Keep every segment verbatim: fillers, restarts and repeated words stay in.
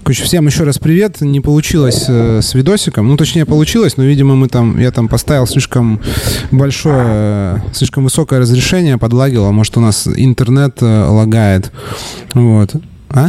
Короче, всем еще раз привет. Не получилось э, с видосиком. Ну, точнее, получилось, но, видимо, мы там, я там поставил слишком большое, э, слишком высокое разрешение, подлагило. Может, у нас интернет э, лагает. Вот. А?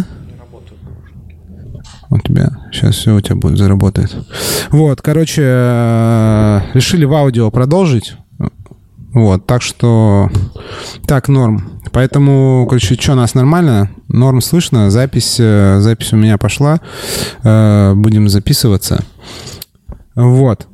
У тебя сейчас все у тебя будет заработает. Вот, короче, э, решили в аудио продолжить. Вот, так что так, норм. Поэтому, короче, что, нас нормально? Норм слышно, запись, запись у меня пошла. Будем записываться. Вот.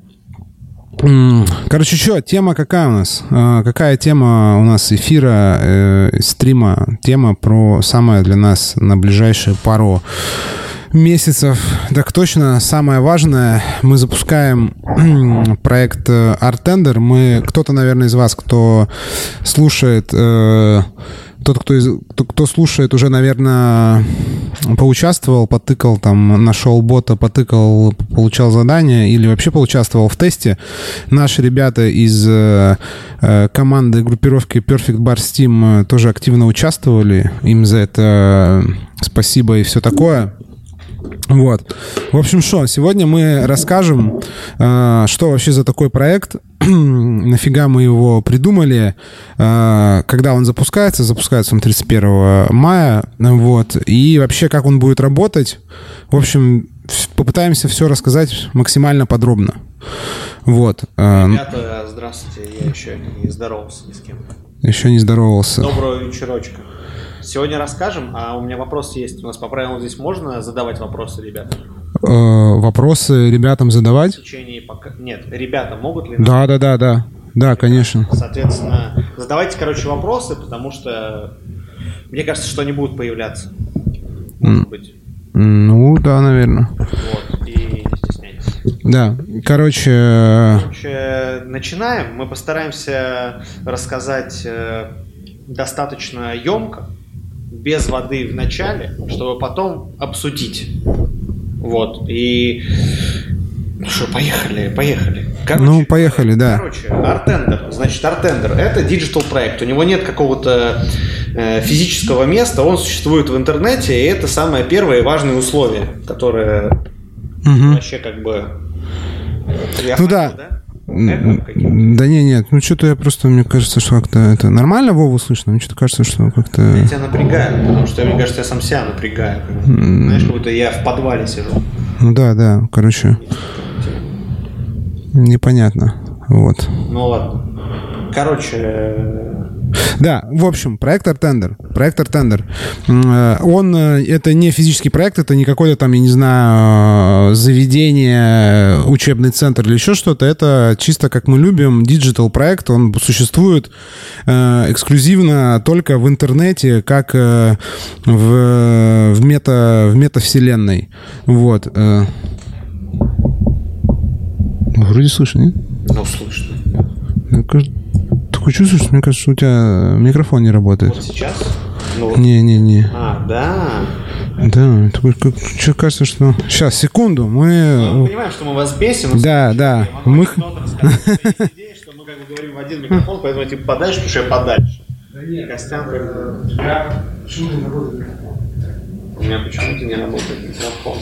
Короче, что, тема какая у нас? Какая тема у нас эфира, стрима? Тема про самое для нас на ближайшие пару месяцев. Так точно, самое важное, мы запускаем проект Artender. Мы, кто-то, наверное, из вас, кто слушает, э, тот, кто, из, кто, кто слушает, уже, наверное, поучаствовал, потыкал, там, нашел бота, потыкал, получал задание или вообще поучаствовал в тесте. Наши ребята из э, команды группировки Perfect Bar Steam тоже активно участвовали. Им за это спасибо и все такое. Вот. В общем, что, сегодня мы расскажем, э, что вообще за такой проект, нафига мы его придумали, э, когда он запускается. Запускается он тридцать первого мая, вот, и вообще, как он будет работать. В общем, попытаемся все рассказать максимально подробно. Вот. Ребята, здравствуйте, я еще не здоровался ни с кем. Еще не здоровался. Доброго вечерочка. Сегодня расскажем, а у меня вопрос есть. У нас по правилам здесь можно задавать вопросы ребятам? Э, вопросы ребятам задавать? В течение пока... Нет, ребята могут ли... Да, да, да, да. Да, конечно. Соответственно, задавайте, короче, вопросы, потому что мне кажется, что они будут появляться. Может быть. Ну, да, наверное. Вот, и не стесняйтесь. Да, короче... Короче, начинаем. Мы постараемся рассказать достаточно емко, без воды в начале, чтобы потом обсудить. Вот. И... Ну что, поехали, поехали. Короче, ну, поехали, да. Короче, Artender. Значит, Artender — это диджитал проект. У него нет какого-то э, физического места, он существует в интернете, и это самое первое и важное условие, которое угу. вообще как бы... Я ну хотел, да. да? Да не, нет, ну что-то я просто, мне кажется, что как-то это нормально Вову слышно, мне что-то кажется, что как-то... Я тебя напрягаю, потому что, мне кажется, я сам себя напрягаю. Mm. Знаешь, как будто я в подвале сижу. Ну да, да, короче, непонятно, вот. Ну ладно. Короче... Да, в общем, проект Artender. Проект Artender. Он, это не физический проект, это не какой-то там, я не знаю, заведение, учебный центр или еще что-то. Это чисто, как мы любим, диджитал проект. Он существует э, эксклюзивно только в интернете, как э, в, в, мета, в метавселенной. Вот. Э. Вроде слышно, нет? Ну, слышно. Такое чувство, что мне кажется, что у тебя микрофон не работает. Вот сейчас? Ну, Не-не-не. А, да? Да, такое, как, что кажется, что... Сейчас, секунду, мы... Мы понимаем, что мы вас бесим. Да, да. Мы... Идея, что мы как бы говорим в один микрофон, поэтому типа подальше, потому что я подальше. Да нет, Костян как бы... У тебя почему-то не работает микрофон? У меня почему-то не работает микрофон.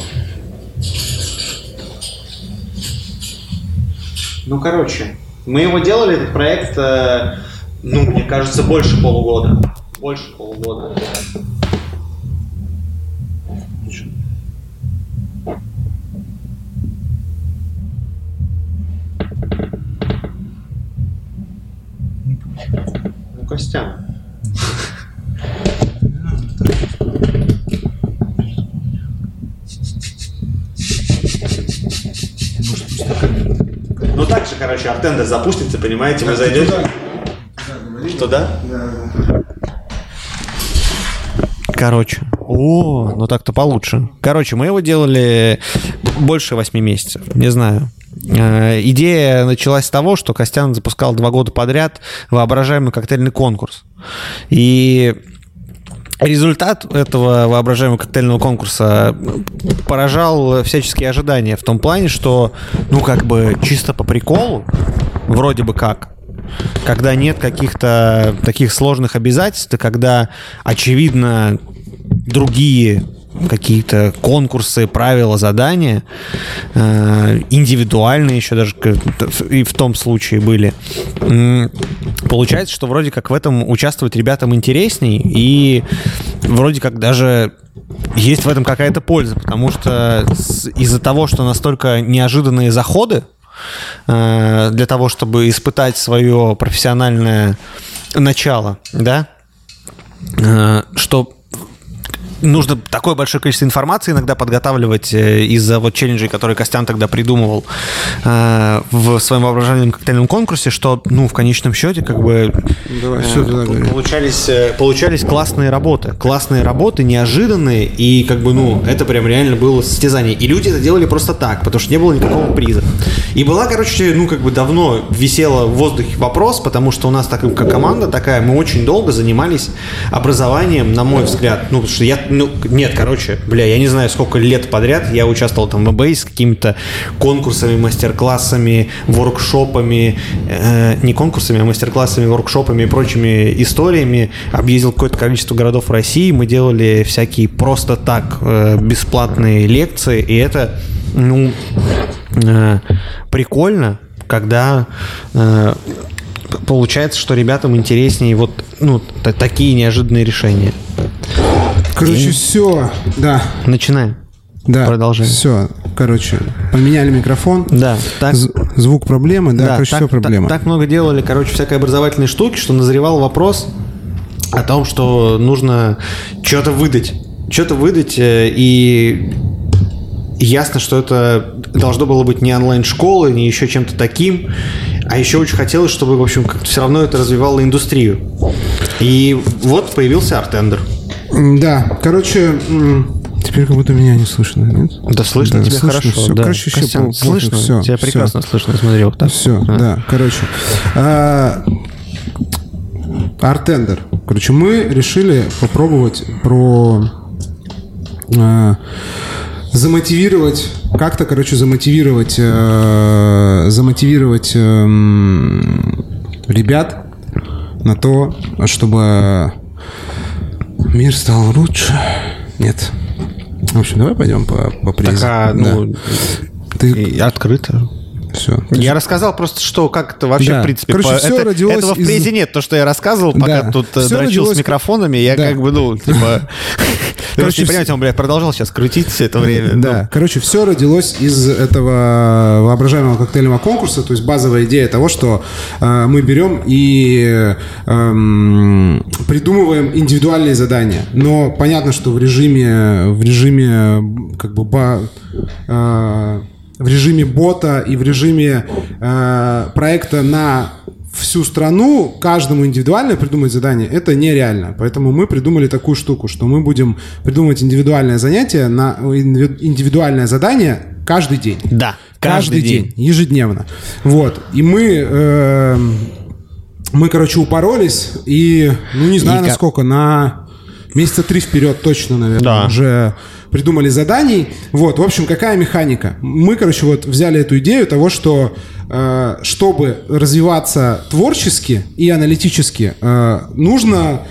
Ну, короче... Мы его делали, этот проект, ну, мне кажется, больше полугода. Больше полугода. Ну, Костян. Ну так же, короче, Artender запустится, понимаете, вы зайдете. Туда? Да. Короче. О, ну так-то получше. Короче, мы его делали больше восьми месяцев, не знаю. Идея началась с того, что Костян запускал два года подряд воображаемый коктейльный конкурс. И результат этого воображаемого коктейльного конкурса поражал всяческие ожидания в том плане, что, ну, как бы чисто по приколу, вроде бы как, когда нет каких-то таких сложных обязательств, и когда, очевидно, другие какие-то конкурсы, правила, задания, индивидуальные еще даже и в том случае были. Получается, что вроде как в этом участвовать ребятам интересней, и вроде как даже есть в этом какая-то польза, потому что из-за того, что настолько неожиданные заходы для того, чтобы испытать свое профессиональное начало, да, что нужно такое большое количество информации иногда подготавливать из-за вот челленджей, которые Костян тогда придумывал э, в своем воображаемом коктейльном конкурсе, что, ну, в конечном счете, как бы Давай, э, получались, получались классные работы. Классные работы, неожиданные, и как бы, ну, это прям реально было состязание. И люди это делали просто так, потому что не было никакого приза. И была, короче, ну, как бы давно висела в воздухе вопрос, потому что у нас так, как команда такая, мы очень долго занимались образованием, на мой взгляд, ну, потому что я Ну, нет, короче, бля, я не знаю, сколько лет подряд я участвовал там в эм би эй с какими-то конкурсами, мастер-классами, воркшопами, э, не конкурсами, а мастер-классами, воркшопами и прочими историями. Объездил какое-то количество городов России, мы делали всякие просто так э, бесплатные лекции, и это, ну, э, прикольно, когда э, получается, что ребятам интереснее вот, ну, т- такие неожиданные решения. Короче, И... все, да. Начинаем. Да, продолжаем. Все, короче, поменяли микрофон. Да, так. З- звук проблемы, да, да короче, так, все проблема. Так, так много делали, короче, всякой образовательной штуки, что назревал вопрос о том, что нужно что-то выдать. Что-то выдать, и ясно, что это должно было быть не онлайн-школы, не еще чем-то таким, а еще очень хотелось, чтобы, в общем, как-то все равно это развивало индустрию. И вот появился Артендер. Да, короче, теперь как будто меня не слышно, нет? Да слышно, да, тебя слышно, хорошо. Все. Да. Короче, Костян, все слышно? все, тебя все. прекрасно слышно, смотри, вот так. Все, а. да, короче. Артендер. Короче, мы решили попробовать про... А, замотивировать, как-то, короче, замотивировать, э, замотивировать э, ребят на то, чтобы мир стал лучше. Нет. В общем, давай пойдем по, по призу. Так, а, ну, да. Ты... открыто. Все. Я рассказал просто, что как это вообще, да. в принципе, Короче, по... все это, родилось этого в из... презе нет. То, что я рассказывал, пока да. тут все дрочил родилось... с микрофонами, я да. как бы, ну, типа... Короче, понимаете, он, блядь, продолжал сейчас крутить все это время. Да, короче, все родилось из этого воображаемого коктейльного конкурса, то есть базовая идея того, что э, мы берем и э, э, придумываем индивидуальные задания. Но понятно, что в режиме, в режиме как бы ба, э, в режиме бота и в режиме э, проекта на всю страну каждому индивидуально придумать задание — это нереально. Поэтому мы придумали такую штуку, что мы будем придумывать индивидуальное занятие, на индивидуальное задание каждый день. Да, каждый, каждый день. день, ежедневно. Вот. И мы, э, мы, короче, упоролись, и, ну, не знаю, и насколько, на месяца три вперед точно, наверное, да. уже придумали заданий. Вот, в общем, какая механика? Мы, короче, вот взяли эту идею того, что э, чтобы развиваться творчески и аналитически, э, нужно,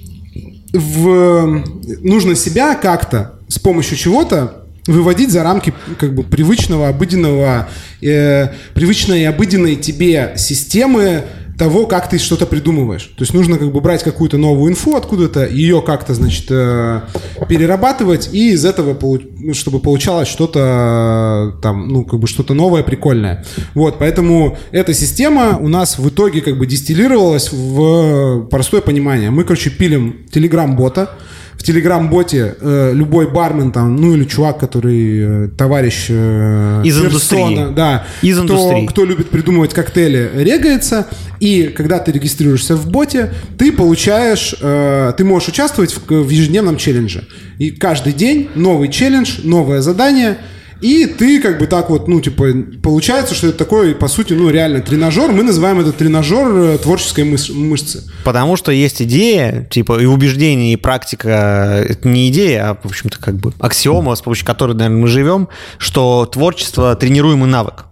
в, нужно себя как-то с помощью чего-то выводить за рамки как бы привычного, обыденного, э, привычной и обыденной тебе системы того, как ты что-то придумываешь. То есть нужно как бы брать какую-то новую инфу откуда-то, ее как-то, значит, э, перерабатывать, и из этого, получ- чтобы получалось что-то э, там, ну, как бы что-то новое, прикольное. Вот, поэтому эта система у нас в итоге как бы дистиллировалась в простое понимание. Мы, короче, пилим Telegram-бота. В Telegram-боте э, любой бармен там, ну или чувак, который э, товарищ э, из персона, индустрии, да, из кто, индустрии. кто любит придумывать коктейли, регается, и когда ты регистрируешься в боте, ты получаешь, э, ты можешь участвовать в, в ежедневном челлендже. И каждый день новый челлендж, новое задание. И ты как бы так вот, ну, типа, получается, что это такой, по сути, ну, реально тренажер. Мы называем это тренажер творческой мыш- мышцы. Потому что есть идея, типа, и убеждение, и практика. Это не идея, а, в общем-то, как бы аксиома, с помощью которой, наверное, мы живем, что творчество — тренируемый навык.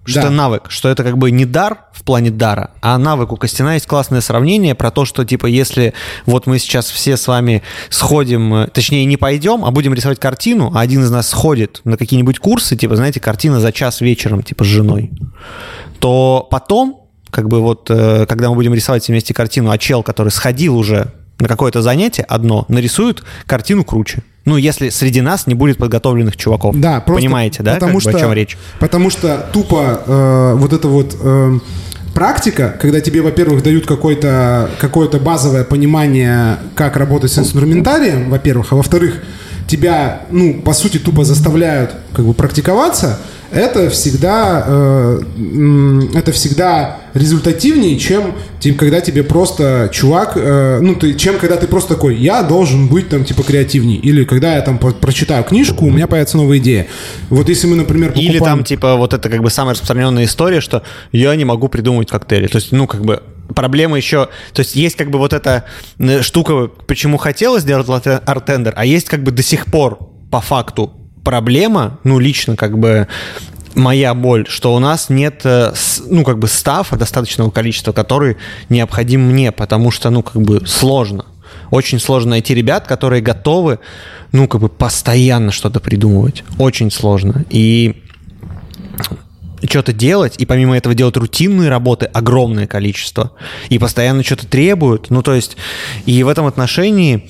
что Да. это навык, что это как бы не дар в плане дара, а навык. У Костяна есть классное сравнение про то, что, типа, если вот мы сейчас все с вами сходим, точнее, не пойдем, а будем рисовать картину, а один из нас сходит на какие-нибудь курсы, типа, знаете, картина за час вечером, типа, с женой, то потом, как бы вот, когда мы будем рисовать вместе картину, а чел, который сходил уже на какое-то занятие одно, нарисует картину круче. Ну, если среди нас не будет подготовленных чуваков. Да, просто понимаете, да, потому как что, бы, о чем речь? Потому что тупо э, вот это вот э, практика, когда тебе, во-первых, дают какое-то, какое-то базовое понимание, как работать с инструментарием, во-первых, а во-вторых, тебя, ну, по сути, тупо заставляют как бы практиковаться, это всегда, э, это всегда результативнее, чем типа, когда тебе просто чувак, э, ну, ты, чем когда ты просто такой, я должен быть там типа креативней, или когда я там по- прочитаю книжку, у меня появится новая идея. Вот если мы, например, покупаем... Или там типа вот это как бы самая распространенная история, что я не могу придумывать коктейли. То есть, ну, как бы проблема еще... То есть есть как бы вот эта штука, почему хотелось сделать артендер, а есть как бы до сих пор по факту проблема, ну, лично как бы моя боль, что у нас нет, ну, как бы стафа достаточного количества, который необходим мне, потому что, ну, как бы сложно. Очень сложно найти ребят, которые готовы, ну, как бы постоянно что-то придумывать. Очень сложно. И что-то делать, и помимо этого делать рутинные работы огромное количество, и постоянно что-то требуют. Ну, то есть, и в этом отношении...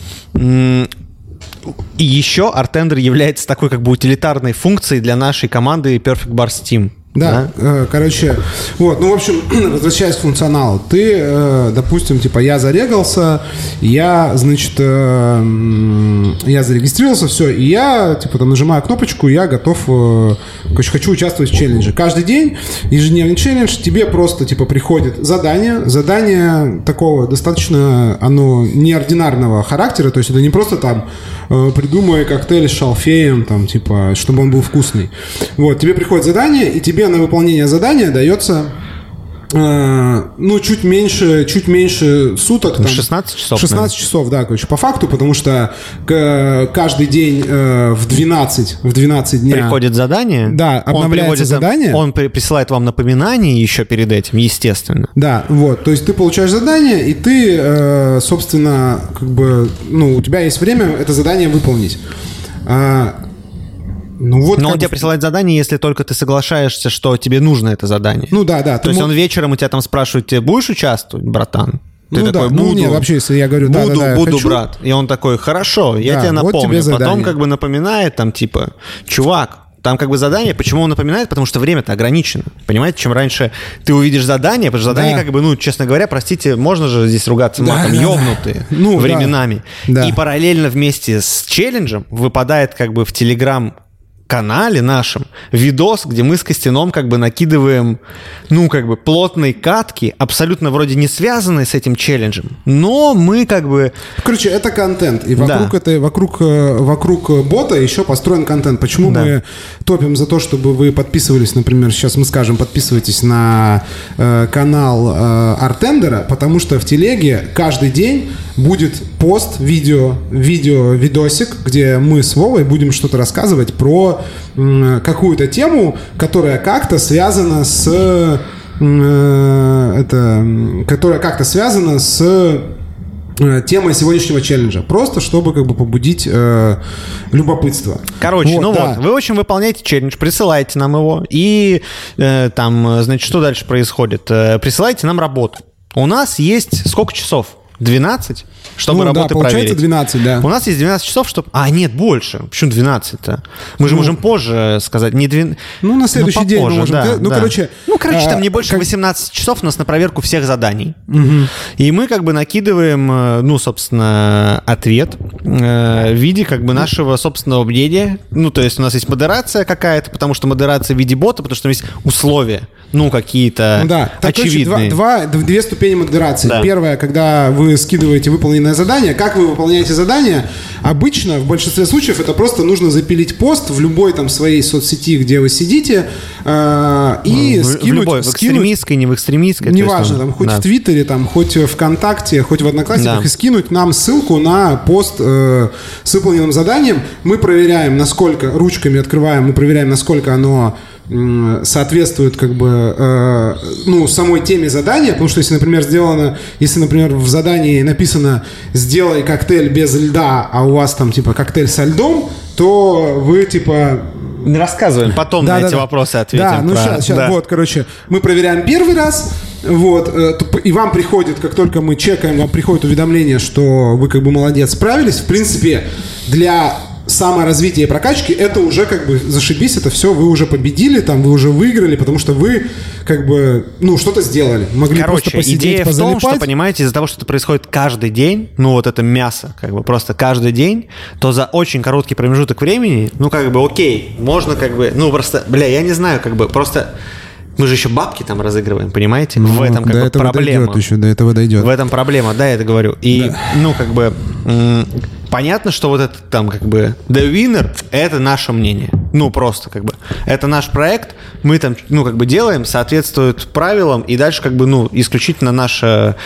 И еще Artender является такой как бы утилитарной функцией для нашей команды Perfect Bars Team. Да, да? короче, вот, ну, в общем, возвращаясь к функционалу, ты, допустим, типа, я зарегался, я, значит, я зарегистрировался, все, и я, типа, там, нажимаю кнопочку, я готов, короче, хочу участвовать в челлендже. Каждый день ежедневный челлендж, тебе просто, типа, приходит задание, задание такого достаточно, оно неординарного характера, то есть это не просто там придумай коктейль с шалфеем, там, типа, чтобы он был вкусный. Вот, тебе приходит задание, и тебе на выполнение задания дается э, ну, чуть меньше, чуть меньше суток. Там, шестнадцать часов. шестнадцать часов, да, короче, по факту, потому что к, каждый день э, в двенадцать, в двенадцать дня... Приходит задание. Да, обновляется он задание. Он при, присылает вам напоминание еще перед этим, естественно. Да, вот, то есть ты получаешь задание, и ты, э, собственно, как бы, ну, у тебя есть время это задание выполнить. А, Ну, вот Но он бы... тебе присылает задание, если только ты соглашаешься, что тебе нужно это задание. Ну да, да. То есть мог... он вечером у тебя там спрашивает, ты будешь участвовать, братан? Ты ну, такой, да. буду. Ну, нет, вообще, если я говорю, буду, да, да, да, буду, хочу. брат. И он такой, хорошо, я да, тебе напомню. Вот тебе Потом как бы напоминает, там, типа, чувак, там как бы задание, почему он напоминает? Потому что время-то ограничено. Понимаете, чем раньше ты увидишь задание, потому что задание, да. как бы, ну, честно говоря, простите, можно же здесь ругаться матом, да, ёбнутые да. ну, временами. Да. И параллельно вместе с челленджем выпадает как бы в Телеграм канале нашем видос, где мы с Костяном как бы накидываем, ну, как бы плотные катки, абсолютно вроде не связанные с этим челленджем, но мы как бы... Короче, это контент, и вокруг, да. этой, вокруг, вокруг бота еще построен контент. Почему да. мы топим за то, чтобы вы подписывались, например, сейчас мы скажем, подписывайтесь на э, канал э, Artender, потому что в телеге каждый день будет пост, видео, видео, видосик, где мы с Вовой будем что-то рассказывать про м, какую-то тему, которая как-то связана с э, это, которая как-то связана с э, темой сегодняшнего челленджа. Просто чтобы как бы побудить э, любопытство. Короче, вот, ну да. вот, вы, в общем, выполняете челлендж, присылаете нам его, и э, там, значит, что дальше происходит? Э, присылайте нам работу. У нас есть сколько часов? двенадцать, чтобы ну, работы да, получается проверить. двенадцать, да. У нас есть двенадцать часов, чтобы... А, нет, больше. Почему двенадцать-то? Мы же ну, можем позже сказать. Не двен... Ну, на следующий ну, день мы можем... Да, ну, да. короче... Ну, короче, там не больше как... восемнадцать часов у нас на проверку всех заданий. Угу. И мы как бы накидываем, ну, собственно, ответ в виде как бы нашего собственного мнения. Ну, то есть у нас есть модерация какая-то, потому что модерация в виде бота, потому что там есть условия, ну, какие-то ну, да. очевидные. Два, два, две ступени модерации. Да. Первая, когда вы скидываете выполненное задание. Как вы выполняете задание? Обычно, в большинстве случаев, это просто нужно запилить пост в любой там своей соцсети, где вы сидите, э, и в, скинуть... В любой, в экстремистской, не в экстремистской. Неважно, там, хоть да. в Твиттере, там, хоть ВКонтакте, хоть в Одноклассниках, да. и скинуть нам ссылку на пост э, с выполненным заданием. Мы проверяем, насколько, ручками открываем, мы проверяем, насколько оно соответствует как бы э, ну, самой теме задания, потому что если, например, сделано, если, например, в задании написано «сделай коктейль без льда», а у вас там типа коктейль со льдом, то вы типа... Не рассказываем, потом да, на да, эти да. вопросы ответим. Да, ну про... сейчас, сейчас да. вот, короче, мы проверяем первый раз, вот, и вам приходит, как только мы чекаем, вам приходит уведомление, что вы как бы молодец, справились. В принципе, для саморазвития и прокачки это уже как бы зашибись, это все, вы уже победили, там, вы уже выиграли, потому что вы как бы, ну, что-то сделали. Могли Короче, просто посидеть, идея позалипать. в том, что, понимаете, из-за того, что это происходит каждый день, ну, вот это мясо, как бы просто каждый день, то за очень короткий промежуток времени, ну, как бы, окей, можно как бы, ну, просто, бля, я не знаю, как бы, просто... Мы же еще бабки там разыгрываем, понимаете? Ну, в этом как до бы этого проблема. Дойдет еще, до этого дойдет. В этом проблема, да, я это говорю. И, да. ну, как бы, м- понятно, что вот это там, как бы, The Winner — это наше мнение. Ну, просто, как бы, это наш проект, мы там, ну, как бы, делаем, соответствует правилам, и дальше, как бы, ну, исключительно наше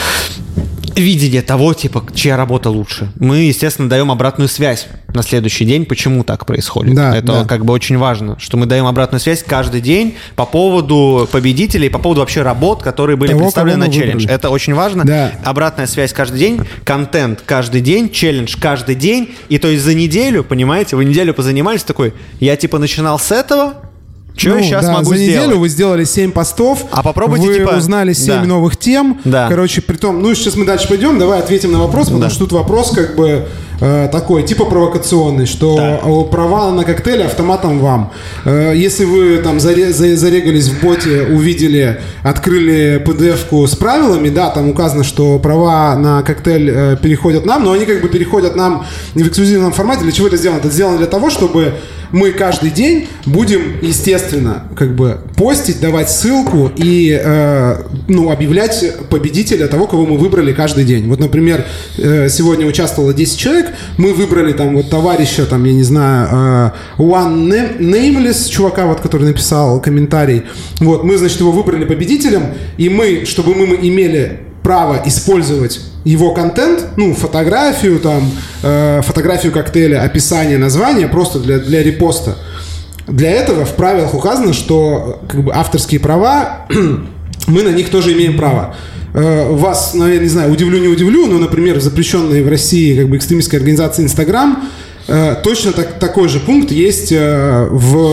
видение того, типа, чья работа лучше. Мы, естественно, даем обратную связь на следующий день, почему так происходит. Да, это да. как бы очень важно, что мы даем обратную связь каждый день по поводу победителей, по поводу вообще работ, которые были того, представлены на челлендж. Выбрали. Это очень важно. Да. Обратная связь каждый день, контент каждый день, челлендж каждый день. И то есть за неделю, понимаете, вы неделю позанимались такой, я типа начинал с этого, что ну, я сейчас да, могу за сделать? За неделю вы сделали семь постов, а попробуйте, вы типа... узнали семь да. новых тем. Да. Короче, при том, ну сейчас мы дальше пойдем, давай ответим на вопрос, потому да. что тут вопрос как бы э, такой, типа провокационный, что да. права на коктейли автоматом вам. Э, если вы там заре, зарегались в боте, увидели, открыли пи ди эф-ку с правилами, да, там указано, что права на коктейль э, переходят нам, но они как бы переходят нам не в эксклюзивном формате. Для чего это сделано? Это сделано для того, чтобы мы каждый день будем, естественно, как бы постить, давать ссылку и э, ну, объявлять победителя того, кого мы выбрали каждый день. Вот, например, э, сегодня участвовало десять человек, мы выбрали там вот товарища, там, я не знаю, э, One Nameless, чувака, вот, который написал комментарий. Вот, мы, значит, его выбрали победителем, и мы, чтобы мы имели право использовать его контент, ну, фотографию, там, э, фотографию коктейля, описание, название, просто для, для репоста. Для этого в правилах указано, что как бы авторские права, мы на них тоже имеем право. Э, вас, ну, я не знаю, удивлю, не удивлю, но, например, в запрещенной в России как бы экстремистской организации Instagram э, точно так, такой же пункт есть э,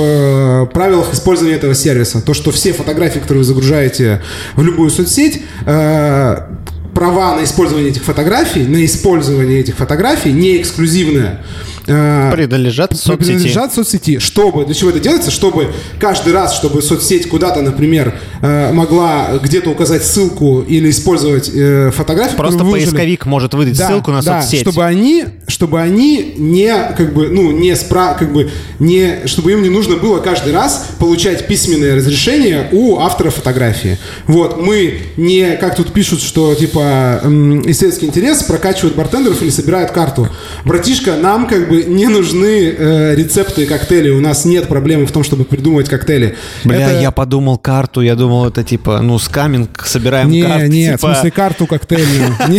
в правилах использования этого сервиса. То, что все фотографии, которые вы загружаете в любую соцсеть, э, права на использование этих фотографий, на использование этих фотографий не эксклюзивное. Принадлежат соцсети. Принадлежат соцсети. Чтобы, для чего это делается? Чтобы каждый раз, чтобы соцсеть куда-то, например, могла где-то указать ссылку или использовать фотографию. Просто поисковик может выдать да, ссылку на да, соцсеть. Чтобы они, чтобы они не, как бы, ну, не спра, как бы, не, чтобы им не нужно было каждый раз получать письменное разрешение у автора фотографии. Вот, мы не, как тут пишут, что, типа, исследовательский интерес прокачивают бартендеров или собирают карту. Братишка, нам, как бы, не нужны э, рецепты коктейлей. У нас нет проблемы в том, чтобы придумывать коктейли. Бля, это... я подумал карту, я думал, это типа, ну, скаминг, собираем не, карты. Не, типа... в смысле карту коктейльную. Не,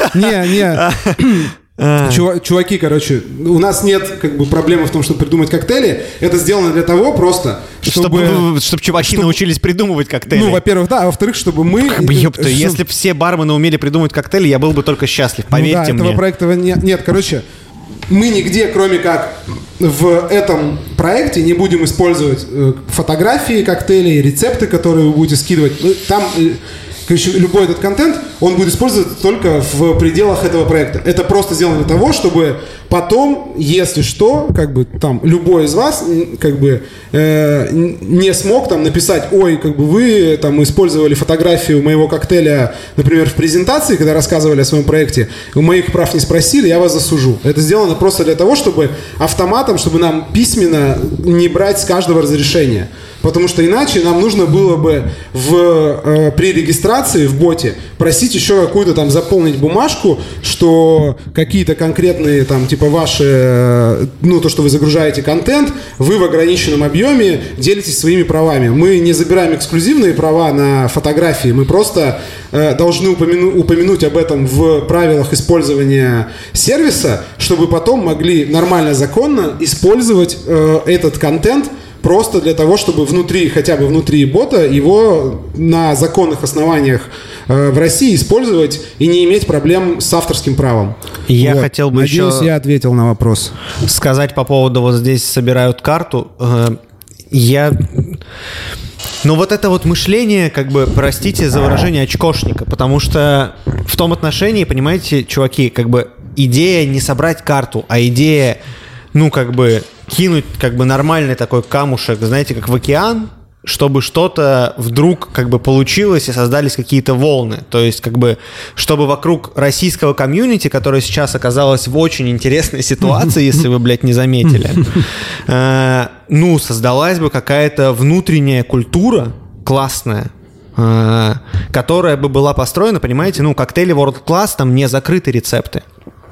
не. Чуваки, короче, у нас нет как бы проблемы в том, чтобы придумать коктейли. Это сделано для того просто, чтобы... Чтобы, чтобы чуваки чтобы... научились придумывать коктейли. Ну, во-первых, да, а во-вторых, чтобы мы... Как бы, ёпта, чтобы... если бы все бармены умели придумать коктейли, я был бы только счастлив, поверьте ну, да, мне. Этого проекта нет. Нет, короче... Мы нигде, кроме как в этом проекте, не будем использовать э, фотографии коктейлей, рецепты, которые вы будете скидывать. Там, э, короче, любой этот контент, он будет использоваться только в пределах этого проекта. Это просто сделано для того, чтобы потом, если что, как бы там любой из вас, как бы э, не смог там написать, ой, как бы вы там использовали фотографию моего коктейля, например, в презентации, когда рассказывали о своем проекте, у моих прав не спросили, я вас засужу. Это сделано просто для того, чтобы автоматом, чтобы нам письменно не брать с каждого разрешения. Потому что иначе нам нужно было бы в, э, при регистрации в боте просить еще какую-то там заполнить бумажку, что какие-то конкретные там типа ваши, э, ну то, что вы загружаете контент, вы в ограниченном объеме делитесь своими правами. Мы не забираем эксклюзивные права на фотографии, мы просто э, должны упомяну, упомянуть об этом в правилах использования сервиса, чтобы потом могли нормально, законно использовать э, этот контент просто для того, чтобы внутри, хотя бы внутри бота, его на законных основаниях э, в России использовать и не иметь проблем с авторским правом. Я вот. хотел бы Надеюсь, еще... я ответил на вопрос. Сказать по поводу вот здесь собирают карту. Я... Ну вот это вот мышление, как бы, простите за выражение, очкошника, потому что в том отношении, понимаете, чуваки, как бы идея не собрать карту, а идея, ну, как бы, кинуть, как бы, нормальный такой камушек, знаете, как в океан, чтобы что-то вдруг как бы получилось и создались какие-то волны. То есть как бы, чтобы вокруг российского комьюнити, которое сейчас оказалось в очень интересной ситуации, если вы, блядь, не заметили, э, ну, создалась бы какая-то внутренняя культура классная, э, которая бы была построена, понимаете, ну, коктейли World Class, там не закрыты рецепты,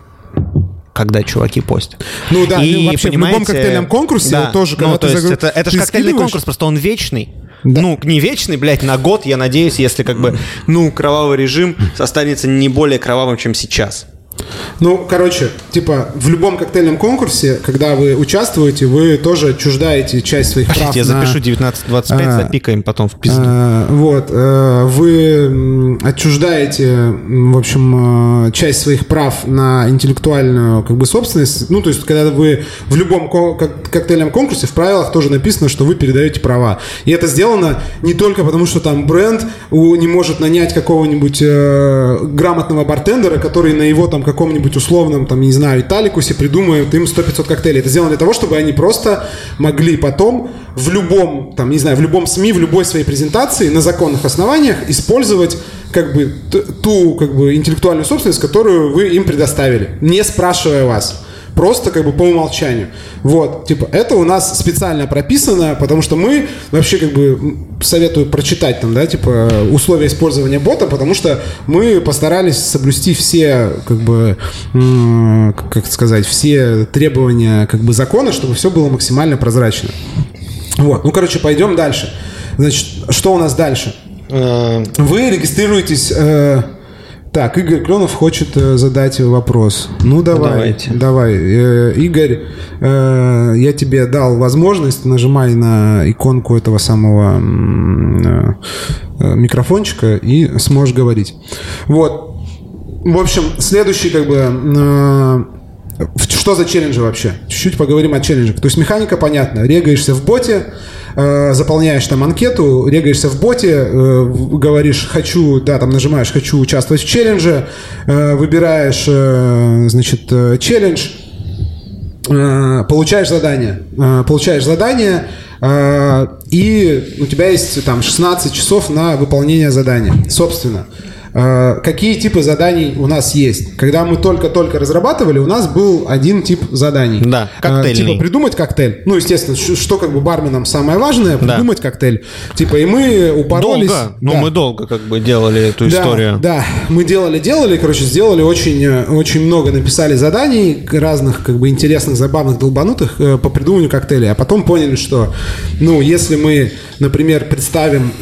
когда чуваки постят. Ну да, и, вообще в любом коктейльном конкурсе да, тоже, когда ну, ты то есть загру... это, это же коктейльный конкурс, просто он вечный. Да. Ну, не вечный, блядь, на год, я надеюсь, если как бы, ну, кровавый режим останется не более кровавым, чем сейчас. Ну, короче, типа, в любом коктейльном конкурсе, когда вы участвуете, вы тоже отчуждаете часть своих Подождите, прав. Я на... запишу девятнадцать двадцать пять, а, запикаем потом в пизду. А, вот. А, вы отчуждаете, в общем, часть своих прав на интеллектуальную, как бы, собственность. Ну, то есть, когда вы в любом коктейльном конкурсе, в правилах тоже написано, что вы передаете права. И это сделано не только потому, что там бренд не может нанять какого-нибудь э, грамотного бартендера, который на его там каком-нибудь условном, там, не знаю, Италикусе придумают им сто пятьсот коктейлей. Это сделано для того, чтобы они просто могли потом в любом, там, не знаю, в любом СМИ, в любой своей презентации на законных основаниях использовать как бы ту, как бы, интеллектуальную собственность, которую вы им предоставили, не спрашивая вас. Просто как бы по умолчанию. Вот, типа, это у нас специально прописано, потому что мы вообще как бы советую прочитать там, да, типа, условия использования бота, потому что мы постарались соблюсти все, как бы, м- как сказать, все требования, как бы, закона, чтобы все было максимально прозрачно. Вот, ну, короче, пойдем дальше. Значит, что у нас дальше? Вы регистрируетесь... Э- Так, Игорь Кленов хочет э, задать вопрос. Ну, давай. Давайте. Давай. Э, Игорь, э, я тебе дал возможность, нажимай на иконку этого самого э, э, микрофончика и сможешь говорить. Вот. В общем, следующий, как бы... Э, что за челленджи вообще? Чуть-чуть поговорим о челленджах. То есть механика понятна. Регаешься в боте, э, заполняешь там анкету, регаешься в боте, э, говоришь «хочу», да, там нажимаешь «хочу участвовать в челлендже», э, выбираешь, э, значит, э, челлендж, э, получаешь задание. Э, получаешь задание, э, и у тебя есть там шестнадцать часов на выполнение задания. Собственно. Какие типы заданий у нас есть? Когда мы только-только разрабатывали, у нас был один тип заданий. Да, коктейльный. Типа придумать коктейль. Ну, естественно, что, что как бы барменам самое важное, придумать да. коктейль. Типа, и мы упоролись... Долго, ну да. мы долго как бы делали эту да, историю. Да, мы делали-делали, короче, сделали очень, очень много, написали заданий разных, как бы, интересных, забавных, долбанутых по придумыванию коктейлей. А потом поняли, что, ну, если мы, например, представим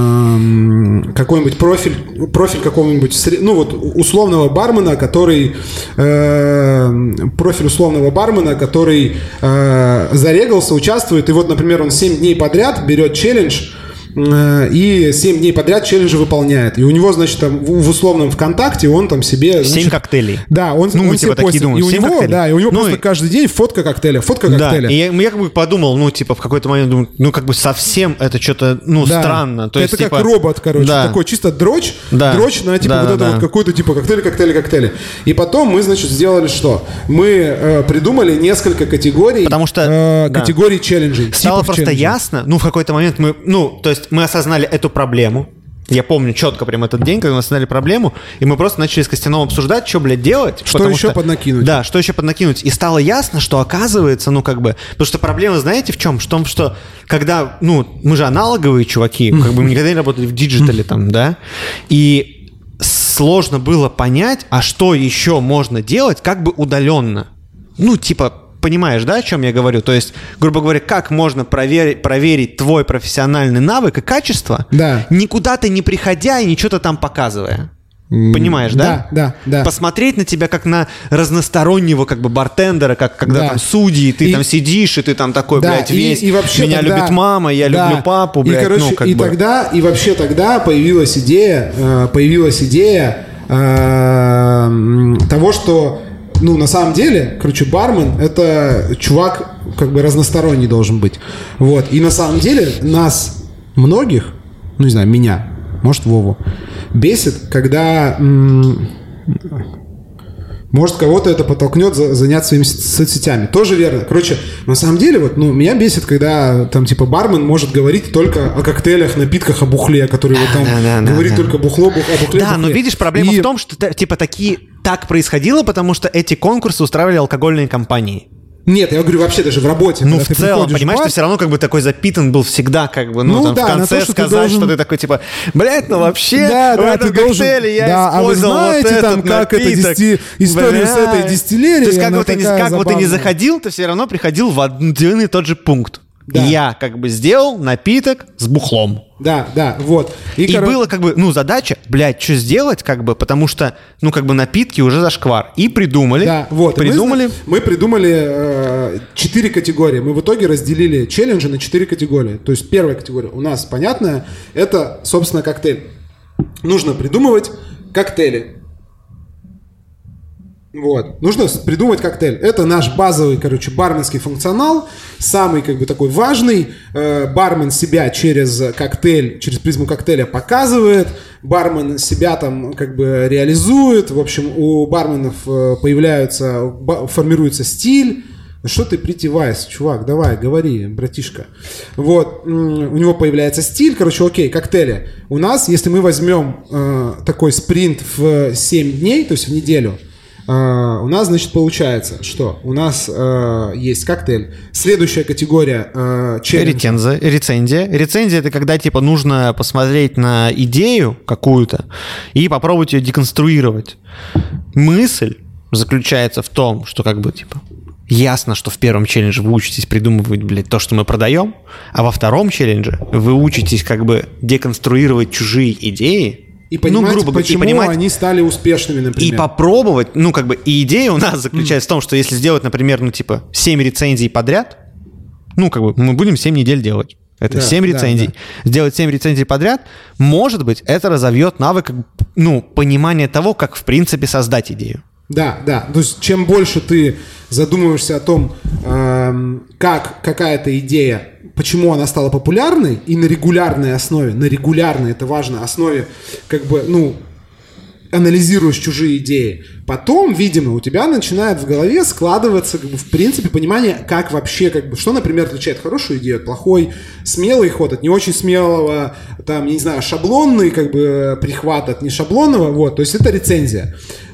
э, какой-нибудь профиль, профиль какого-нибудь, ну вот условного бармена, который э, профиль условного бармена, который э, зарегался, участвует, и вот, например, он семь дней подряд берет челлендж э, и семь дней подряд челленджи выполняет. И у него, значит, там в, в условном ВКонтакте он там себе... Значит, семь коктейлей. Да, он, ну, он мы себе типа постит. думаем, и у него, коктейлей. да, и у него ну, просто и... каждый день фотка коктейля, фотка да, коктейля. И я, я как бы подумал, ну, типа, в какой-то момент думаю, ну, как бы совсем это что-то, ну, да. странно. То это есть, как типа... робот, короче, да. такой чисто дрочь, да. дрочь на, типа, да, вот да, это да. вот какой-то, типа, коктейли, коктейли, коктейли. И потом мы, значит, сделали что? Мы э, придумали несколько категорий, Потому что, э, да. категорий челленджей. Стало просто челленджей. Ясно, ну, в какой-то момент мы, ну, то есть мы осознали эту проблему. Я помню четко прям этот день, когда мы осознали проблему, и мы просто начали с Костяновым обсуждать, что, блядь, делать. Что еще что, поднакинуть. Да, что еще поднакинуть. И стало ясно, что оказывается, ну, как бы... Потому что проблема, знаете, в чем? В том, что когда, ну, мы же аналоговые чуваки, как бы мы никогда не работали в диджитале там, да, и сложно было понять, а что еще можно делать как бы удаленно. Ну, типа... Понимаешь, да, о чем я говорю? То есть, грубо говоря, как можно проверить, проверить твой профессиональный навык и качество, да. никуда ты не приходя и ничего-то там показывая. Понимаешь, да? Да, да, да. Посмотреть на тебя как на разностороннего как бы бартендера, как когда да. там судьи, ты и, там сидишь, и ты там такой, да, блядь, весь, и, и вообще меня тогда, любит мама, я да, люблю папу, блядь, и, короче, ну как и бы. Тогда, и вообще тогда появилась идея, появилась идея э, того, что, ну, на самом деле, короче, бармен — это чувак как бы разносторонний должен быть. Вот. И на самом деле нас, многих, ну, не знаю, меня, может, Вову, бесит, когда м- может кого-то это подтолкнет за- заняться своими соцсетями. Тоже верно. Короче, на самом деле, вот, ну, меня бесит, когда там типа бармен может говорить только о коктейлях, напитках, о бухле, который вот там да, да, говорит да, только бухло, бух, о бухле. Да, бухле. Но видишь, проблема И... в том, что типа такие так происходило, потому что эти конкурсы устраивали алкогольные компании. Нет, я говорю вообще даже в работе. Ну, в целом, понимаешь, ты все равно как бы такой запитан был всегда, как бы, ну, ну там да, в конце то, что сказать, должен... что ты такой, типа, блядь, ну вообще, да, в да, этом коктейле должен... я да, использовал а вы знаете, вот там, этот как напиток. Это дисти... историю Бля... с этой дистиллерией. То есть как, бы ты, как бы ты не заходил, ты все равно приходил в один и тот же пункт. Да. Я как бы сделал напиток с бухлом. Да, да, вот. И, и короче... было как бы, ну, задача, блядь, что сделать, как бы, потому что, ну, как бы напитки уже зашквар. И придумали. Да, вот. Придумали. Мы, мы придумали э, четыре категории. Мы в итоге разделили челленджи на четыре категории. То есть первая категория у нас, понятная, это, собственно, коктейль. Нужно придумывать коктейли. Вот. Нужно придумать коктейль. Это наш базовый, короче, барменский функционал. Самый, как бы, такой важный. Э, бармен себя через коктейль, через призму коктейля показывает. Бармен себя там, как бы, реализует. В общем, у барменов появляются, формируется стиль. Что ты притеваешь, чувак? Давай, говори, братишка. Вот. У него появляется стиль. Короче, окей, коктейли. У нас, если мы возьмем э, такой спринт в семь дней, то есть в неделю, Uh, у нас, значит, получается, что у нас uh, есть коктейль. Следующая категория uh, Рецензия. Рецензия. Рецензия — это когда, типа, нужно посмотреть на идею какую-то и попробовать ее деконструировать. Мысль заключается в том, что, как бы, типа, ясно, что в первом челлендже вы учитесь придумывать, блядь, то, что мы продаем, а во втором челлендже вы учитесь, как бы, деконструировать чужие идеи. И понимать, ну, грубо, почему и понимать, они стали успешными, например. И попробовать, ну, как бы, и идея у нас заключается mm. в том, что если сделать, например, ну, типа, семь рецензий подряд, ну, как бы, мы будем семь недель делать. Это да, семь рецензий. Да, да. Сделать семь рецензий подряд, может быть, это разовьет навык, ну, понимания того, как, в принципе, создать идею. Да, да. То есть, чем больше ты задумываешься о том, э, как какая-то идея, почему она стала популярной, и на регулярной основе, на регулярной, это важно, основе, как бы, ну, анализируешь чужие идеи, потом, видимо, у тебя начинает в голове складываться, как бы, в принципе, понимание, как вообще, как бы, что, например, отличает хорошую идею от плохой, смелый ход от не очень смелого, там, не знаю, шаблонный, как бы, прихват от нешаблонного, вот, то есть это рецензия.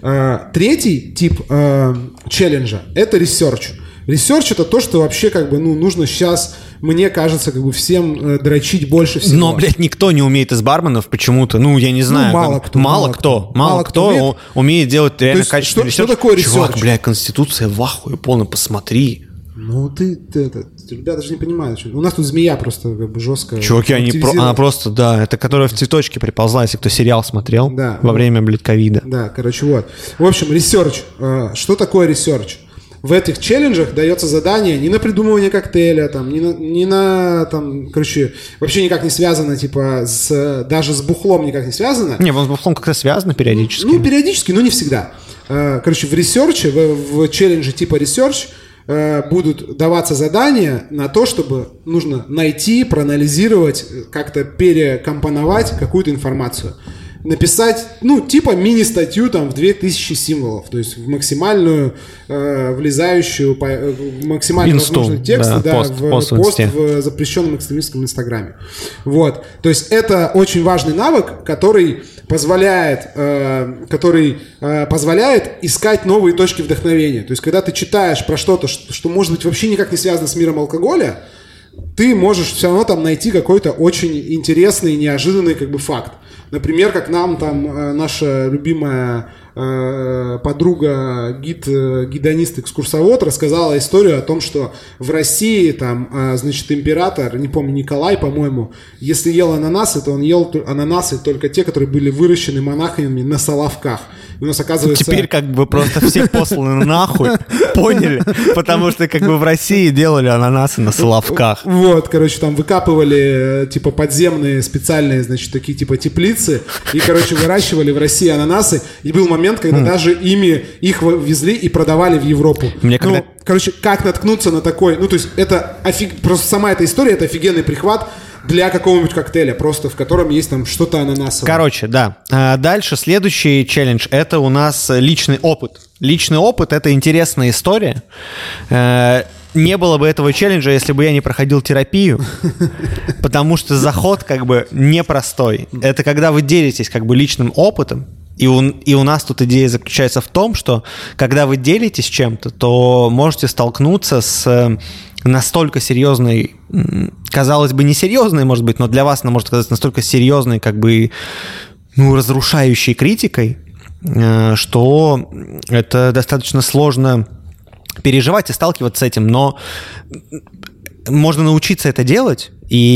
Третий тип челленджа – это ресерч. Ресерч — это то, что вообще, как бы, ну, нужно сейчас, мне кажется, как бы всем э, дрочить больше всего. Но, блядь, никто не умеет из барменов почему-то, ну, я не знаю. Ну, мало там, кто. Мало, мало кто. кто. Мало, мало кто, кто умеет, умеет делать реально качественный ресерч. Что такое ресерч? Чувак, блядь, Конституция в ахуе полно, посмотри. Ну, ты, ты это, ребята же не понимают. Что... У нас тут змея просто, как бы, жесткая. Чуваки, они про, она просто, да, это которая в цветочке приползла, если кто сериал смотрел, да, во вот. время, блядь, ковида. Да, короче, вот. В общем, ресерч. Что такое ресерч? В этих челленджах дается задание не на придумывание коктейля, там, не на, не на там, короче, вообще никак не связано, типа, с, даже с бухлом никак не связано. Не, с бухлом как-то связано периодически. Ну, периодически, но не всегда. Короче, в ресерче, в, в челлендже типа ресерч будут даваться задания на то, чтобы нужно найти, проанализировать, как-то перекомпоновать какую-то информацию. Написать, ну, типа мини-статью там в две тысячи символов, то есть в максимальную, э, влезающую, по, в максимально Инсту, возможный текст, да, да, пост, в пост, пост в запрещенном экстремистском Инстаграме. Вот, то есть это очень важный навык, который позволяет, э, который э, позволяет искать новые точки вдохновения. То есть когда ты читаешь про что-то, что, что может быть вообще никак не связано с миром алкоголя, ты можешь все равно там найти какой-то очень интересный, неожиданный, как бы, факт. Например, как нам там наша любимая подруга, гид, гидонист, экскурсовод, рассказала историю о том, что в России там, значит, император, не помню, Николай, по-моему, если ел ананасы, то он ел ананасы только те, которые были выращены монахами на Соловках. У нас, оказывается... Теперь как бы просто все посланы нахуй, поняли? Потому что как бы в России делали ананасы на Соловках. Вот, короче, там выкапывали типа подземные специальные, значит, такие типа теплицы, и, короче, выращивали в России ананасы. И был момент, когда mm. даже ими их везли и продавали в Европу. Мне ну, когда... короче, как наткнуться на такой... Ну, то есть это офиг... просто сама эта история, это офигенный прихват для какого-нибудь коктейля, просто в котором есть там что-то ананасовое. Короче, да. А дальше следующий челлендж – это у нас личный опыт. Личный опыт – это интересная история. Не было бы этого челленджа, если бы я не проходил терапию, потому что заход как бы непростой. Это когда вы делитесь как бы личным опытом, и у, и у нас тут идея заключается в том, что когда вы делитесь чем-то, то можете столкнуться с настолько серьезной, казалось бы, несерьезной, может быть, но для вас она может казаться настолько серьезной, как бы, ну, разрушающей критикой, что это достаточно сложно переживать и сталкиваться с этим, но можно научиться это делать,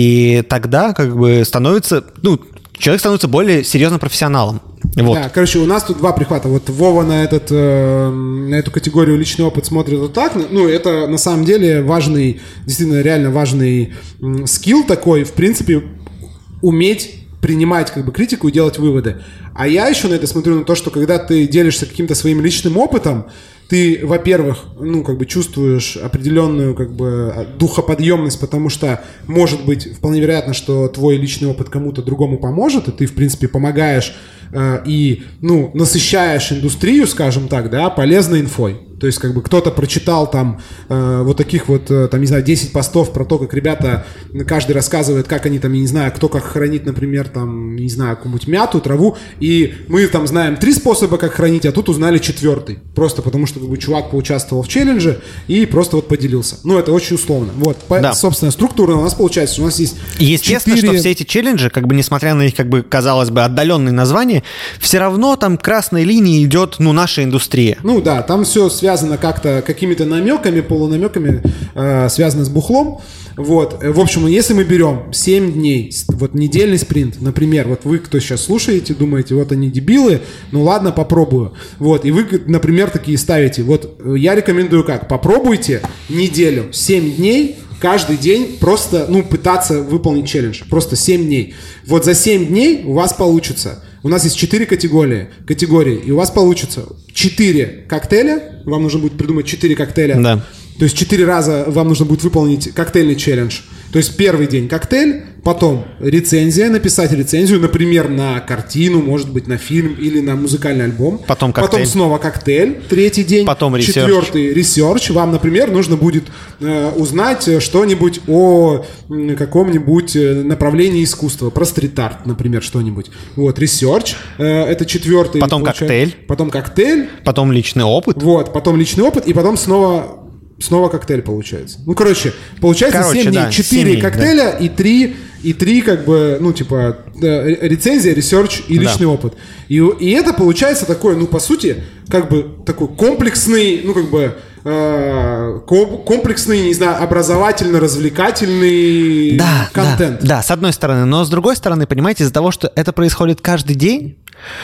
и тогда как бы становится, ну, человек становится более серьезным профессионалом. Вот. Да, короче, у нас тут два прихвата. Вот Вова на, этот, э, на эту категорию личный опыт смотрит вот так. Ну, это на самом деле важный, действительно реально важный м, скилл такой, в принципе, уметь принимать как бы критику и делать выводы. А я еще на это смотрю на то, что когда ты делишься каким-то своим личным опытом, ты, во-первых, ну, как бы чувствуешь определенную, как бы, духоподъемность, потому что, может быть, вполне вероятно, что твой личный опыт кому-то другому поможет, и ты, в принципе, помогаешь э, и, ну, насыщаешь индустрию, скажем так, да, полезной инфой. То есть, как бы, кто-то прочитал там э, вот таких вот, э, там, не знаю, десять постов про то, как ребята, каждый рассказывает, как они там, я не знаю, кто как хранит, например, там, не знаю, какую-нибудь мяту, траву, и мы там знаем три способа, как хранить, а тут узнали четвертый. Просто потому что, как бы, чувак поучаствовал в челлендже и просто вот поделился. Ну, это очень условно. Вот, по, да. Собственно, структура у нас получается, у нас есть Естественно, четыре... что все эти челленджи, как бы, несмотря на их, как бы, казалось бы, отдаленные названия, все равно там красной линией идет, ну, наша индустрия. Ну, да, там все связано как-то какими-то намеками, полунамеками, э, связано с бухлом. Вот, в общем, если мы берем семь дней, вот недельный спринт, например, вот вы, кто сейчас слушаете, думаете, вот они дебилы, ну ладно, попробую. Вот, и вы, например, такие ставите, вот я рекомендую как, попробуйте неделю, семь дней, каждый день просто, ну, пытаться выполнить челлендж, просто семь дней. Вот за семь дней у вас получится. У нас есть четыре категории, категории, и у вас получится четыре коктейля, вам нужно будет придумать четыре коктейля. Да. То есть четыре раза вам нужно будет выполнить коктейльный челлендж. То есть первый день коктейль, потом рецензия, написать рецензию, например, на картину, может быть, на фильм или на музыкальный альбом. Потом коктейль. Потом снова коктейль, третий день. Потом ресерч. Четвертый ресерч. Вам, например, нужно будет э, узнать что-нибудь о э, каком-нибудь направлении искусства. Про стрит-арт, например, что-нибудь. Вот, ресерч. Э, это четвертый. Потом коктейль. Потом коктейль. Потом личный опыт. Вот, потом личный опыт. И потом снова... Снова коктейль получается. Ну, короче, получается короче, семь дней. Да, четыре коктейля да. и три, и три, как бы, ну, типа, рецензия, ресерч и личный да. опыт. И, и это получается такой, ну, по сути, как бы такой комплексный, ну, как бы, э, комплексный, не знаю, образовательно-развлекательный да, контент. Да, да, с одной стороны. Но с другой стороны, понимаете, из-за того, что это происходит каждый день,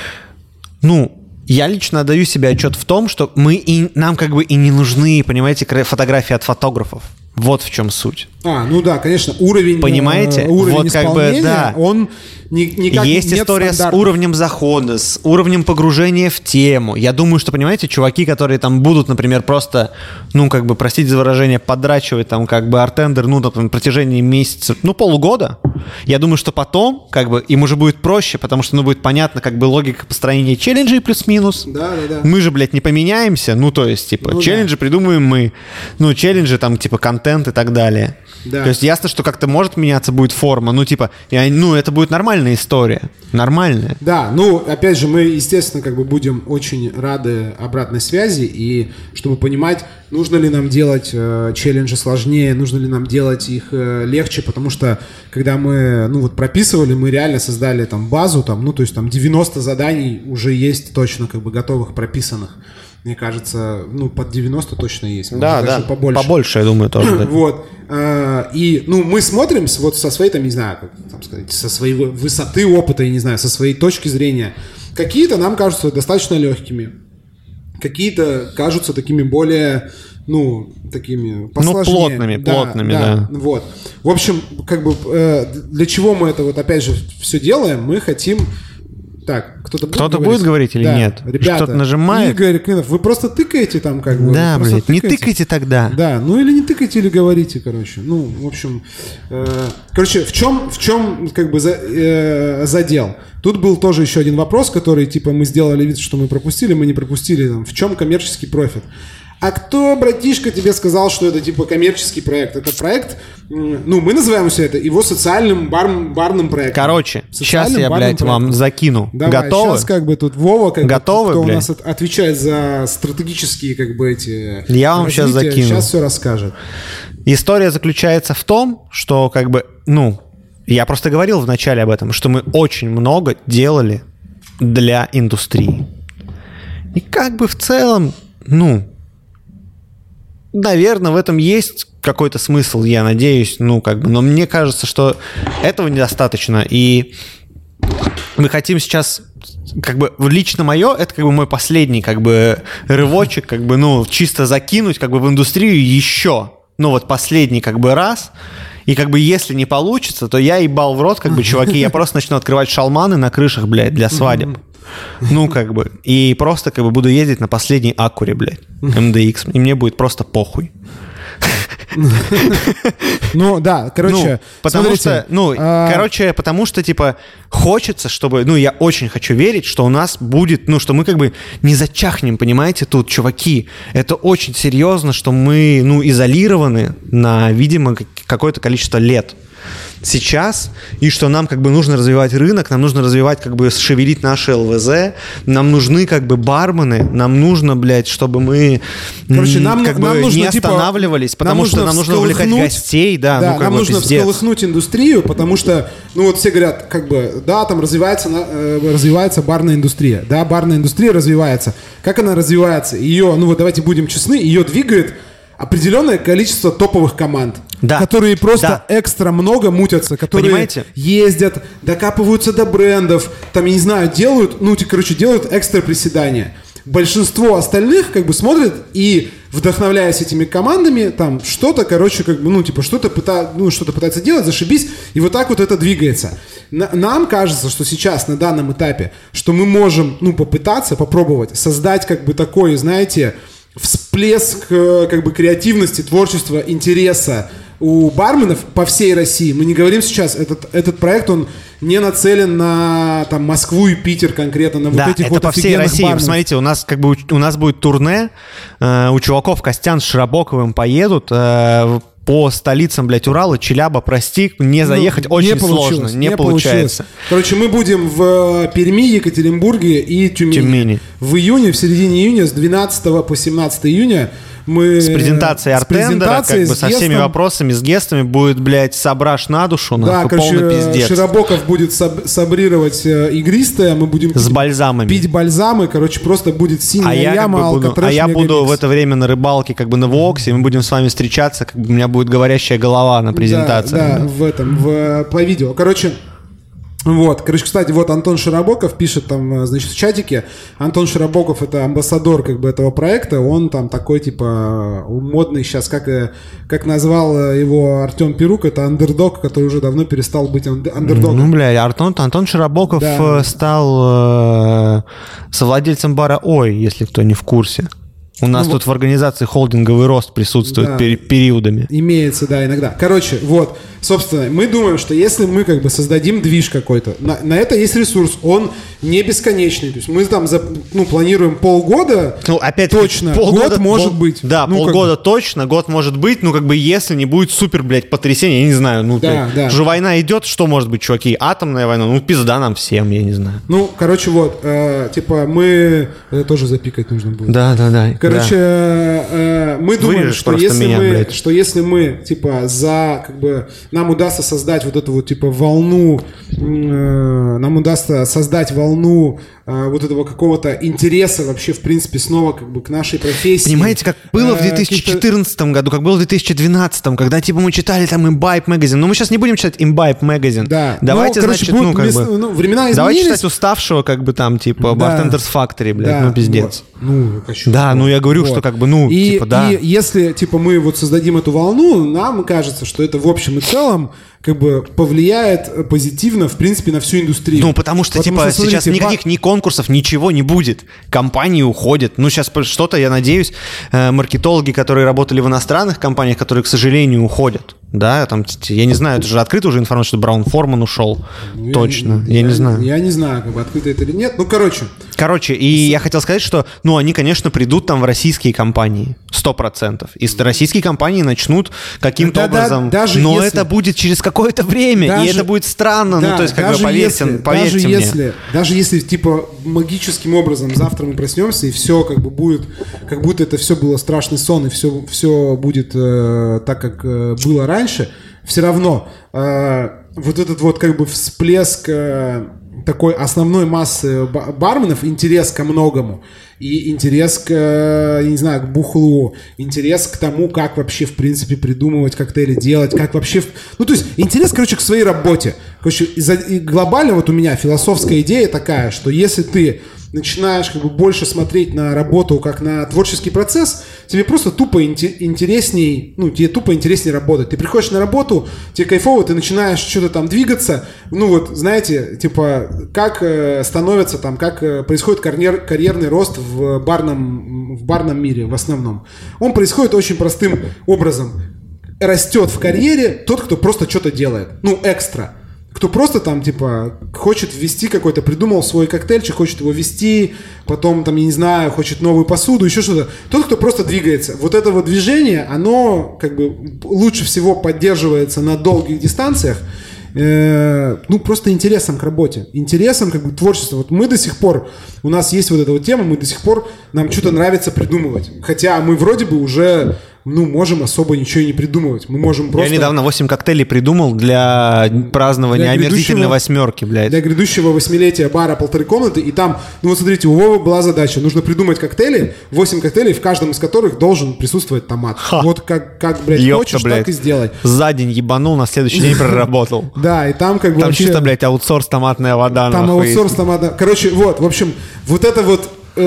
ну, я лично отдаю себе отчет в том, что мы и, нам как бы и не нужны, понимаете, фотографии от фотографов. Вот в чем суть. А, ну да, конечно, уровень, понимаете? уровень вот исполнения, как бы, да. он ни, никак есть нет история стандартов. С уровнем захода, с уровнем погружения в тему. Я думаю, что, понимаете, чуваки, которые там будут, например, просто, ну, как бы, простите за выражение, подрачивать там, как бы, артендер, ну, на протяжении месяца, ну, полугода, я думаю, что потом, как бы, им уже будет проще, потому что, ну, будет понятно, как бы, логика построения челленджей плюс-минус. Да, да, да. Мы же, блядь, не поменяемся, ну, то есть, типа, ну, челленджи да. придумываем мы, ну, челленджи, там, типа, контент и так далее. Да. То есть ясно, что как-то может меняться будет форма, ну типа, и, ну это будет нормальная история, нормальная. Да, ну опять же мы, естественно, как бы будем очень рады обратной связи и чтобы понимать, нужно ли нам делать э, челленджи сложнее, нужно ли нам делать их э, легче, потому что когда мы, ну вот прописывали, мы реально создали там базу, там, ну то есть там девяносто заданий уже есть точно как бы готовых, прописанных. Мне кажется, ну, под девяносто точно есть. Может, да, даже да, побольше. Побольше, я думаю, тоже. Да. Вот. И, ну, мы смотрим вот со своей, там, не знаю, как там сказать, со своей высоты опыта, я не знаю, со своей точки зрения. Какие-то нам кажутся достаточно легкими. Какие-то кажутся такими более, ну, такими посложнее. Ну, плотными, да, плотными, да, да. Вот. В общем, как бы, для чего мы это вот опять же все делаем? Мы хотим... Так, кто-то будет Кто-то говорить? будет говорить или да. нет? Ребята, что-то нажимает? Игорь Клинов, вы просто тыкаете там как бы. Да, блядь, не тыкайте тогда. Да, ну или не тыкайте, или говорите, короче. Ну, в общем, э, короче, в чем, в чем как бы за, э, задел? Тут был тоже еще один вопрос, который, типа, мы сделали вид, что мы пропустили, мы не пропустили. Там, в чем коммерческий профит? А кто, братишка, тебе сказал, что это типа коммерческий проект? Это проект, ну, мы называем все это его социальным бар, барным проектом. Короче, сейчас я, блядь, проектом. Вам закину. Давай, Готовы? Сейчас как бы тут Вова, как Готовы, бы, кто блядь? у нас отвечает за стратегические как бы эти... Я вам сейчас закину. Сейчас все расскажет. История заключается в том, что как бы, ну, я просто говорил в начале об этом, что мы очень много делали для индустрии. И как бы в целом, ну... Наверное, в этом есть какой-то смысл, я надеюсь, ну, как бы, но мне кажется, что этого недостаточно, и мы хотим сейчас, как бы, лично мое, это как бы мой последний, как бы, рывочек, как бы, ну, чисто закинуть, как бы, в индустрию еще, ну, вот последний, как бы, раз, и, как бы, если не получится, то я ебал в рот, как бы, чуваки, я просто начну открывать шалманы на крышах, блядь, для свадеб. Ну, как бы, и просто, как бы, буду ездить на последней Акуре, блядь, эм дэ икс, и мне будет просто похуй. Ну, да, короче, ну, потому смотрите, что, ну, а... короче, потому что, типа, хочется, чтобы, ну, я очень хочу верить, что у нас будет, ну, что мы, как бы, не зачахнем, понимаете, тут, чуваки, это очень серьезно, что мы, ну, изолированы на, видимо, какое-то количество лет сейчас, и что нам как бы нужно развивать рынок, нам нужно развивать, как бы шевелить наши эл вэ зэ, нам нужны как бы бармены, нам нужно, блядь, чтобы мы Короче, нам, как нам бы нужно, не останавливались, типа, потому нам что нам нужно увлекать гостей, да, да ну, как нам бы, нужно пиздец. всколыхнуть индустрию, потому что, ну вот все говорят, как бы, да, там развивается, развивается барная индустрия, да, барная индустрия развивается. Как она развивается? Ее, ну вот давайте будем честны, ее двигает определенное количество топовых команд, да. которые просто да. экстра много мутятся, которые Понимаете? ездят, докапываются до брендов, там, я не знаю, делают, ну, короче, делают экстра приседания. Большинство остальных как бы смотрят и, вдохновляясь этими командами, там что-то, короче, как бы, ну, типа, что-то, пыта, ну, что-то пытается делать, зашибись, и вот так вот это двигается. На, нам кажется, что сейчас, на данном этапе, что мы можем, ну, попытаться, попробовать создать, как бы, такой, знаете, всплеск, как бы, креативности, творчества, интереса у барменов по всей России. Мы не говорим сейчас, этот, этот проект, он не нацелен на там, Москву и Питер конкретно, на да, вот этих это вот по всей России. барменов. Посмотрите, у нас как бы у, у нас будет турне, э, у чуваков Костян с Широбоковым поедут э, по столицам, блядь, Урала, Челяба, прости, не заехать ну, очень не сложно, не, не получается. Короче, мы будем в Перми, Екатеринбурге и Тюмени. Тюмени. В июне, в середине июня, с двенадцатого по семнадцатое июня мы... С презентацией артендера, как бы со всеми вопросами, с гестами будет, блядь, сображ на душу, да, нахуй, короче, полный пиздец. Широбоков будет саб- сабрировать э, игристое, мы будем с бальзамами. Пить бальзамы, короче, просто будет синяя а я яма, как бы буду, А я буду мегамикс. в это время на рыбалке, как бы на Воксе, мы будем с вами встречаться, как бы у меня будет говорящая голова на презентации. Да, да, в этом, в, по видео. Короче... Вот, короче, кстати, вот Антон Широбоков пишет там, значит, в чатике. Антон Широбоков — это амбассадор, как бы, этого проекта. Он там такой, типа, модный сейчас, как, как назвал его Артем Перук, это андердог, который уже давно перестал быть андердогом. Ну, бля, Антон, Антон Широбоков да. стал э, совладельцем бара «Ой», если кто не в курсе. У нас ну, тут в организации холдинговый рост присутствует да, пери- периодами. Имеется, да, иногда. Короче, вот, собственно, мы думаем, что если мы как бы создадим движ какой-то, на, на это есть ресурс, он не бесконечный. То есть мы там за, ну, планируем полгода, ну, опять точно, полгода, год может пол, быть. Да, ну, полгода как бы. точно, год может быть, ну как бы если не будет супер, блядь, потрясения, я не знаю, ну, да, блядь, да. же война идет, что может быть, чуваки, атомная война, ну пизда нам всем, я не знаю. Ну, короче, вот, э, типа мы, это тоже запикать нужно будет. Да, да, да. Короче, да. Э, мы думаем, что если меня, мы, что если мы, типа, за, как бы, нам удастся создать вот эту вот, типа, волну, э, нам удастся создать волну э, вот этого какого-то интереса вообще, в принципе, снова, как бы, к нашей профессии. Понимаете, как было в две тысячи четырнадцатом году, как было в две тысячи двенадцатом, когда, типа, мы читали там Imbibe Magazine, но мы сейчас не будем читать Imbibe Magazine. Да. Давайте, ну, короче, значит, ну, как мест... бы, ну, времена изменились. Давайте читать уставшего, как бы, там, типа, да. Bartender's Factory, блядь, да. ну, пиздец. Вот. Ну, хочу, да, вот. ну, я говорю, вот. что, как бы, ну, и, типа, да. И если, типа, мы вот создадим эту волну, нам кажется, что это в общем и целом как бы повлияет позитивно, в принципе, на всю индустрию. Ну, потому что, потому типа, что, сейчас смотрите, никаких ба... ни конкурсов, ничего не будет. Компании уходят. Ну, сейчас что-то, я надеюсь, маркетологи, которые работали в иностранных компаниях, которые, к сожалению, уходят. Да, там, я не знаю, это же открыто уже информация, что Браун Форман ушел. Ну, Точно, я, я, я не знаю. Я не знаю, как бы открыто это или нет. Ну, короче. Короче, и С... я хотел сказать, что, ну, они, конечно, придут там в российские компании, сто процентов. И российские компании начнут каким-то да, образом, да, даже но если... это будет через какое-то время, даже... и это будет странно. Да, ну, то есть, как бы, поверьте, если, поверьте даже мне. Если, даже если, типа, магическим образом завтра мы проснемся, и все, как бы, будет, как будто это все было страшный сон, и все, все будет э, так, как э, было раньше, Раньше, все равно э, вот этот вот как бы всплеск э, такой основной массы барменов, интерес ко многому, и интерес к, я не знаю, к бухлу, интерес к тому, как вообще, в принципе, придумывать коктейли, делать, как вообще... Ну, то есть, интерес, короче, к своей работе. Короче, и глобально вот у меня философская идея такая, что если ты начинаешь как бы больше смотреть на работу как на творческий процесс, тебе просто тупо интересней, ну, тебе тупо интереснее работать. Ты приходишь на работу, тебе кайфово, ты начинаешь что-то там двигаться, ну, вот, знаете, типа, как э, становится там, как э, происходит карьер, карьерный рост в барном, в барном мире в основном. Он происходит очень простым образом. Растет в карьере тот, кто просто что-то делает, ну, экстра. Кто просто там, типа, хочет ввести какой-то, придумал свой коктейльчик, хочет его ввести, потом, там, я не знаю, хочет новую посуду, еще что-то. Тот, кто просто двигается. Вот это вот движение, оно, как бы, лучше всего поддерживается на долгих дистанциях, э, ну, просто интересом к работе. Интересом, как бы, творчеством. Вот мы до сих пор, у нас есть вот эта вот тема, мы до сих пор, нам что-то нравится придумывать. Хотя мы вроде бы уже... ну, можем особо ничего и не придумывать. Мы можем просто... Я недавно восемь коктейлей придумал для празднования для омерзительной восьмерки, блядь. Для грядущего восьмилетия бара «Полторы комнаты». И там, ну вот смотрите, у Вовы была задача. Нужно придумать коктейли, восемь коктейлей, в каждом из которых должен присутствовать томат. Ха. Вот как, как блядь, Ёпта, хочешь, блядь. Так и сделай. За день ебанул, на следующий день проработал. Да, и там как бы Там чисто, блядь, аутсорс томатная вода. Там аутсорс томатная... Короче, вот, в общем, вот это вот...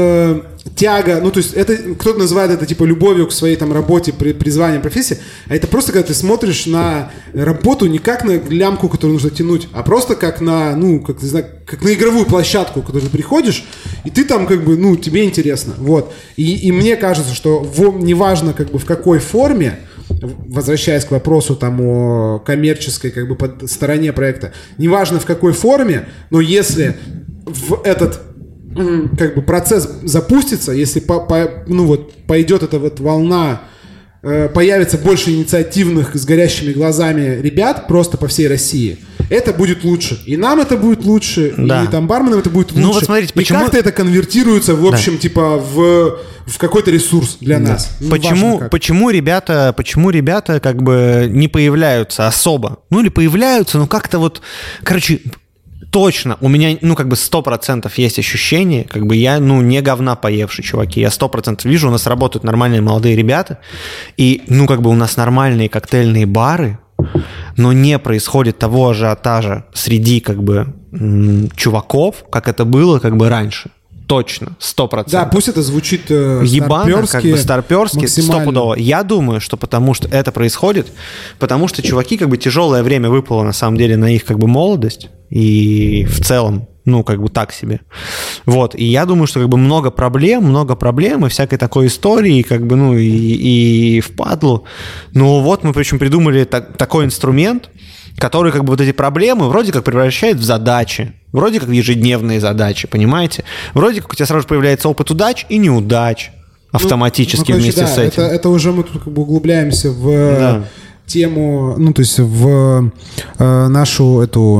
тяга, ну то есть это кто-то называет это типа любовью к своей там работе, при, призванием, профессии, а это просто когда ты смотришь на работу не как на лямку, которую нужно тянуть, а просто как на, ну, как, не знаю, как на игровую площадку, куда ты приходишь, и ты там как бы, ну, тебе интересно, вот. И, и мне кажется, что в, неважно как бы в какой форме, возвращаясь к вопросу там о коммерческой как бы под стороне проекта, неважно в какой форме, но если в этот как бы процесс запустится, если по, по, ну вот пойдет эта вот волна, э, появится больше инициативных с горящими глазами ребят просто по всей России, это будет лучше. И нам это будет лучше, да. И там барменам это будет лучше. Ну вот смотрите, почему... И как-то это конвертируется, в общем, да. типа в, в какой-то ресурс для да. нас. Ну, почему, почему, ребята, почему ребята как бы не появляются особо? Ну или появляются, но как-то вот, короче... Точно, у меня, ну, как бы сто процентов есть ощущение, как бы я, ну, не говна поевший, чуваки, я сто процентов вижу, у нас работают нормальные молодые ребята, и, ну, как бы у нас нормальные коктейльные бары, но не происходит того ажиотажа среди, как бы, м- чуваков, как это было, как бы, раньше. Точно, сто процентов. Да, пусть это звучит э, ебано, как бы старперски, стопудово. Я думаю, что потому что это происходит, потому что чуваки, как бы, тяжелое время выпало, на самом деле, на их, как бы, молодость, и в целом Ну, как бы так себе. Вот. И я думаю, что как бы много проблем, много проблем и всякой такой истории, как бы, ну, и, и впадлу. Ну, вот мы, причем, придумали так, такой инструмент, который как бы вот эти проблемы вроде как превращает в задачи, вроде как в ежедневные задачи, понимаете? Вроде как у тебя сразу же появляется опыт удач и неудач автоматически ну, ну, короче, вместе да, с этим. Это, это уже мы тут как бы углубляемся в да. тему, ну, то есть в э, нашу эту,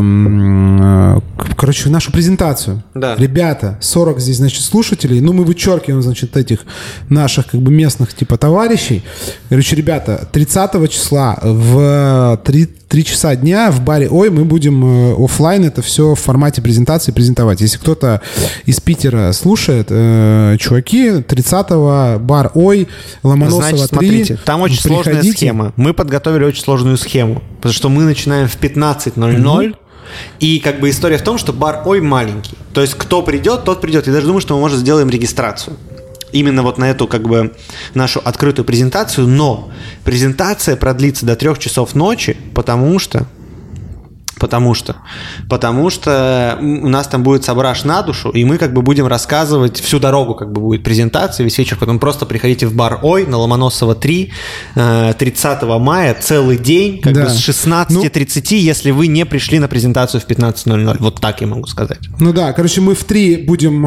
э, короче, нашу презентацию. Да. Ребята, сорок здесь, значит, слушателей, ну, мы вычеркиваем, значит, этих наших как бы местных типа товарищей. Короче, ребята, тридцатого числа в три часа дня в баре «Ой» мы будем офлайн это все в формате презентации презентовать. Если кто-то из Питера слушает, э, чуваки, тридцатого бар «Ой», Ломоносова три. Значит, смотрите, там очень приходите. Сложная схема. Мы подготовили очень сложную схему, потому что мы начинаем в пятнадцать ноль ноль, mm-hmm. и как бы история в том, что бар «Ой» маленький. То есть кто придет, тот придет. Я даже думаю, что мы, может, сделаем регистрацию. Именно вот на эту как бы нашу открытую презентацию, но презентация продлится до трех часов ночи, потому что Потому что, потому что у нас там будет сображ на душу, и мы как бы будем рассказывать всю дорогу, как бы будет презентация весь вечер, потом просто приходите в бар «Ой» на Ломоносова три тридцатого мая, целый день, как да. бы с шестнадцати тридцати, ну, если вы не пришли на презентацию в пятнадцать ноль ноль. Вот так я могу сказать. Ну да, короче, мы в три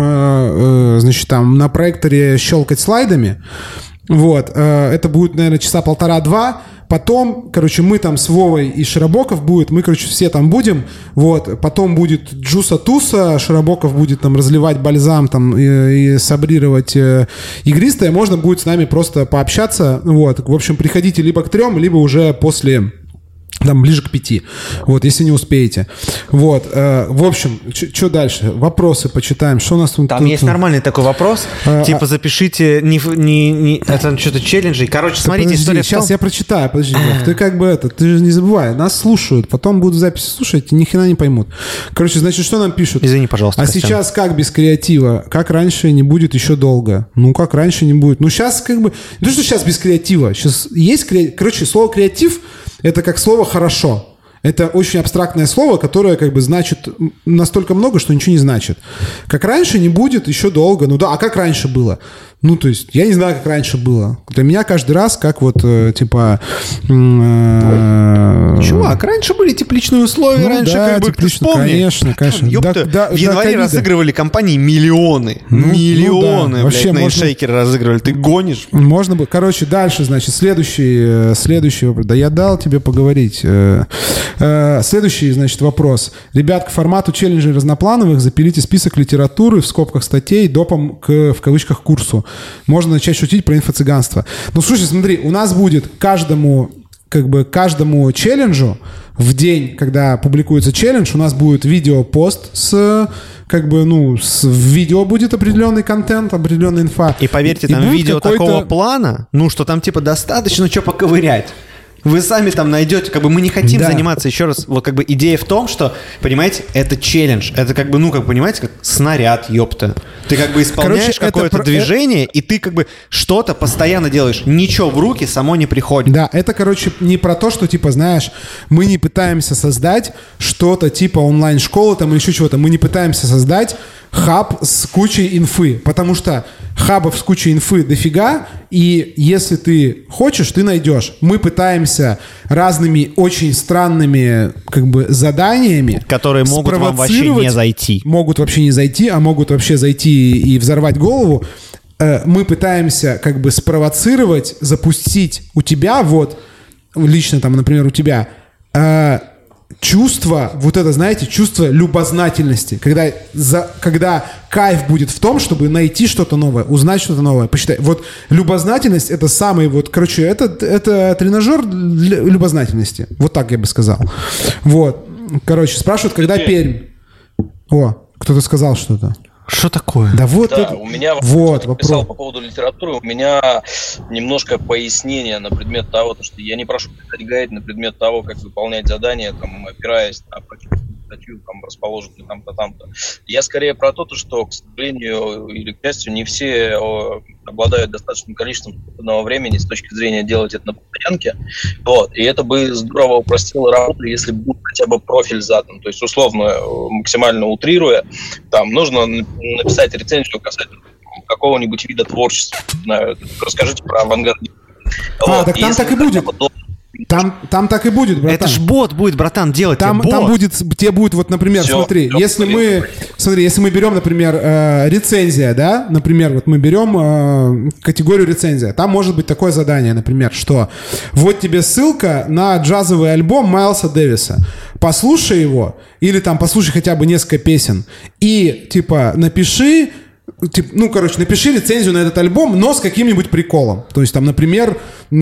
будем, значит, там на проекторе щелкать слайдами. Вот, это будет, наверное, часа полтора-два. Потом, короче, мы там с Вовой и Широбоков будет, мы, короче, все там будем, вот, потом будет Джуса-Туса, Широбоков будет там разливать бальзам там и, и сабрировать э, игристое, можно будет с нами просто пообщаться, вот, в общем, приходите либо к трем, либо уже после... Там ближе к пяти. Вот, если не успеете. Вот. Э, в общем, что дальше? Вопросы почитаем. Что у нас тут? Там тут, есть нормальный такой вопрос. А, типа, запишите не, не, не, это что-то челленджи. Короче, смотрите, подожди, история сейчас в том... я прочитаю. Подожди, ты как бы это, ты же не забывай. Нас слушают, потом будут записи слушать, и ни хрена не поймут. Короче, значит, что нам пишут? Извини, пожалуйста. А Костян. сейчас как без креатива? Как раньше не будет еще долго? Ну, как раньше не будет? Ну, сейчас как бы... Не то, что сейчас без креатива. Сейчас есть креатив. Короче, слово «креатив» — это как слово «хорошо». Это очень абстрактное слово, которое как бы значит настолько много, что ничего не значит. Как раньше не будет еще долго. Ну да, а как раньше было? Ну, то есть, я не знаю, как раньше было. Для меня каждый раз, как вот, э, типа... Э, Чувак, раньше были тепличные условия, ну, раньше да, как бы, теплично, вспомни. конечно, конечно. Ёпта, да, в январе да, разыгрывали компании миллионы. Ну, миллионы, ну, да. блядь, Вообще на можно... шейкеры разыгрывали. Ты гонишь? Можно бы... Короче, дальше, значит, следующий, следующий вопрос. Да я дал тебе поговорить. Следующий, значит, вопрос. Ребят, к формату челленджей разноплановых запилите список литературы в скобках статей допом к, в кавычках, курсу. Можно начать шутить про инфо-цыганство. Ну, слушай, смотри, у нас будет каждому, как бы, каждому челленджу в день, когда публикуется челлендж, у нас будет видео-пост с, как бы, ну, с, в видео будет определенный контент, определенная инфа. И поверьте, там и видео такого плана, ну, что там, типа, достаточно что поковырять. Вы сами там найдете, как бы мы не хотим да. заниматься, еще раз, вот как бы идея в том, что, понимаете, это челлендж, это как бы, ну, как понимаете, как снаряд, ёпта. Ты как бы исполняешь Короче, какое-то про... движение, и ты как бы что-то постоянно делаешь, ничего в руки само не приходит. Да, это, короче, не про то, что, типа, знаешь, мы не пытаемся создать что-то типа онлайн-школы там или еще чего-то, мы не пытаемся создать хаб с кучей инфы, потому что хабов с кучей инфы дофига, и если ты хочешь, ты найдешь. Мы пытаемся разными очень странными как бы заданиями, которые могут вам вообще не зайти. Могут вообще не зайти, а могут вообще зайти и взорвать голову. Мы пытаемся как бы спровоцировать, запустить у тебя, вот, лично там, например, у тебя... чувство, вот это, знаете, чувство любознательности, когда, за, когда кайф будет в том, чтобы найти что-то новое, узнать что-то новое, посчитай. Вот любознательность — это самый, вот, короче, это, это тренажер для любознательности. Вот так я бы сказал. Вот. Короче, спрашивают, когда Пермь? О, кто-то сказал что-то. Что такое? Да вот, да, это... у меня вот вопрос. Писал по поводу литературы, у меня немножко пояснение на предмет того, что я не прошу писать гайд на предмет того, как выполнять задания, там, опираясь на статью там расположены там-то, там-то. Я скорее про то, что, к сожалению или к счастью, не все обладают достаточным количеством свободного времени с точки зрения делать это на постоянке. Вот. И это бы здорово упростило работу, если бы был хотя бы профиль задан. То есть, условно, максимально утрируя, там нужно написать рецензию касательно какого-нибудь вида творчества. Не знаю, расскажите про авангард. А, вот. Так там так и будет. Там, там так и будет, братан. Это ж бот будет, братан, делать. Там, там будет, тебе будет, вот, например, все, смотри, все, если мы, смотри, если мы берем, например, э, рецензия, да, например, вот мы берем э, категорию рецензия, там может быть такое задание, например, что вот тебе ссылка на джазовый альбом Майлса Дэвиса, послушай его, или там послушай хотя бы несколько песен, и, типа, напиши, Тип, ну, короче, напиши рецензию на этот альбом, но с каким-нибудь приколом. То есть, там, например,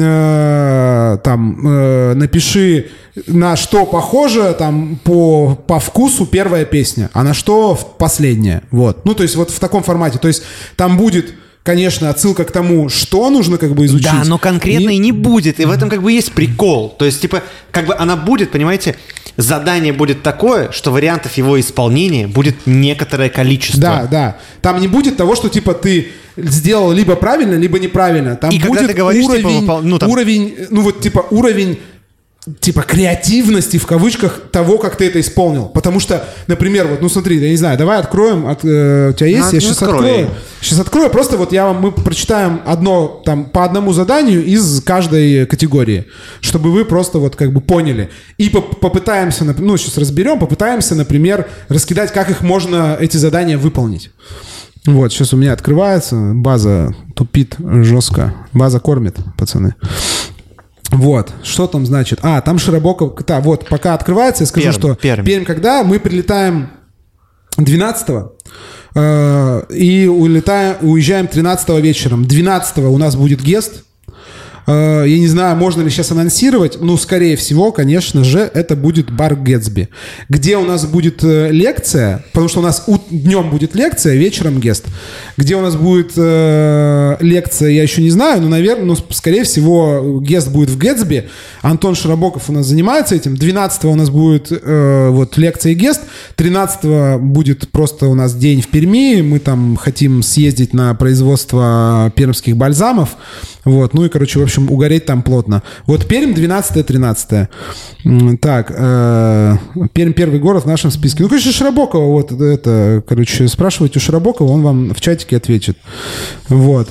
э, там, э, напиши, на что похоже там, по, по вкусу первая песня, а на что последняя. Вот. Ну, то есть, вот в таком формате. То есть, там будет... Конечно, отсылка к тому, что нужно как бы изучить. Да, но конкретно и, и не будет. И в этом как бы есть прикол. То есть, типа, как бы она будет, понимаете, задание будет такое, что вариантов его исполнения будет некоторое количество. Да, да. Там не будет того, что, типа, ты сделал либо правильно, либо неправильно. Там и будет когда ты говоришь, уровень, типа, ну, там... уровень, ну вот, типа, уровень типа креативности в кавычках того, как ты это исполнил. Потому что, например, вот, ну смотри, я не знаю, давай откроем, от, э, у тебя есть? А, я сейчас открою. открою. Сейчас открою, просто вот я вам, мы прочитаем одно, там, по одному заданию из каждой категории, чтобы вы просто вот как бы поняли. И попытаемся, ну сейчас разберем, попытаемся, например, раскидать, как их можно, эти задания выполнить. Вот, сейчас у меня открывается, база тупит жестко, база кормит, пацаны. Вот, что там значит? А, там Широбоков... Да, вот, пока открывается, я скажу, Пермь, что Пермь. Пермь, когда мы прилетаем двенадцатого э, и улетаем, уезжаем тринадцатого вечером. двенадцатого у нас будет гест. Э, я не знаю, можно ли сейчас анонсировать. Ну, скорее всего, конечно же, это будет бар Гэтсби, где у нас будет э, лекция, потому что у нас у, днем будет лекция, вечером гест. Где у нас будет э, лекция, я еще не знаю, но, наверное, ну, скорее всего, гест будет в Гэтсби. Антон Широбоков у нас занимается этим. двенадцатого у нас будет э, вот лекция и гест. тринадцатого будет просто у нас день в Перми. Мы там хотим съездить на производство пермских бальзамов. Вот, ну и, короче, в общем, угореть там плотно. Вот Пермь двенадцатое-тринадцатое. Так, э, Пермь первый город в нашем списке. Ну, конечно, Широбокова, вот это, короче, спрашивайте у Широбокова, он вам в чатике ответит. Вот.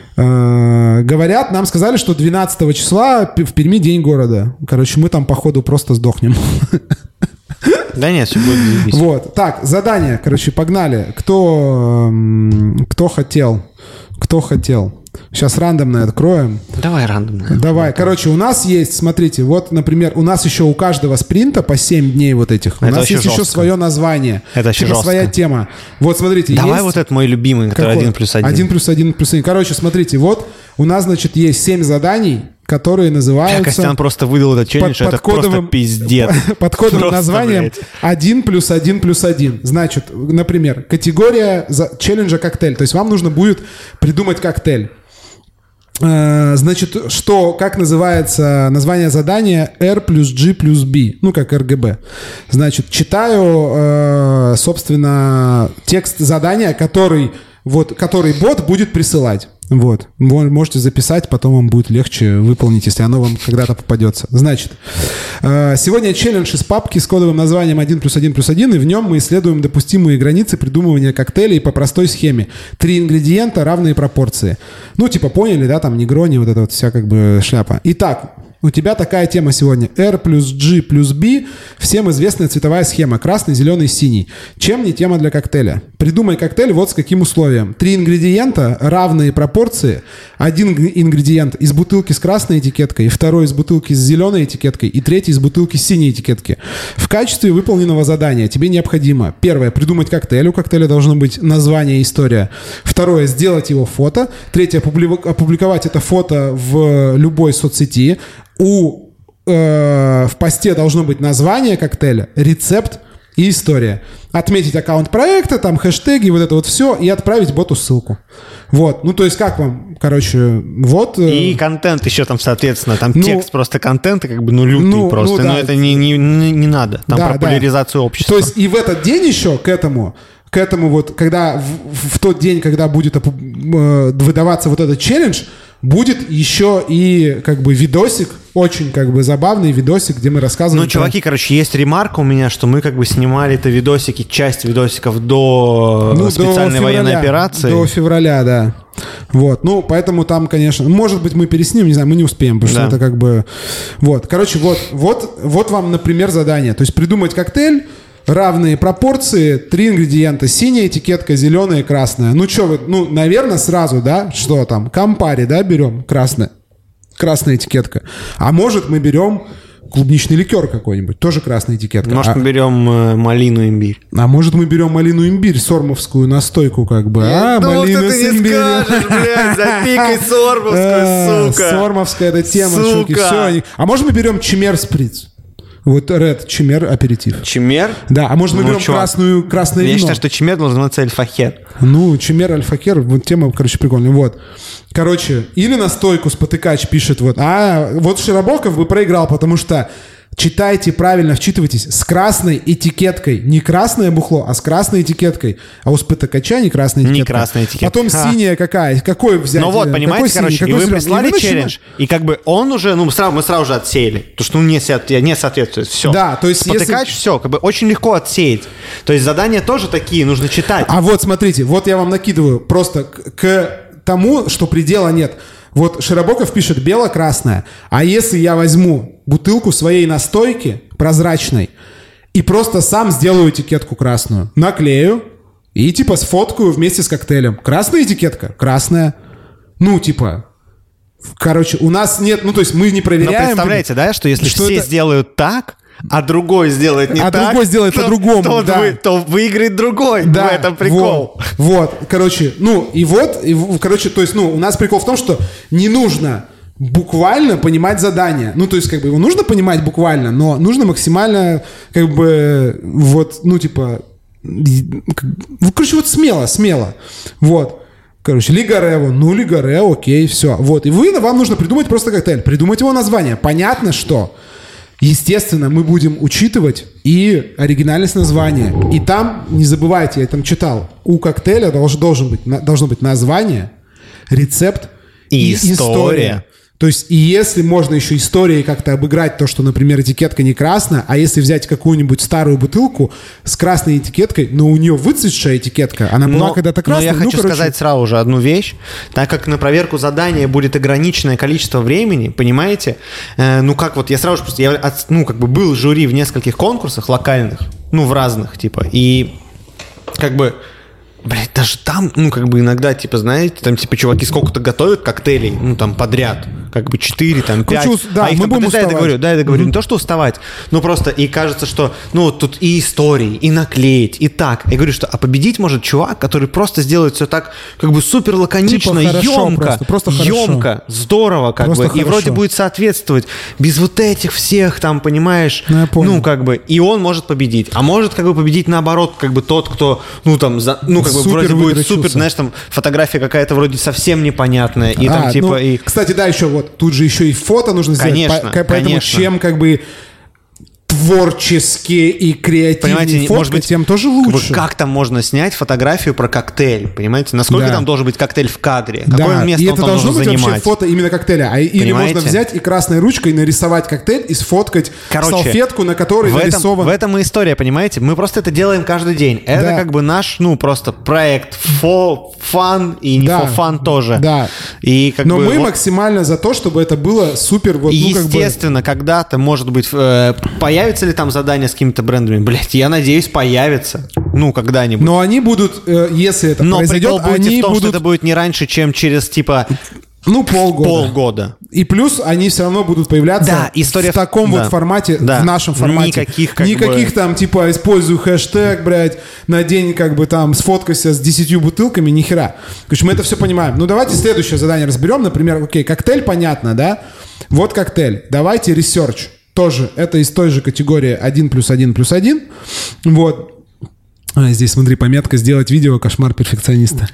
Э, говорят, нам сказали, что двенадцатого числа в Перми день города. Короче, мы там, походу, просто сдохнем. Да нет, все будет заебись. Вот, так, задание, короче, погнали. Кто, кто хотел? Кто хотел? Сейчас рандомное откроем. Давай рандомное. Давай. Короче, у нас есть, смотрите, вот, например, у нас еще у каждого спринта по семь дней вот этих. У это нас есть жестко. Еще свое название. Это еще типа своя тема. Вот, смотрите. Давай есть... вот этот мой любимый, который Какой? один плюс один. один плюс один плюс один. Короче, смотрите, вот у нас, значит, есть семь заданий, которые называются... Костян просто выдал этот челлендж, под, под это кодовым, просто пиздец. Под кодовым просто, названием блядь. один плюс один плюс один. Значит, например, категория за... челленджа коктейль. То есть вам нужно будет придумать коктейль. Значит, что, как называется название задания R плюс G плюс B, ну, как эр гэ бэ. Значит, читаю, собственно, текст задания, который, вот, который бот будет присылать. Вот. Вы можете записать, потом вам будет легче выполнить, если оно вам когда-то попадется. Значит, сегодня челлендж из папки с кодовым названием один плюс один плюс один, и в нем мы исследуем допустимые границы придумывания коктейлей по простой схеме. Три ингредиента, равные пропорции. Ну, типа, поняли, да, там негрони, вот эта вот вся как бы шляпа. Итак, у тебя такая тема сегодня. R плюс G плюс B. Всем известная цветовая схема. Красный, зеленый, синий. Чем не тема для коктейля? Придумай коктейль вот с каким условием. Три ингредиента, равные пропорции. Один ингредиент из бутылки с красной этикеткой, второй из бутылки с зеленой этикеткой и третий из бутылки с синей этикетки. В качестве выполненного задания тебе необходимо: первое, придумать коктейль. У коктейля должно быть название и история. Второе, сделать его фото. Третье, опубликовать это фото в любой соцсети. У, э, в посте должно быть название коктейля, рецепт и история. Отметить аккаунт проекта, там хэштеги, вот это вот все, и отправить боту ссылку. Вот. Ну, то есть, как вам, короче, вот... И контент еще там, соответственно, там ну, текст просто контента, как бы, ну, лютый ну, просто. Ну, Но да. это не, не, не надо. Там да, про поляризацию да. общества. То есть, и в этот день еще к этому... К этому вот, когда в, в тот день, когда будет опу- э, выдаваться вот этот челлендж, будет еще и как бы видосик, очень как бы забавный видосик, где мы рассказываем... Ну, чуваки, про... короче, есть ремарка у меня, что мы как бы снимали это видосики, часть видосиков до ну, специальной до военной операции. До февраля, да. Вот, ну, поэтому там, конечно, может быть, мы переснимем, не знаю, мы не успеем, потому да. что это как бы... Вот, короче, вот, вот, вот вам, например, задание. То есть придумать коктейль, равные пропорции, три ингредиента. Синяя этикетка, зеленая и красная. Ну, что вы, ну, наверное, сразу, да, что там, Кампари, да, берем, красная. Красная этикетка. А может, мы берем клубничный ликер какой-нибудь, тоже красная этикетка. Может, а, мы берем э, малину, имбирь. А может, мы берем малину, имбирь, сормовскую настойку, как бы. А, ну, малина ты с имбирем. не скажешь, блядь, запикай сормовскую, сука. Сормовская, это тема, чуваки. Все. А может, мы берем чимер сприц? Вот Red Чимер аперитив. Чимер? Да, а может мы ну, берем чувак, красную, красное я вино? Я считаю, что Чимер должен называться Альфахер. Ну, Чимер, Альфахер, вот тема, короче, прикольная. Вот. Короче, или настойку спотыкач пишет, вот, а вот Широбоков бы проиграл, потому что читайте правильно, вчитывайтесь, с красной этикеткой. Не красное бухло, а с красной этикеткой. А у спотыкача не красная этикетка. Не красная этикетка. Потом а. синяя какая? Какой взять? Ну вот, понимаете, короче, и вы прислали и челлендж, и как бы он уже, ну, сразу, мы сразу же отсеяли, потому что, ну, не, не соответствует, все. Да, то есть спотыкач, если... все, как бы очень легко отсеять. То есть задания тоже такие, нужно читать. А вот, смотрите, вот я вам накидываю просто к, к тому, что предела нет. Вот Широбоков пишет бело-красное. А если я возьму бутылку своей настойки прозрачной и просто сам сделаю этикетку красную, наклею и типа сфоткаю вместе с коктейлем. Красная этикетка? Красная. Ну, типа... Короче, у нас нет... Ну, то есть мы не проверяем... Но представляете, да, что если что все это... сделают так... А другой сделает не а так, другой сделает то, по-другому, то, да. вы, то выиграет другой. Да, в этом прикол. Вот, вот, короче, ну и вот, и, короче, то есть, ну, у нас прикол в том, что не нужно буквально понимать задание. Ну, то есть, как бы, его нужно понимать буквально, но нужно максимально, как бы, вот, ну, типа, ну, короче, вот смело, смело. Вот. Короче, Лигарево, ну, Лигарево, окей, все. Вот, и вы, вам нужно придумать просто коктейль, придумать его название. Понятно, что... Естественно, мы будем учитывать и оригинальность названия. И там, не забывайте, я там читал, у коктейля должен, должен быть, должно быть название, рецепт и, и история. история. То есть, и если можно еще историей как-то обыграть то, что, например, этикетка не красная, а если взять какую-нибудь старую бутылку с красной этикеткой, но у нее выцветшая этикетка, она была но, когда-то красная. Но я ну, хочу короче... сказать сразу же одну вещь. Так как на проверку задания будет ограниченное количество времени, понимаете? Э, ну, как вот, я сразу же просто, я, от, ну, как бы был жюри в нескольких конкурсах локальных, ну, в разных, типа, и как бы... Блять, даже там, ну, как бы иногда, типа, знаете, там, типа, чуваки сколько-то готовят коктейлей, ну, там, подряд, как бы четыре, там, пять. Короче, да, а их мы там, будем да, я договорю, да, я договорю, mm-hmm. не то, что уставать, но просто, и кажется, что, ну, вот тут и истории, и наклеить, и так. Я говорю, что, а победить может чувак, который просто сделает все так, как бы, супер лаконично, типа емко, просто, просто емко, здорово, как просто бы, хорошо. И вроде будет соответствовать, без вот этих всех, там, понимаешь, ну, я понял. ну, как бы, и он может победить. А может, как бы, победить наоборот, как бы, тот, кто, ну, там, за, ну, как бы, супер вроде будет выдрочился. Супер, знаешь, там фотография какая-то вроде совсем непонятная. И а, там типа... Ну, и... Кстати, да, еще вот тут же еще и фото нужно сделать. Конечно, по, поэтому конечно. чем как бы творчески и креативнее фотка, может быть, тем тоже лучше. Как там можно снять фотографию про коктейль? Понимаете? Насколько да. там должен быть коктейль в кадре? Какое да. место и он это там должно должен быть занимать? вообще фото именно коктейля. А, или можно взять и красной ручкой нарисовать коктейль и сфоткать Короче, салфетку, на которой в нарисован... Этом, в этом и история, понимаете? Мы просто это делаем каждый день. Это да. как бы наш, ну, просто проект for fun и не да. for fun тоже. Да. И как Но бы мы вот... максимально за то, чтобы это было супер... Вот, Естественно, ну, как бы... когда-то, может быть, э, появится ли там задание с какими-то брендами? Блять, я надеюсь, появится. Ну, когда-нибудь. Но они будут, э, если это Но произойдет, прикол будет они в том, будут... что это будет не раньше, чем через, типа... Ну, полгода. Полгода. И плюс они все равно будут появляться да, история... в таком да. вот формате, да. в нашем формате. Никаких, как Никаких бы... там, типа, использую хэштег, блядь, на день, как бы, там, сфоткайся с десятью бутылками, нихера. Короче, мы это все понимаем. Ну, давайте следующее задание разберем. Например, окей, коктейль, понятно, да? Вот коктейль. Давайте ресерч. тоже это из той же категории один плюс один плюс один. Вот. А, здесь, смотри, пометка «Сделать видео. Кошмар перфекциониста».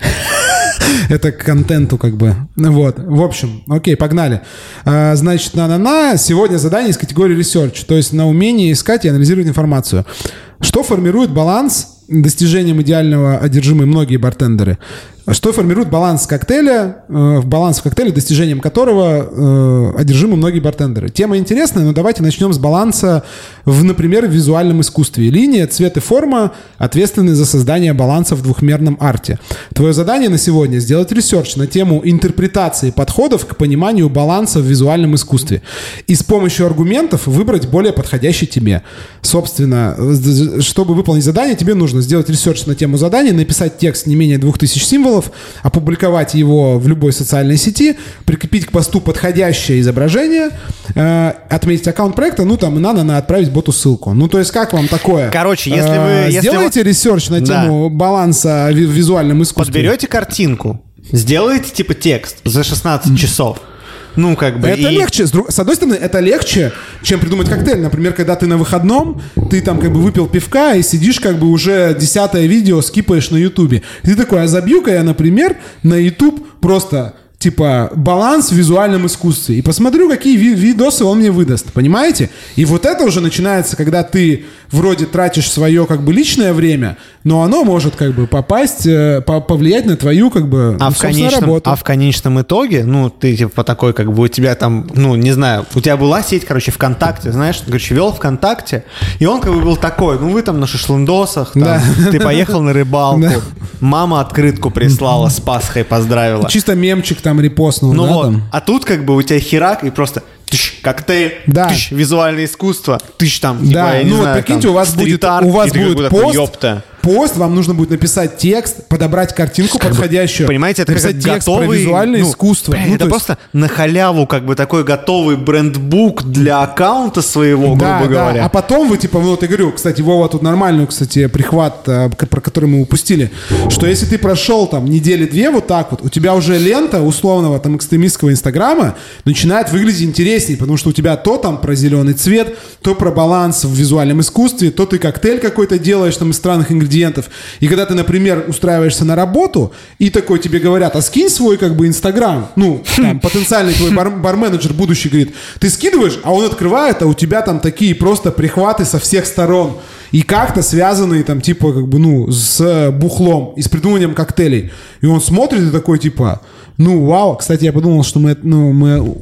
Это к контенту как бы. Вот. В общем, окей, погнали. А, значит, на-на-на. Сегодня задание из категории research, то есть на умение искать и анализировать информацию. Что формирует баланс достижением идеального одержимы многие бартендеры? Что формирует баланс коктейля, э, баланс в коктейле, достижением которого э, одержимы многие бартендеры? Тема интересная, но давайте начнем с баланса в, например, в визуальном искусстве. Линия, цвет и форма ответственны за создание баланса в двухмерном арте. Твое задание на сегодня — сделать ресерч на тему интерпретации подходов к пониманию баланса в визуальном искусстве и с помощью аргументов выбрать более подходящий тебе. Собственно, чтобы выполнить задание, тебе нужно сделать ресерч на тему задания, написать текст не менее двух тысяч символов, опубликовать его в любой социальной сети, прикрепить к посту подходящее изображение, э, отметить аккаунт проекта, ну там и надо, надо отправить боту ссылку. Ну то есть как вам такое? Короче, если вы... Э, если сделайте вы... ресерч на тему да. баланса в визуальном искусстве. Подберете картинку, сделаете типа текст за шестнадцать часов. Ну, как бы... Это и... легче. С одной стороны, это легче, чем придумать коктейль. Например, когда ты на выходном, ты там как бы выпил пивка и сидишь как бы уже десятое видео скипаешь на Ютубе. И ты такой, а забью-ка я, например, на Ютуб просто... типа, баланс в визуальном искусстве. И посмотрю, какие ви- видосы он мне выдаст. Понимаете? И вот это уже начинается, когда ты вроде тратишь свое как бы личное время, но оно может как бы попасть, э, повлиять на твою как бы а ну, в конечном, работу. А в конечном итоге, ну, ты типа такой, как бы у тебя там, ну, не знаю, у тебя была сеть, короче, ВКонтакте, знаешь, короче, вел ВКонтакте, и он как бы был такой, ну, вы там на шашлындосах, там, да. ты поехал на рыбалку, да. мама открытку прислала, с Пасхой поздравила. Чисто мемчик там репостнул, ну да, вот, там? А тут как бы у тебя херак и просто тыщ, коктейль, да. тыщ, визуальное искусство, тыщ там, типа, да. я не ну, знаю, вот прикиньте, там, у вас будет, у вас будет пост, такой, пост, вам нужно будет написать текст, подобрать картинку как подходящую. Бы, понимаете, это написать как текст готовый, про визуальное ну, искусство. Бля, ну, это просто есть... на халяву как бы такой готовый брендбук для аккаунта своего, да, грубо да. говоря. А потом вы, типа, вот я говорю, кстати, Вова тут нормальную, кстати, прихват, про который мы упустили, что если ты прошел там недели две вот так вот, у тебя уже лента условного там экстремистского инстаграма начинает выглядеть интереснее, потому что у тебя то там про зеленый цвет, то про баланс в визуальном искусстве, то ты коктейль какой-то делаешь там из странных ингредиентов. И когда ты, например, устраиваешься на работу, и такой тебе говорят, а скинь свой как бы инстаграм, ну, там, потенциальный твой бар- барменеджер будущий говорит, ты скидываешь, а он открывает, а у тебя там такие просто прихваты со всех сторон. И как-то связанные там, типа, как бы, ну, с бухлом и с придумыванием коктейлей. И он смотрит и такой, типа, ну, вау. Кстати, я подумал, что мы, ну, мы...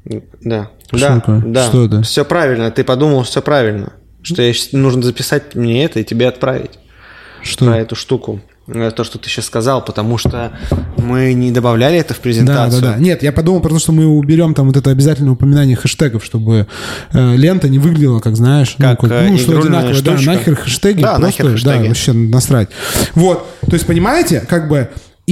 Да. Что да, такое? да. Что это? Все правильно, ты подумал, все правильно. Что я, нужно записать мне это и тебе отправить. Что? Про эту штуку. То, что ты сейчас сказал, потому что мы не добавляли это в презентацию. Да, да, да. Нет, я подумал, потому что мы уберем там вот это обязательное упоминание хэштегов, чтобы э, лента не выглядела, как знаешь, как, ну, как, ну что одинаково, штучка. Да, нахер хэштеги, да, просто, нахер хэштеги. Да, вообще насрать. Вот, то есть, понимаете, как бы...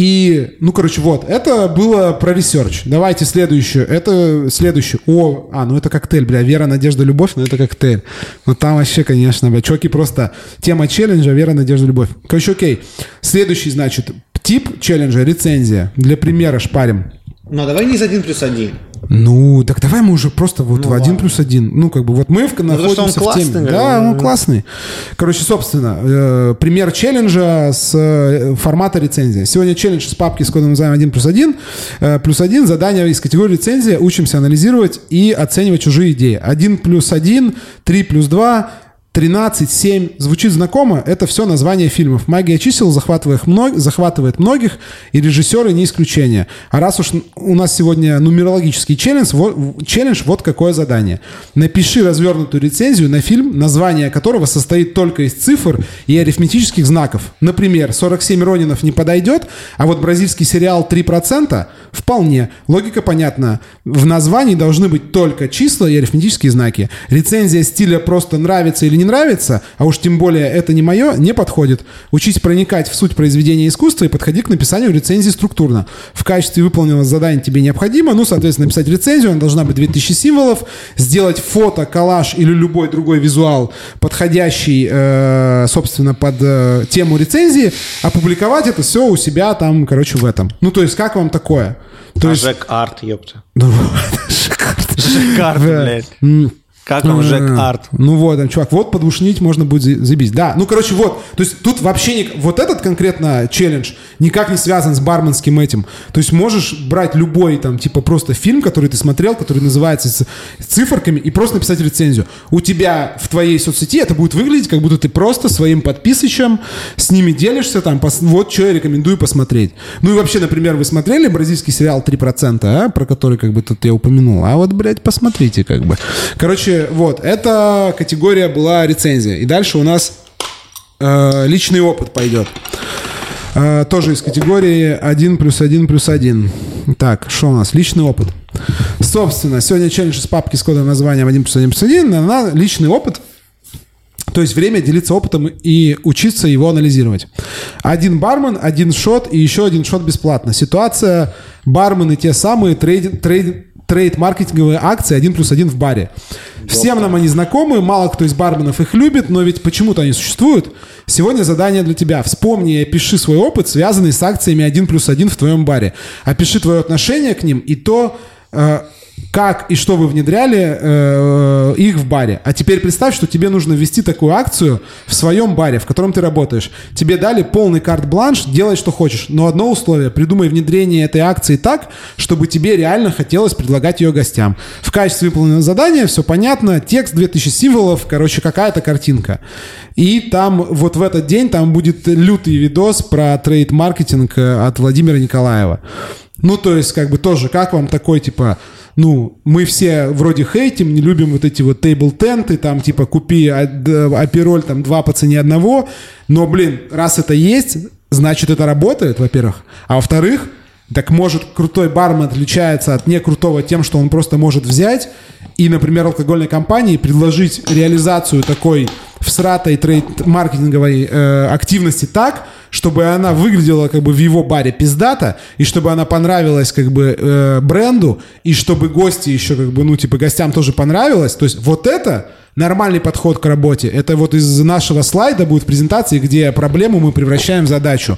И, ну, короче, вот, это было про ресерч. Давайте следующую. Это следующую. О, а, ну это коктейль, бля, вера, надежда, любовь, но это коктейль. Ну там вообще, конечно, бля, чуваки, просто тема челленджа, вера, надежда, любовь. Короче, окей. Следующий, значит, тип челленджа, рецензия. Для примера шпарим. Ну, давай не из один плюс один. Ну, так давай мы уже просто вот ну, в один плюс один. Ну, как бы вот мы в, находимся в теме. Классный, да, он классный. Короче, собственно, э, пример челленджа с э, формата рецензия. Сегодня челлендж с папки с кодом называем один плюс один. Э, плюс один задание из категории рецензия. Учимся анализировать и оценивать чужие идеи. один плюс один, три плюс два... тринадцать, семь. Звучит знакомо? Это все название фильмов. Магия чисел захватывает, мног... захватывает многих, и режиссеры не исключение. А раз уж у нас сегодня нумерологический челлендж, вот, челлендж, вот какое задание. Напиши развернутую рецензию на фильм, название которого состоит только из цифр и арифметических знаков. Например, сорок семь Ронинов не подойдет, а вот бразильский сериал три процента вполне. Логика понятна. В названии должны быть только числа и арифметические знаки. Рецензия стиля «просто нравится» или не нравится, а уж тем более это не мое, не подходит. Учись проникать в суть произведения искусства и подходи к написанию рецензии структурно. В качестве выполненного задания тебе необходимо, ну, соответственно, написать рецензию, она должна быть две тысячи символов, сделать фото, коллаж или любой другой визуал, подходящий, э, собственно, под э, тему рецензии, опубликовать это все у себя там, короче, в этом. Ну, то есть, как вам такое? То а есть... Жек-арт, ёпта. Жек-арт. Жек-арт, блядь. Как вам Жек Арт? Ну вот, там, чувак, вот подушнить можно будет забить. Да, ну, короче, вот. То есть тут вообще... Не, вот этот конкретно челлендж никак не связан с барменским этим. То есть можешь брать любой, там, типа, просто фильм, который ты смотрел, который называется с, с циферками, и просто написать рецензию. У тебя в твоей соцсети это будет выглядеть, как будто ты просто своим подписчикам с ними делишься, там, пос, вот что я рекомендую посмотреть. Ну и вообще, например, вы смотрели бразильский сериал «три процента», а, про который, как бы, тут я упомянул? А вот, блядь, посмотрите, как бы. Короче, вот, эта категория была рецензия. И дальше у нас э, личный опыт пойдет. Э, тоже из категории один плюс один плюс один. Так, что у нас? Личный опыт. Собственно, сегодня челлендж из папки с кодовым названием один плюс один плюс один. Она личный опыт. То есть время делиться опытом и учиться его анализировать. Один бармен, один шот и еще один шот бесплатно. Ситуация: бармены те самые, трейд, трейд, трейд-маркетинговые акции один плюс один в баре. Всем нам они знакомы, мало кто из барменов их любит, но ведь почему-то они существуют. Сегодня задание для тебя. Вспомни и опиши свой опыт, связанный с акциями один плюс один в твоем баре. Опиши твое отношение к ним и то... Э, как и что вы внедряли э, их в баре. А теперь представь, что тебе нужно ввести такую акцию в своем баре, в котором ты работаешь. Тебе дали полный карт-бланш, делай, что хочешь. Но одно условие: придумай внедрение этой акции так, чтобы тебе реально хотелось предлагать ее гостям. В качестве выполненного задания все понятно. Текст, две тысячи символов, короче, какая-то картинка. И там вот в этот день там будет лютый видос про трейд-маркетинг от Владимира Николаева. Ну, то есть, как бы тоже, как вам такой, типа... Ну, мы все вроде хейтим, не любим вот эти вот тейбл-тенты, там, типа, купи апероль, там, два по цене одного. Но, блин, раз это есть, значит, это работает, во-первых. А во-вторых, так может крутой бармен отличается от некрутого тем, что он просто может взять и, например, алкогольной компании предложить реализацию такой всратой трейд-маркетинговой э, активности так, чтобы она выглядела как бы в его баре пиздато, и чтобы она понравилась как бы э, бренду, и чтобы гости еще как бы, ну, типа, гостям тоже понравилось. То есть вот это нормальный подход к работе. Это вот из нашего слайда будет в презентации, где проблему мы превращаем в задачу.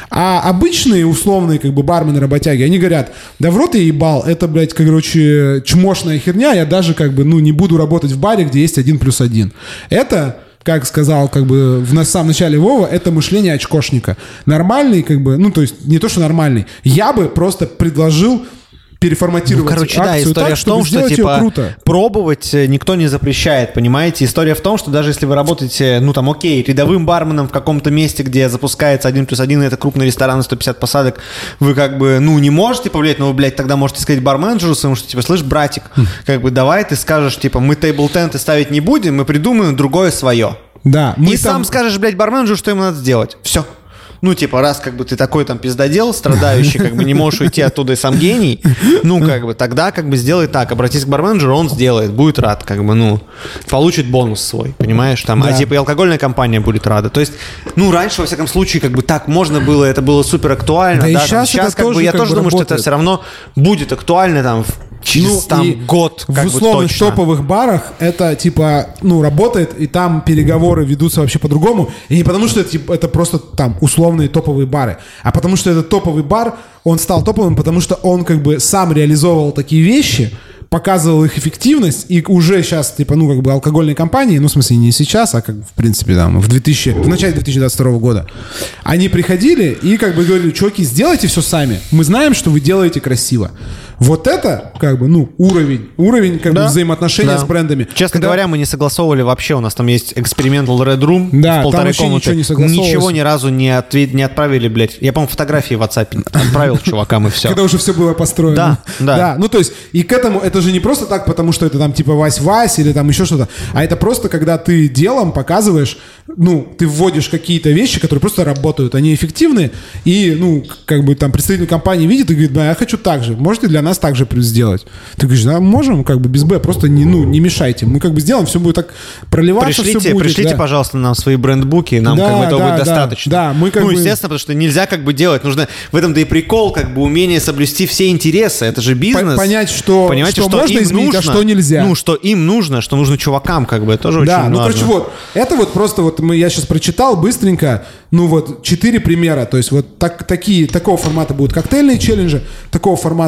А обычные условные как бы бармены-работяги, они говорят: да в рот я ебал, это, блядь, короче, чмошная херня, я даже как бы, ну, не буду работать в баре, где есть один плюс один. Это... Как сказал, как бы, в самом начале Вова, это мышление очкошника. Нормальный, как бы, ну, то есть, не то, что нормальный. Я бы просто предложил переформатировать ну, короче, акцию да, история так, в том, что, типа, круто. Пробовать никто не запрещает, понимаете? История в том, что даже если вы работаете, ну, там, окей, рядовым барменом в каком-то месте, где запускается один плюс один, это крупный ресторан, сто пятьдесят посадок, вы, как бы, ну, не можете повлиять, но вы, блядь, тогда можете сказать барменджеру своему, что, типа, слышь, братик, как бы, давай ты скажешь, типа, мы тейбл-тенты ставить не будем, мы придумаем другое свое. Да. И там... сам скажешь, блядь, барменджеру, что ему надо сделать. Все. Ну, типа, раз как бы ты такой там пиздодел, страдающий, как бы не можешь уйти оттуда и сам гений, ну, как бы, тогда как бы сделай так, обратись к барменджеру, он сделает, будет рад, как бы, ну, получит бонус свой, понимаешь, там, да. А типа и алкогольная компания будет рада. То есть, ну, раньше, во всяком случае, как бы так можно было, это было супер актуально, да, да, там, сейчас, сейчас как бы, я как тоже бы думаю, работает. Что это все равно будет актуально, там, через ну, там год, как в условных топовых барах это типа, ну, работает, и там переговоры ведутся вообще по-другому. И не потому, что это, типа, это просто там условные топовые бары, а потому что этот топовый бар, он стал топовым, потому что он как бы сам реализовывал такие вещи, показывал их эффективность, и уже сейчас, типа, ну, как бы алкогольные компании, ну, в смысле, не сейчас, а как, в принципе, там, в, двухтысячном, в начале две тысячи двадцать второго года, они приходили и как бы говорили: чуваки, сделайте все сами, мы знаем, что вы делаете красиво. Вот это, как бы, ну, уровень, уровень, как да. бы, взаимоотношения да. с брендами. Честно Когда... говоря, мы не согласовывали вообще, у нас там есть Experimental Red Room да, в полторы комнаты. Ничего, не ничего ни разу не, ответ... не отправили, блядь. Я, по-моему, фотографии в WhatsApp отправил чувакам, и все. Когда уже все было построено. Да, да. Да, ну, то есть, и к этому, это же не просто так, потому что это там, типа, Вась-Вась или там еще что-то, а это просто, когда ты делом показываешь, ну, ты вводишь какие-то вещи, которые просто работают, они эффективны, и, ну, как бы, там, представитель компании видит и говорит: да, я хочу так же, можете для нас так же сделать? Ты говоришь: да, можем, как бы, без Б, просто не, ну, не мешайте. Мы как бы сделаем, все будет так проливаться, пришлите, все будет. Пришлите, да. пожалуйста, нам свои брендбуки, нам да, как бы этого да, будет да, достаточно. Да, мы как ну, бы... естественно, потому что нельзя как бы делать, нужно, в этом-то и прикол, как бы, умение соблюсти все интересы, это же бизнес. Понять, что, Понимаете, что, что можно им изменить, нужно, а что нельзя. Ну, что им нужно, что нужно чувакам, как бы, это тоже да, очень ну, важно. короче, вот, это вот просто вот мы, я сейчас прочитал быстренько, ну, вот, четыре примера, то есть вот так, такие, такого формата будут коктейльные челленджи, такого формата будут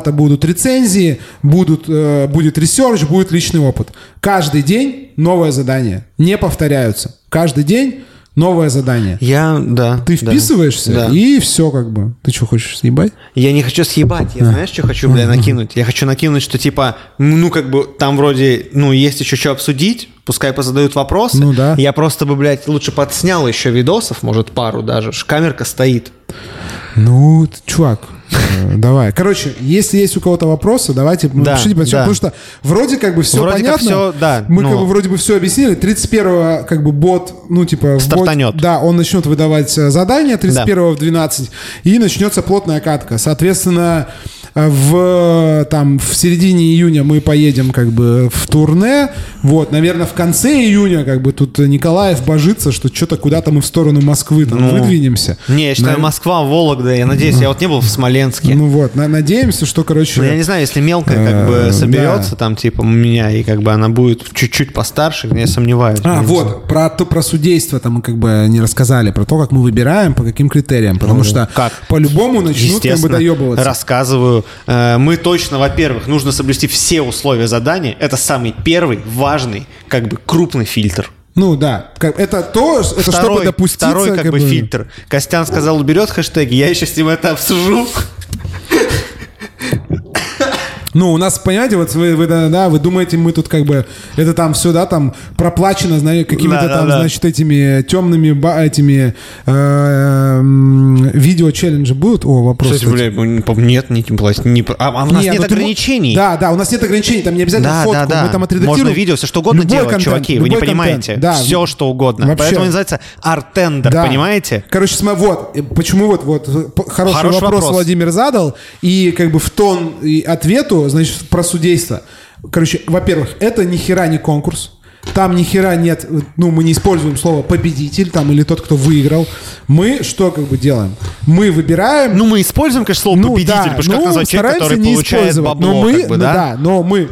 будут рецензии, будут, э, будет ресерч, будет личный опыт. Каждый день новое задание. Не повторяются. Каждый день новое задание. Я, да. Ты вписываешься, да. и все как бы. Ты что, хочешь съебать? Я не хочу съебать. Я, знаешь, что хочу, бля, накинуть? Я хочу накинуть, что типа, ну, как бы, там вроде, ну, есть еще что обсудить, пускай позадают вопросы. Ну, да. Я просто бы, блядь, лучше подснял еще видосов, может, пару даже. Камерка стоит. Ну, чувак, давай. Короче, если есть у кого-то вопросы, давайте да, напишите, да. потому что вроде как бы все вроде понятно. Как все, да, мы ну, как бы вроде бы все объяснили. тридцать первого как бы бот, ну типа... Стартанет. Бот, да, он начнет выдавать задания тридцать первого да. в двенадцать, и начнется плотная катка. Соответственно, в, там, в середине июня мы поедем как бы в турне. Вот, наверное, в конце июня как бы тут Николаев божится, что что-то куда-то мы в сторону Москвы там ну, выдвинемся. Не, я считаю, на... Москва, Вологда, я надеюсь, я вот не был в Смоленске. Ну вот, на- надеемся, что, короче... Ну, я не знаю, если мелкая как бы соберется там, типа, у меня, и как бы она будет чуть-чуть постарше, я сомневаюсь. А, вот, про, то, про судейство там мы как бы не рассказали, про то, как мы выбираем, по каким критериям, потому ну, что как? По-любому начнут как бы доебываться. Рассказываю. Мы точно, во-первых, нужно соблюсти все условия задания. Это самый первый, важный, как бы крупный фильтр. Ну да, это то, это второй, чтобы допуститься. Второй как, как бы, бы фильтр. Костян сказал, уберет хэштеги, я еще с ним это обсужу. Ну, у нас, понимаете, вот вы, вы, да, вы думаете, мы тут как бы, это там все, да, там проплачено, знаете, какими-то да, там, да, значит, да. этими темными, этими э, видео-челленджи будут? О, вопрос. Кстати, бля, нет, не, не, а, а у нас нет, нет ограничений. Ты, да, да, у нас нет ограничений, там не обязательно да, фотку, да, да. мы там отредактируем. Можно видео, все что угодно делать, контент, чуваки, вы не понимаете. Да, все что угодно. Вообще. Поэтому называется арт-тендер, да. понимаете? Короче, смотри, вот, почему вот, вот хороший, хороший вопрос, вопрос Владимир задал, и как бы в тон ответу, значит, про судейство. Короче, во-первых, это ни хера не конкурс. Там ни хера нет, ну, мы не используем слово победитель там или тот, кто выиграл. Мы что как бы делаем? Мы выбираем... Ну, мы используем, конечно, слово победитель, ну, да, потому что ну, как назвать человека, который получает бабло, но мы, как бы, ну, да? да? Но мы,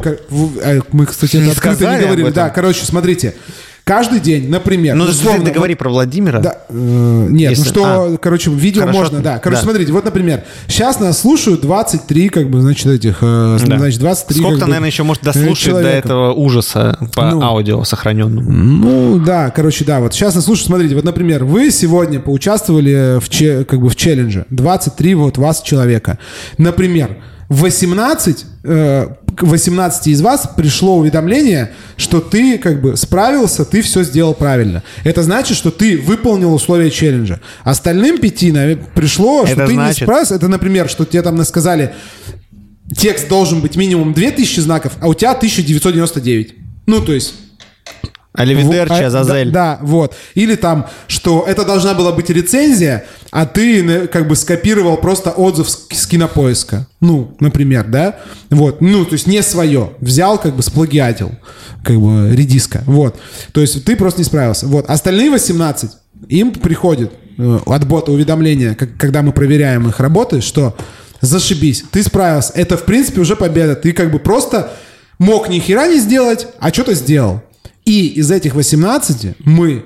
мы, кстати, это открыто не говорили. Да, короче, смотрите. Каждый день, например... Ну, условно, ты договори вот, про Владимира. Да, э, нет, если, ну что, а, короче, видео хорошо, можно, да. Короче, да. смотрите, вот, например, сейчас нас слушают двадцать три, как бы, значит, этих... Э, да. Значит, двадцать три, сколько-то, бы, наверное, еще может дослушать человека. До этого ужаса по ну, аудио сохраненному. Ну, да, короче, да, вот сейчас нас слушают, смотрите, вот, например, вы сегодня поучаствовали в, че, как бы, в челлендже, двадцать три вот вас человека. Например, восемнадцать... Э, восемнадцати из вас пришло уведомление, что ты как бы справился, ты все сделал правильно. Это значит, что ты выполнил условия челленджа. Остальным пяти пришло, что это ты значит... не справился. Это, например, что тебе там сказали, текст должен быть минимум две тысячи знаков, а у тебя тысяча девятьсот девяносто девять. Ну, то есть... Аливидерчи, Азазель. Да, да, вот. Или там, что это должна была быть рецензия, а ты как бы скопировал просто отзыв с, с Кинопоиска. Ну, например, да? Вот. Ну, то есть не свое. Взял, как бы сплагиатил. Как бы редиска. Вот. То есть ты просто не справился. Вот. Остальные восемнадцать, им приходит э, от бота уведомление, как, когда мы проверяем их работы, что зашибись, ты справился. Это, в принципе, уже победа. Ты как бы просто мог ни хера не сделать, а что-то сделал. И из этих восемнадцати мы,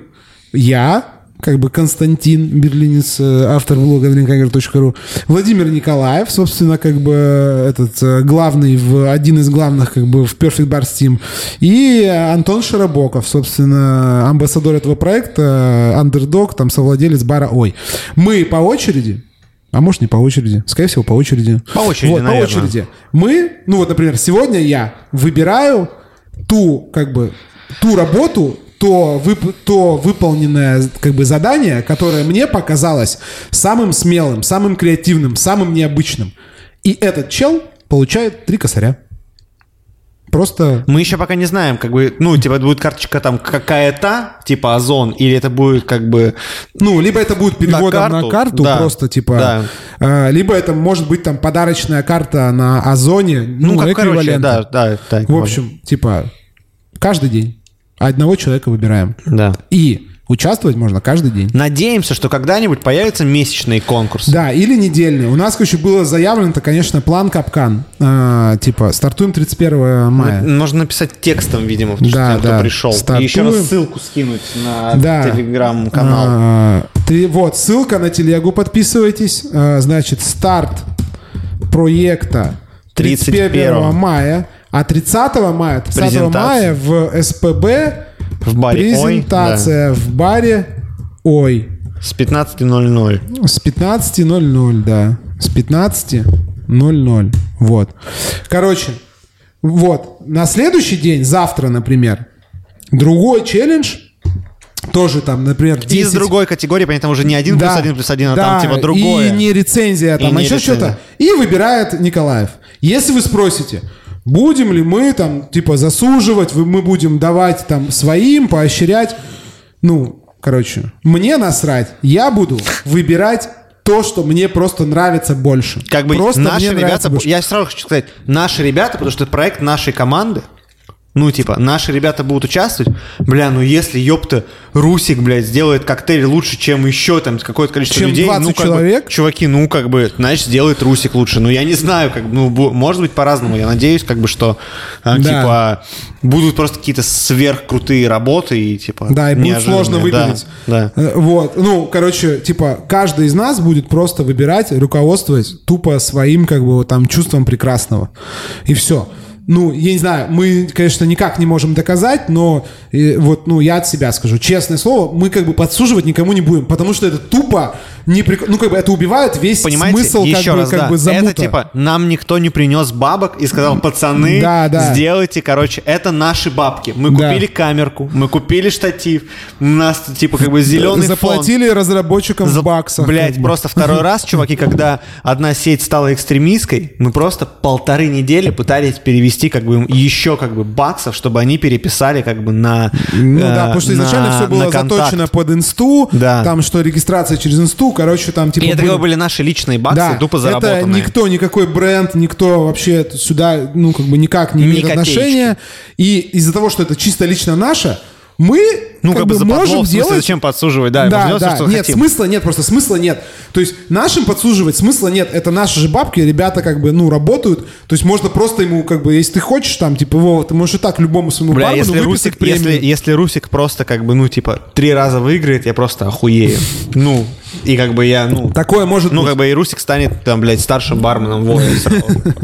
я, как бы Константин Берлинец, автор блога дринкагер точка ру, Владимир Николаев, собственно, как бы этот главный, в, один из главных как бы в Perfect Bar Steam, и Антон Широбоков, собственно, амбассадор этого проекта, андердог, там, совладелец бара «Ой». Мы по очереди, а может не по очереди, скорее всего, по очереди. По очереди, вот, наверное. По очереди. Мы, ну вот, например, сегодня я выбираю ту, как бы, ту работу, то, вып- то выполненное как бы задание, которое мне показалось самым смелым, самым креативным, самым необычным. И этот чел получает три косаря. Просто... Мы еще пока не знаем, как бы, ну, типа, будет карточка там какая-то, типа Озон, или это будет как бы... Ну, либо это будет переводом на карту, на карту да, просто, типа... Да. Э, либо это может быть там подарочная карта на Озоне, ну, ну как, короче, да, да, да. В общем, можно. Типа... Каждый день. Одного человека выбираем. Да. И участвовать можно каждый день. Надеемся, что когда-нибудь появится месячный конкурс. Да, или недельный. У нас, короче, было заявлено, это, конечно, план капкан. А, типа, стартуем тридцать первого мая. Можно написать текстом, видимо, потому да, что да. кто пришел. Стартуем. И еще раз ссылку скинуть на да. телеграм-канал. А, ты, вот, ссылка на телегу, подписывайтесь. А, значит, старт проекта тридцать первого мая, а тридцатого мая, тридцатого мая в СПБ в баре презентация Ой, да. в баре Ой. С пятнадцати ноль-ноль. С пятнадцати ноль-ноль, да. С пятнадцати ноль-ноль. Вот. Короче, вот. На следующий день, завтра, например, другой челлендж. Тоже там, например, десять... Из другой категории, понятно, уже не один да, плюс один плюс один, а да, там типа другое. И не рецензия, там, и а еще что-то. И выбирает Николаев. Если вы спросите, будем ли мы там, типа, засуживать, мы будем давать там своим, поощрять, ну, короче, мне насрать. Я буду выбирать то, что мне просто нравится больше. Как бы просто наши мне ребята, больше. я сразу хочу сказать, наши ребята, потому что это проект нашей команды. Ну, типа, наши ребята будут участвовать. Бля, ну если, ёпта, Русик, блядь, сделает коктейль лучше, чем еще там какое-то количество чем людей. двадцать ну, как человек? Бы, чуваки, ну, как бы, значит, сделает Русик лучше. Ну, я не знаю, как бы, ну, может быть, по-разному. Я надеюсь, как бы, что, да. типа, будут просто какие-то сверхкрутые работы и, типа, да, и будет сложно выиграть. Да, да. Вот, ну, короче, типа, каждый из нас будет просто выбирать, руководствуясь тупо своим, как бы, вот, там, чувством прекрасного. И все. Ну, я не знаю, мы, конечно, никак не можем доказать, но э, вот, ну, я от себя скажу, честное слово, мы как бы подсуживать никому не будем, потому что это тупо, не прик... ну, как бы это убивает весь Понимаете, смысл, еще как, раз, бы, как да. бы замута. Это типа, нам никто не принес бабок и сказал, пацаны, да, да. сделайте, короче, это наши бабки. Мы да. купили камерку, мы купили штатив, у нас, типа, как бы зеленый Заплатили фон. разработчикам За... в баксах. Блять, как бы. просто второй раз, чуваки, когда одна сеть стала экстремистской, мы просто полторы недели пытались перевести, как бы, еще, как бы, баксов, чтобы они переписали, как бы, на Ну э, да, потому что изначально на, все было заточено под инсту, да. там, что регистрация через инсту, короче, там, типа... И это были... были наши личные баксы, да, тупо заработанные. Это никто, никакой бренд, никто вообще сюда, ну, как бы никак не имеет Ни отношения. И из-за того, что это чисто лично наше, мы ну, как, как бы бы можем в смысле, делать... зачем подсуживать? Да, да, можно да. делать, что Нет, хотим. смысла нет, просто смысла нет. То есть нашим подсуживать смысла нет. Это наши же бабки, ребята как бы, ну, работают. То есть можно просто ему, как бы, если ты хочешь, там, типа, Вова, ты можешь и так любому своему Бля, бармену если выписать Русик, премию. если, если Русик просто, как бы, ну, типа, три раза выиграет, я просто охуею. Ну, и как бы я, ну... Такое может Ну, быть. как бы и Русик станет, там, блядь, старшим барменом Вовы сразу.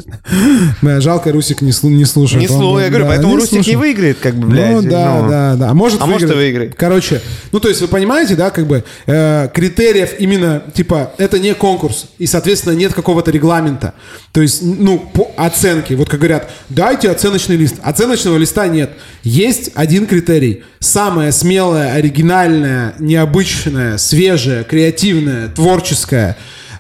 Бля, жалко, Русик не, слу- не слушает. Не слушай, я говорю, поэтому Русик и выиграет, как бы, блядь. Ну, да, ну. да, да. А может А может и выиграет. Короче, ну, то есть вы понимаете, да, как бы э, критериев именно, типа, это не конкурс, и, соответственно, нет какого-то регламента. То есть, ну, по оценке. Вот как говорят, дайте оценочный лист. Оценочного листа нет. Есть один критерий. Самое смелое, оригинальное, необычное, свежее, креативное, творческое,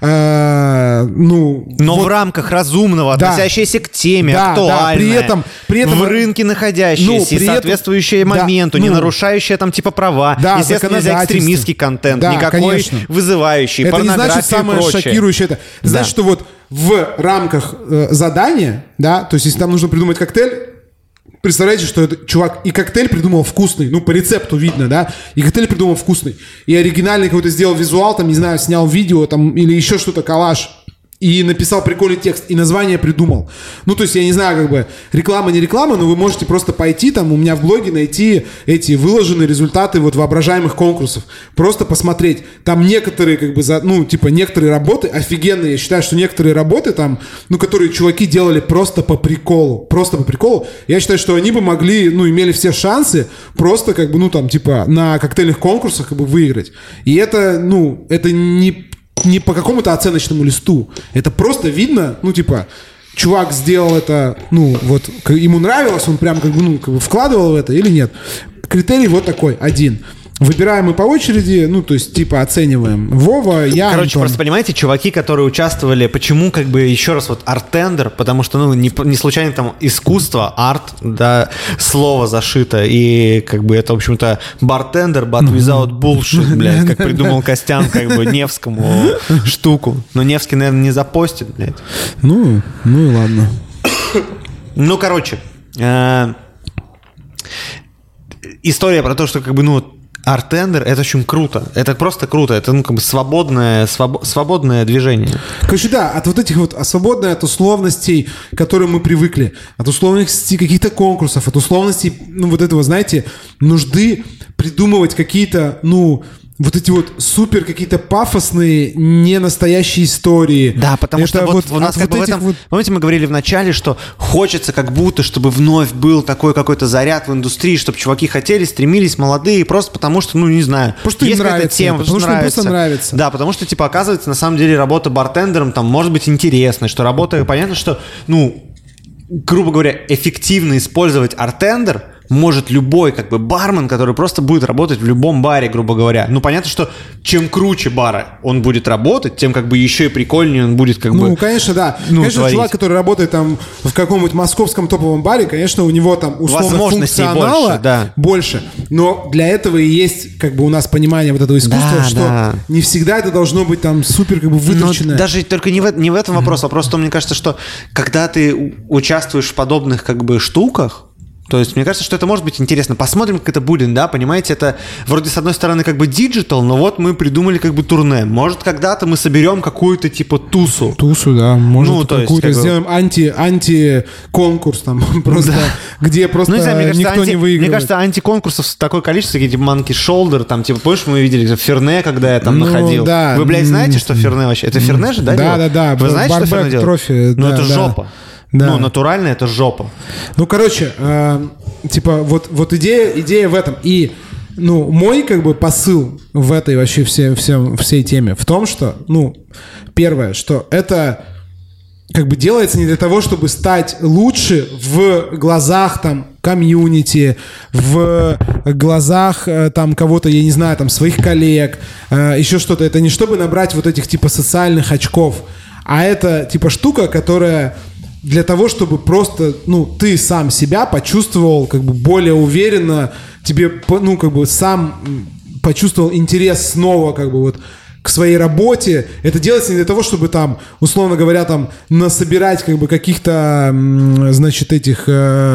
э, ну... Но вот, в рамках разумного, да. относящееся к теме, да, актуальное, да, при этом, при этом, в рынке находящееся, ну, при и соответствующее этом, моменту, да, не ну, нарушающее там типа права, да, естественно, нельзя экстремистский контент, да, никакой конечно. вызывающий, это не значит порнографию самое и прочее. шокирующее это. Да. Значит, что вот в рамках э, задания, да, то есть если там нужно придумать коктейль, представляете, что этот чувак и коктейль придумал вкусный, ну, по рецепту видно, да, и коктейль придумал вкусный, и оригинальный какой-то сделал визуал, там, не знаю, снял видео, там, или еще что-то, коллаж, и написал прикольный текст, и название придумал. Ну, то есть, я не знаю, как бы, реклама, не реклама, но вы можете просто пойти, там, у меня в блоге найти эти выложенные результаты вот воображаемых конкурсов. Просто посмотреть. Там некоторые, как бы, за, ну, типа, некоторые работы офигенные. Я считаю, что некоторые работы там, ну, которые чуваки делали просто по приколу. Просто по приколу. Я считаю, что они бы могли, ну, имели все шансы просто, как бы, ну, там, типа, на коктейльных конкурсах, как бы, выиграть. И это, ну, это не... не по какому-то оценочному листу. Это просто видно, ну, типа, чувак сделал это, ну, вот, ему нравилось, он прям как бы, ну, как бы вкладывал в это или нет. Критерий вот такой, один. Выбираем мы по очереди, ну, то есть, типа, оцениваем. Вова, я, Короче, Антон. просто понимаете, чуваки, которые участвовали, почему, как бы, еще раз, вот, арт-тендер, потому что, ну, не, не случайно там искусство, арт, да, слово зашито, и, как бы, это, в общем-то, бартендер, but without bullshit, блядь, как придумал Костян, как бы, Невскому штуку. Но Невский, наверное, не запостит, блядь. Ну, ну и ладно. Ну, короче, э, история про то, что, как бы, ну, арт-тендер — это очень круто. Это просто круто. Это, ну, как бы свободное, своб... свободное движение. Короче, да, от вот этих вот свободное от условностей, к которым мы привыкли, от условностей каких-то конкурсов, от условностей, ну, вот этого, знаете, нужды придумывать какие-то, ну, вот эти вот супер какие-то пафосные, не настоящие истории. Да, потому это что вот, вот у нас как вот бы в этом... вот... Помните, мы говорили в начале, что хочется как будто, чтобы вновь был такой какой-то заряд в индустрии, чтобы чуваки хотели, стремились, молодые, просто потому что, ну, не знаю, потому что есть им нравится, тема, потому что, что им просто нравится. Да, потому что, типа, оказывается, на самом деле работа бартендером там может быть интересной, что работа, понятно, что, ну, грубо говоря, эффективно использовать артендер может любой как бы бармен, который просто будет работать в любом баре, грубо говоря. Ну, понятно, что чем круче бара он будет работать, тем как бы еще и прикольнее он будет как ну, бы... Ну, конечно, да. Ну, конечно, творить. Чувак, который работает там в каком-нибудь московском топовом баре, конечно, у него там условно функционала больше, да. больше. Но для этого и есть как бы у нас понимание вот этого искусства, да, что да. не всегда это должно быть там супер как бы вытраченное. Но даже только не в, не в этом вопрос, а просто мне кажется, что когда ты участвуешь в подобных как бы штуках, то есть, мне кажется, что это может быть интересно. Посмотрим, как это будет, да, понимаете, это вроде, с одной стороны, как бы диджитал, но вот мы придумали как бы турне. Может, когда-то мы соберем какую-то, типа, тусу. Тусу, да. Может, ну, какую-то есть, как сделаем бы... анти, анти-конкурс там, просто, да. где просто ну, не знаю, мне кажется, никто анти, не выигрывает. Мне кажется, антиконкурсов такое количество, такие, типа, Monkey Shoulder, там, типа, помнишь, мы видели Ферне, когда я там ну, находил. Да. Вы, блядь, знаете, что Ферне вообще? Это Ферне же, да? Да, да, да. Вы знаете, что Ферне делает? Трофи, ну, да, это да. жопа. Да. Ну, натурально это жопа. Ну, короче, э, типа, вот, вот идея, идея в этом. И, ну, мой, как бы, посыл в этой вообще все, все, всей теме в том, что, ну, первое, что это, как бы, делается не для того, чтобы стать лучше в глазах, там, комьюнити, в глазах, там, кого-то, я не знаю, там, своих коллег, э, еще что-то. Это не чтобы набрать вот этих, типа, социальных очков, а это, типа, штука, которая для того, чтобы просто, ну, ты сам себя почувствовал, как бы, более уверенно, тебе, ну, как бы, сам почувствовал интерес снова, как бы, вот, к своей работе. Это делается не для того, чтобы там, условно говоря, там, насобирать, как бы, каких-то, значит, этих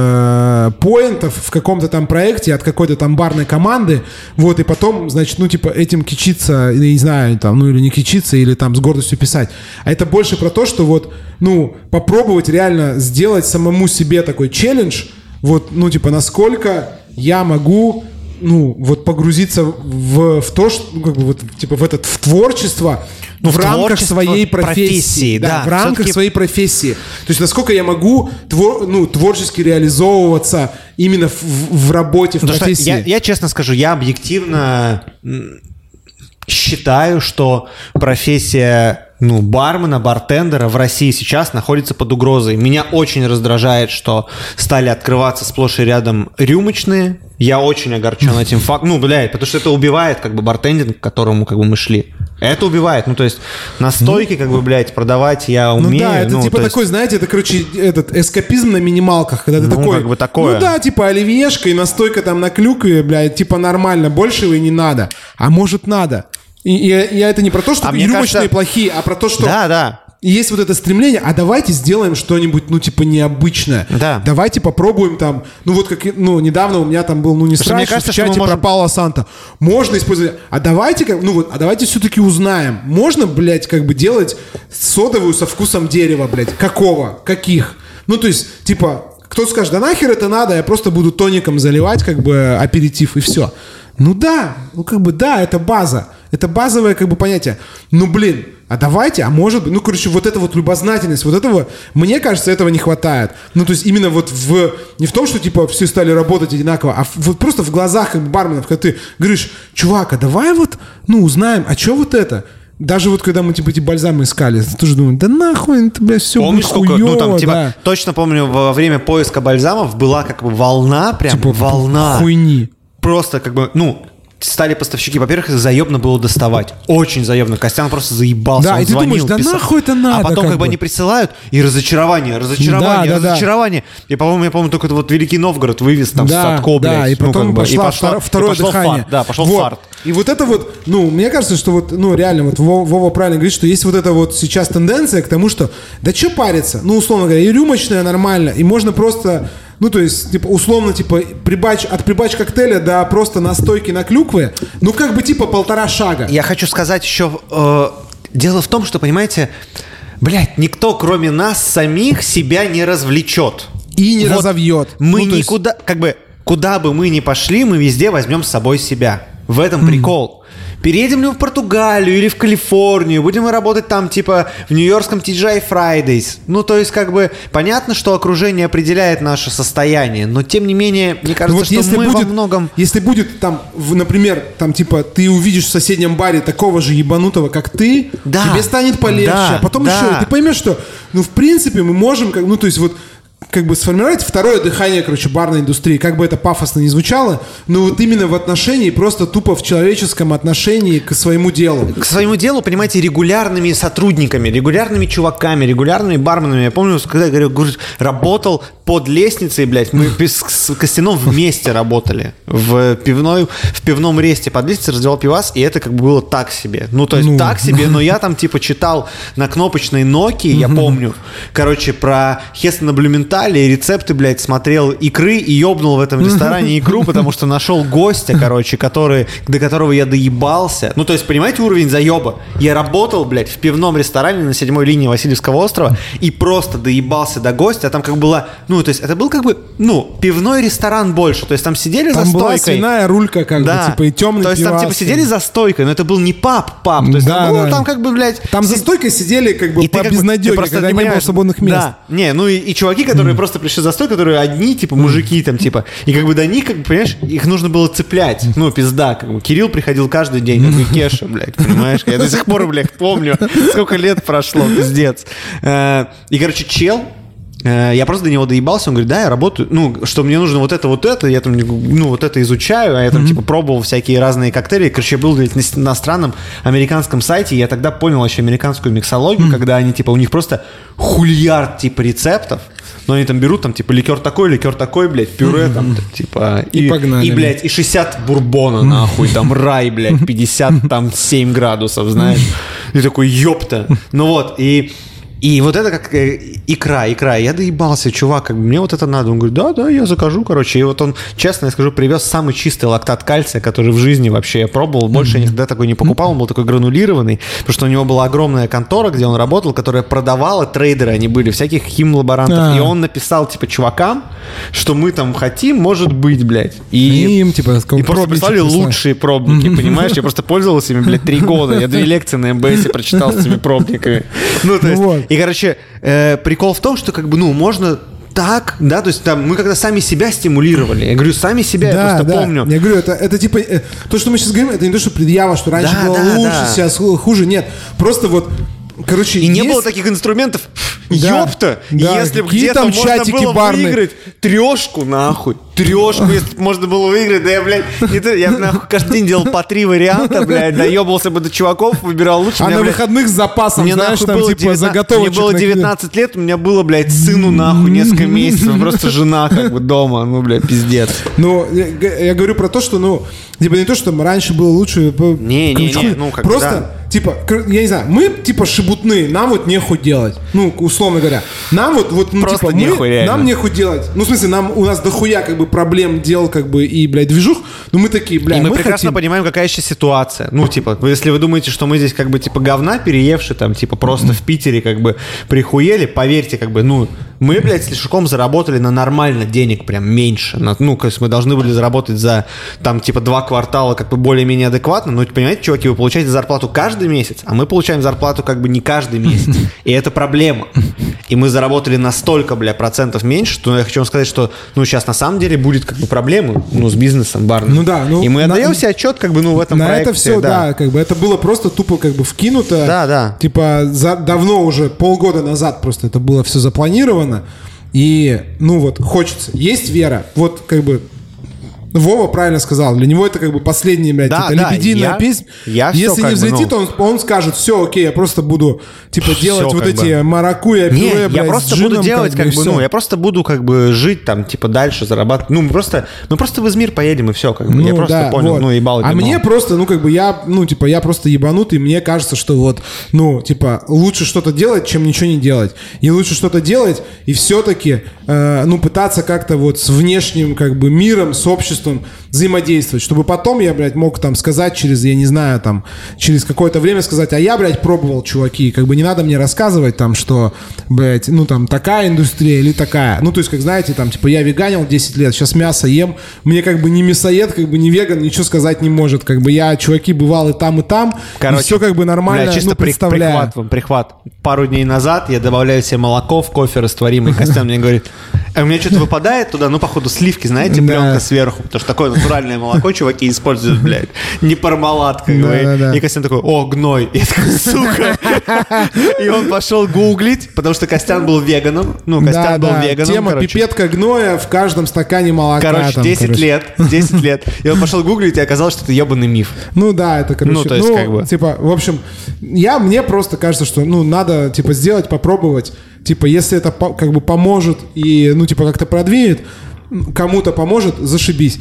э, поинтов в каком-то там проекте от какой-то там барной команды, вот, и потом, значит, ну, типа, этим кичиться, или, не знаю, там, ну, или не кичиться, или там с гордостью писать. А это больше про то, что вот, ну, попробовать реально сделать самому себе такой челлендж, вот, ну, типа, насколько я могу... ну, вот погрузиться в, в то, что, ну, как бы, вот, типа, в этот, в творчество, ну, в, в рамках своей профессии. профессии да, да, в рамках все-таки... своей профессии. То есть, насколько я могу твор, ну, творчески реализовываться именно в, в работе, в Потому профессии. Я, я честно скажу, я объективно считаю, что профессия... Ну, бармена, бартендера в России сейчас находится под угрозой. Меня очень раздражает, что стали открываться сплошь и рядом рюмочные. Я очень огорчен этим фактом. Ну, блядь, потому что это убивает, как бы, бартендинг, к которому, как бы, мы шли. Это убивает. Ну, то есть, на стойке, как бы, блядь, продавать я умею. Ну, да, это ну, типа такой, есть... знаете, это, короче, этот эскапизм на минималках, когда ты ну, такой... как бы такое. Ну, да, типа, оливьешка и настойка там на клюкве, блядь, типа, нормально, большего и не надо. А может, надо. И, и я это не про то, что а рюмочные кажется... плохие, а про то, что да, да. есть вот это стремление, а давайте сделаем что-нибудь, ну, типа, необычное. Да. Давайте попробуем там, ну, вот как, ну, недавно у меня там был, ну, не страшно, в чате можем... про Паула Санта. Можно использовать, а давайте, как, ну, вот, а давайте все-таки узнаем, можно, блядь, как бы делать содовую со вкусом дерева, блядь, какого, каких? Ну, то есть, типа, кто-то скажет, да нахер это надо, я просто буду тоником заливать, как бы, аперитив и все. Ну да, ну как бы да, это база. Это базовое как бы понятие. Ну блин, а давайте, а может быть, ну короче, вот эта вот любознательность, вот этого, мне кажется, этого не хватает. Ну то есть именно вот в, не в том, что типа все стали работать одинаково, а в, вот просто в глазах как бы барменов, когда ты говоришь, чувак, а давай вот, ну узнаем, а что вот это? Даже вот когда мы типа эти бальзамы искали, ты тоже думаешь, да нахуй, это, блядь, все Помнишь, хуёво, сколько, ну там, типа, да. Точно помню, во время поиска бальзамов была как бы волна, прям типа, волна. Хуйни. Просто как бы, ну... Стали поставщики, во-первых, их заебно было доставать. Очень заебно. Костян просто заебался. Да, он и ты звонил, думаешь, да писал. нахуй это надо? А потом как, как бы они присылают, и разочарование, разочарование, да, да, разочарование. Да. И, по-моему, я помню, только вот Великий Новгород вывез там да, Садко, блядь. Да, и потом ну, как бы, пошла, и пошло, второе и дыхание. Фарт, да, пошел вот. фарт. И вот это вот, ну, мне кажется, что вот, ну, реально, вот Вова правильно говорит, что есть вот эта вот сейчас тенденция к тому, что, да что париться? Ну, условно говоря, и рюмочная нормально, и можно просто... Ну, то есть, типа, условно, типа, прибач, от прибач коктейля до просто настойки на клюкве, ну, как бы, типа, полтора шага. Я хочу сказать еще... Э, дело в том, что, понимаете, блядь, никто, кроме нас самих, себя не развлечет. И не вот разовьет. Мы ну, никуда... есть... Как бы, куда бы мы ни пошли, мы везде возьмем с собой себя. В этом прикол. Переедем ли мы в Португалию или в Калифорнию? Будем мы работать там, типа, в нью-йоркском ти джи ай Fridays? Ну, то есть, как бы, понятно, что окружение определяет наше состояние, но, тем не менее, мне кажется, вот что если мы будет, во многом... Если будет там, в, например, там, типа, ты увидишь в соседнем баре такого же ебанутого, как ты, да, тебе станет полегче, да, а потом да. еще, и ты поймешь, что, ну, в принципе, мы можем, как, ну, то есть, вот, как бы сформировать второе дыхание, короче, барной индустрии. Как бы это пафосно не звучало, но вот именно в отношении, просто тупо в человеческом отношении к своему делу. К своему делу, понимаете, регулярными сотрудниками, регулярными чуваками, регулярными барменами. Я помню, когда я говорю, говорю, работал под лестницей, блядь, мы с Костяном вместе работали в пивной, в пивном ресте под лестницей, раздевал пивас, и это как бы было так себе. Ну, то есть ну. так себе, но я там типа читал на кнопочной Nokia, я помню, короче, про Хестона Блюменталя и рецепты, блядь, смотрел икры и ёбнул в этом ресторане икру, потому что нашел гостя, короче, который, до которого я доебался. Ну, то есть, понимаете, уровень заеба. Я работал, блядь, в пивном ресторане на седьмой линии Васильевского острова и просто доебался до гостя, а там как была, ну, то есть, это был как бы, ну, пивной ресторан больше, то есть, там сидели там за стойкой. Там была свиная рулька, как да. бы, типа, и темный То есть, пивас, там, типа, сидели за стойкой, но это был не паб, паб, то есть, да, там, было, да. там как бы, блядь... Там си... за стойкой сидели, как бы, и по ты, безнадёге, как бы, когда не было свободных мест. Да, не, ну, и, и чуваки, которые mm. просто пришли за стойку, которые одни, типа, мужики там, типа, и как бы до них, как бы, понимаешь, их нужно было цеплять, ну, пизда, как бы, Кирилл приходил каждый день, как бы, Кеша, блядь, понимаешь, я до сих пор, блядь, помню, сколько лет прошло, пиздец. И, короче, чел, я просто до него доебался, он говорит, да, я работаю, ну, что мне нужно вот это, вот это, я там, ну, вот это изучаю, а я там, mm-hmm. типа, пробовал всякие разные коктейли, короче, я был на иностранном американском сайте, и я тогда понял вообще американскую миксологию, mm-hmm. когда они, типа, у них просто хульярд, типа, рецептов, но они там берут, там, типа, ликер такой, ликер такой, блядь, пюре, mm-hmm. там, типа, и, и погнали. И, блядь, и шестьдесят бурбона, нахуй, там, рай, блядь, пятьдесят, там, семь градусов, знаешь, и такой, ёпта, ну вот, и... И вот это как э, икра, икра. Я доебался, чувак, как бы, мне вот это надо. Он говорит, да, да, я закажу, короче. И вот он, честно я скажу, привез самый чистый лактат кальция, который в жизни вообще я пробовал. Больше mm-hmm. я никогда такой не покупал. Он был такой гранулированный, потому что у него была огромная контора, где он работал, которая продавала, трейдеры они были, всяких химлаборантов. А-а-а. И он написал, типа, чувакам, что мы там хотим, может быть, блядь. И, им, типа, и просто прислали лучшие пробники, понимаешь? Я просто пользовался ими, блядь, три года. Я две лекции на эм бэ эсе прочитал с этими пробниками. Ну, то есть... Вот. И, короче, э, прикол в том, что, как бы, ну, можно так, да, то есть там мы когда сами себя стимулировали. Я говорю, сами себя, да, я просто да. помню. Я говорю, это, это типа, э, то, что мы сейчас говорим, это не то, что предъява, что раньше да, было да, лучше, да. сейчас хуже, нет. Просто вот, короче, и есть... не было таких инструментов. Да, ёпта, да, если бы где-то можно было барные. выиграть трешку, нахуй, трешку, если можно было выиграть, да я, блядь, это, я, нахуй, каждый день делал по три варианта, блядь, доебался бы до чуваков, выбирал лучше. А меня, на блядь, выходных с запасом, мне, знаешь, нахуй, там, было типа, девятнадцать, заготовочек. Мне было девятнадцать лет, у меня было, блядь, сыну, нахуй, несколько месяцев, просто жена, как бы, дома, ну, блядь, пиздец. Ну, я, я говорю про то, что, ну, типа, не то, что раньше было лучше. Не, не, не, ну, как просто, да. типа, я не знаю, мы, типа, шебутные, нам вот нехуй делать, ну, условно говоря. Нам вот, вот ну, просто типа, нехуй, мы, реально. Нам нехуй делать. Ну, в смысле, нам, у нас дохуя, как бы, проблем, дел, как бы, и, блядь, движух, но мы такие, блядь, и мы, мы прекрасно хотим... понимаем, какая сейчас ситуация. Ну, типа, если вы думаете, что мы здесь, как бы, типа, говна переевши, там, типа, просто в Питере, как бы, прихуели, поверьте, как бы, ну, мы, блядь, с Лешуком заработали на нормально денег, прям, меньше. На, ну, то есть мы должны были заработать за, там, типа, два квартала, как бы, более-менее адекватно. Ну, понимаете, чуваки, вы получаете зарплату каждый месяц, а мы получаем зарплату, как бы, не каждый месяц. И это проблема. И мы заработали настолько, бля, процентов меньше, что я хочу вам сказать, что, ну, сейчас на самом деле будет, как бы, проблемы, ну, с бизнесом барным. Ну, да. Ну, и мы отдаем себе отчет, как бы, ну, в этом на проекте. На это все, да. да, как бы, это было просто тупо, как бы, вкинуто. Да, да. Типа, за, давно уже, полгода назад просто это было все запланировано. И, ну, вот, хочется. Есть вера. Вот, как бы, Вова правильно сказал, для него это как бы последняя, блядь, да, это да, лебединая я, песня. Я Если не взлетит, бы, ну... он, он скажет, все, окей, я просто буду, типа, делать все, вот эти бы. маракуйя, пюре, Не, блядь, я просто с джином, буду делать, как, как бы, бы, ну, я просто буду, как бы, жить там, типа, дальше, зарабатывать. Ну, мы просто, мы просто в Измир поедем, и все, как бы. Ну, я просто да, понял, вот. ну, ебал. А мне просто, ну, как бы, я, ну, типа, я просто ебанутый, мне кажется, что вот, ну, типа, лучше что-то делать, чем ничего не делать. И лучше что-то делать, и все-таки, э, ну, пытаться как-то вот с внешним, как бы, миром, с обществом, обществом взаимодействовать, чтобы потом я, блядь, мог там сказать через, я не знаю, там, через какое-то время сказать, а я, блядь, пробовал, чуваки, как бы не надо мне рассказывать там, что, блядь, ну там такая индустрия или такая. Ну, то есть, как знаете, там, типа, я веганил десять лет, сейчас мясо ем, мне как бы не мясоед, как бы не веган, ничего сказать не может. Как бы я, чуваки, бывал и там, и там, короче, и все как бы нормально, бля, чисто ну, представляю. Прихват вам, прихват. Пару дней назад я добавляю себе молоко в кофе растворимый, Костян мне говорит, а у меня что-то выпадает туда, ну, походу, сливки, знаете, пленка да. сверху, потому что такое натуральное молоко чуваки используют, блядь, не пармалат, как бы. Да, да, и Костян такой, о, гной. Я такой, сука. И он пошел гуглить, потому что Костян был веганом. Ну, Костян да, был да. веганом, Тема короче. пипетка гноя в каждом стакане молока. Короче, там, десять короче. лет, десять лет. И он пошел гуглить, и оказалось, что это ебаный миф. Ну да, это, короче, ну, то есть, ну, как бы. типа, в общем, я, мне просто кажется, что, ну, надо, типа, сделать, попробовать. Типа, если это, как бы, поможет и, ну, типа, как-то продвинет, кому-то поможет, зашибись.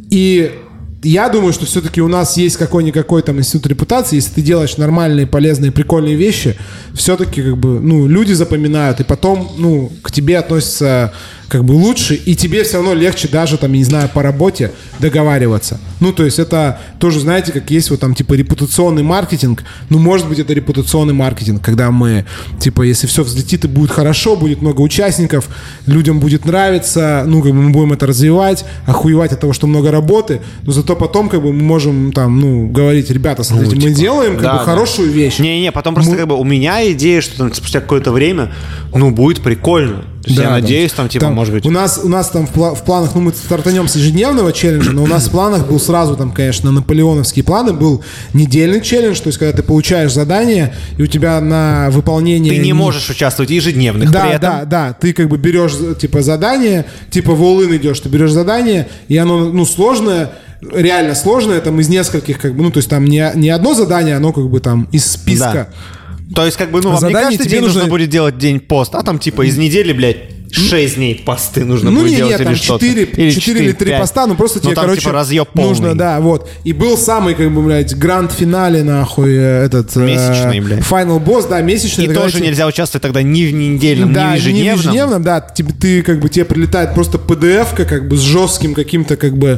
И я думаю, что все-таки у нас есть какой-никакой там институт репутации. Если ты делаешь нормальные, полезные, прикольные вещи, все-таки, как бы, ну, люди запоминают, и потом, ну, к тебе относятся как бы лучше, и тебе все равно легче даже, там, я не знаю, по работе договариваться. Ну, то есть это тоже, знаете, как есть вот там, типа, репутационный маркетинг. Ну, может быть, это репутационный маркетинг, когда мы, типа, если все взлетит и будет хорошо, будет много участников, людям будет нравиться, ну, как бы мы будем это развивать, охуевать от того, что много работы, но зато потом, как бы, мы можем, там, ну, говорить, ребята, смотрите, ну, типа, мы делаем, как да, бы, да. хорошую вещь. Не-не, потом просто, мы... как бы, у меня идея, что там, спустя какое-то время, ну, будет прикольно. То есть да, я да. надеюсь, там, типа, там, может быть... У нас, у нас там в, пла- в планах, ну, мы стартанем с ежедневного челленджа, но у нас в планах был сразу, там, конечно, наполеоновские планы, был недельный челлендж, то есть, когда ты получаешь задание, и у тебя на выполнение... Ты не можешь участвовать в ежедневных да, при этом. Да, да, ты как бы берешь, типа, задание, типа, в all-in идешь, ты берешь задание, и оно, ну, сложное, реально сложное, там, из нескольких, как бы, ну, то есть, там, не, не одно задание, оно, как бы, там, из списка... Да. То есть, как бы, ну, вам не кажется, тебе нужно... нужно будет делать день пост, а там, типа, из недели, блядь, шесть дней посты нужно ну, будет не, делать нет, или там что-то. четыре, или четыре или три поста, ну просто ну, тебе, там, короче, типа, разъеб полный. Нужно, да, вот. И был самый, как бы, блядь, гранд-финале, нахуй, этот... Месячный, блядь. Final босс, да, месячный. И тоже тебе... нельзя участвовать тогда ни в недельном, да, ни в ежедневном. ни в ежедневном, да, тебе, ты, как бы, тебе прилетает просто пи ди эф-ка, как бы, с жестким каким-то, как бы,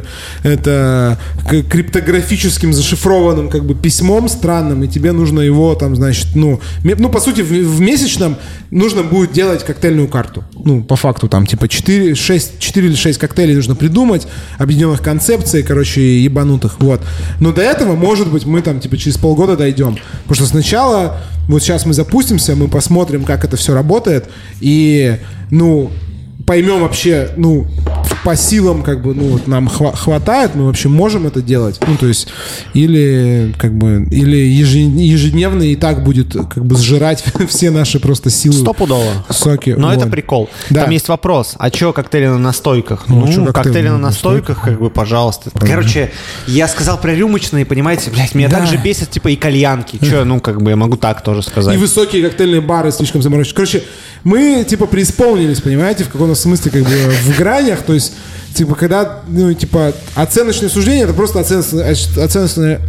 это, криптографическим зашифрованным, как бы, письмом странным, и тебе нужно его, там, значит, ну, ну, по сути, в, в месячном нужно будет делать коктейльную карту. Ну, по факту, там, типа, четыре, шесть, четыре или шесть коктейлей нужно придумать, объединенных концепций, короче, ебанутых, вот. Но до этого, может быть, мы там, типа, через полгода дойдем. Потому что сначала, вот сейчас мы запустимся, мы посмотрим, как это все работает, и, ну, поймем вообще, ну, по силам, как бы, ну, вот нам хва- хватает, мы вообще можем это делать. Ну, то есть, или, как бы, или ежедневно и так будет, как бы, сжирать все наши просто силы. Стопудово. Соки. Но вот. это прикол. Да. Там есть вопрос, а что коктейли на настойках? Ну, Ну, коктейли, коктейли на настойках, настойках, как бы, пожалуйста. Правильно. Короче, я сказал про рюмочные, понимаете, блядь, меня да. также бесит, типа, и кальянки. Че, ну, как бы, я могу так тоже сказать. И высокие коктейльные бары слишком заморочены. Короче, мы, типа, преисполнились, понимаете, в каком-то смысле, как бы, в гранях, то есть, типа, когда, ну, типа, оценочное суждение, это просто оценочное, оценочное,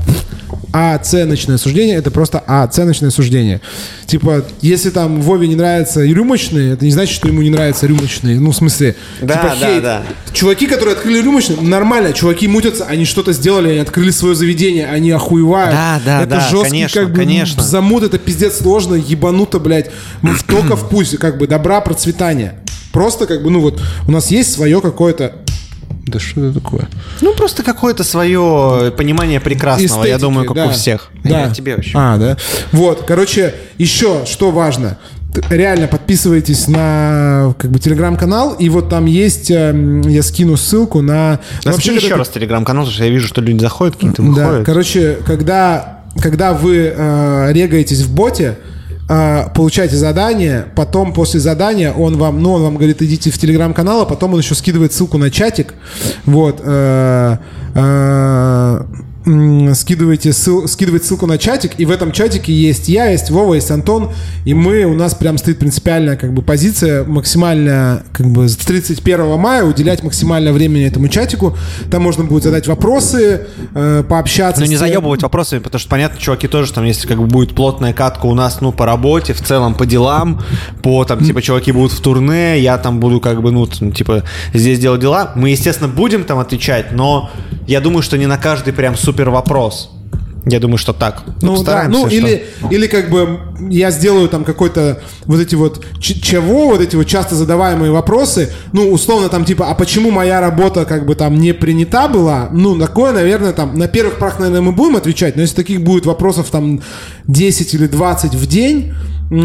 а, оценочное суждение, это просто оценочное суждение. Типа, если там Вове не нравятся рюмочные, это не значит, что ему не нравятся рюмочные. Ну, в смысле, да, типа, да, хейт. Да. Чуваки, которые открыли рюмочные, нормально, чуваки мутятся, они что-то сделали, они открыли свое заведение, они охуевают. Да, да, это да, жесткий, конечно, как бы, конечно. замут, это пиздец сложно, ебануто, блядь. Только в пусть, как бы, добра, процветания. Просто, как бы, ну вот, у нас есть свое какое-то... Да что это такое? Ну, просто какое-то свое понимание прекрасного, эстетики, я думаю, как да. у всех. Да. А тебе вообще. А, да. Вот, короче, еще, что важно. Реально подписывайтесь на, как бы, телеграм-канал, и вот там есть, я скину ссылку на... Да, скинь еще раз телеграм-канал, потому что я вижу, что люди заходят, какие-то выходят. Да, короче, когда, когда вы э, регаетесь в боте, получаете задание, потом после задания он вам, ну, он вам говорит, идите в телеграм-канал, а потом он еще скидывает ссылку на чатик, вот, э, э, скидывайте ссыл, скидывать ссылку на чатик, и в этом чатике есть я, есть Вова, есть Антон, и мы, у нас прям стоит принципиальная как бы позиция максимально как бы с тридцать первого мая уделять максимально времени этому чатику. Там можно будет задать вопросы, э, пообщаться. Но не тем... заебывать вопросами, потому что, понятно, чуваки тоже там, если как бы будет плотная катка у нас, ну, по работе, в целом по делам, по там, типа, чуваки будут в турне, я там буду как бы, ну, типа, здесь делать дела. Мы, естественно, будем там отвечать, но я думаю, что не на каждый прям супер вопрос. Я думаю, что так. Ну, ну да, ну что... или, или как бы я сделаю там какой-то вот эти вот ч- чего, вот эти вот часто задаваемые вопросы, ну, условно там типа, а почему моя работа как бы там не принята была? Ну, такое, наверное, там, на первых порах, наверное, мы будем отвечать, но если таких будет вопросов там десять или двадцать в день,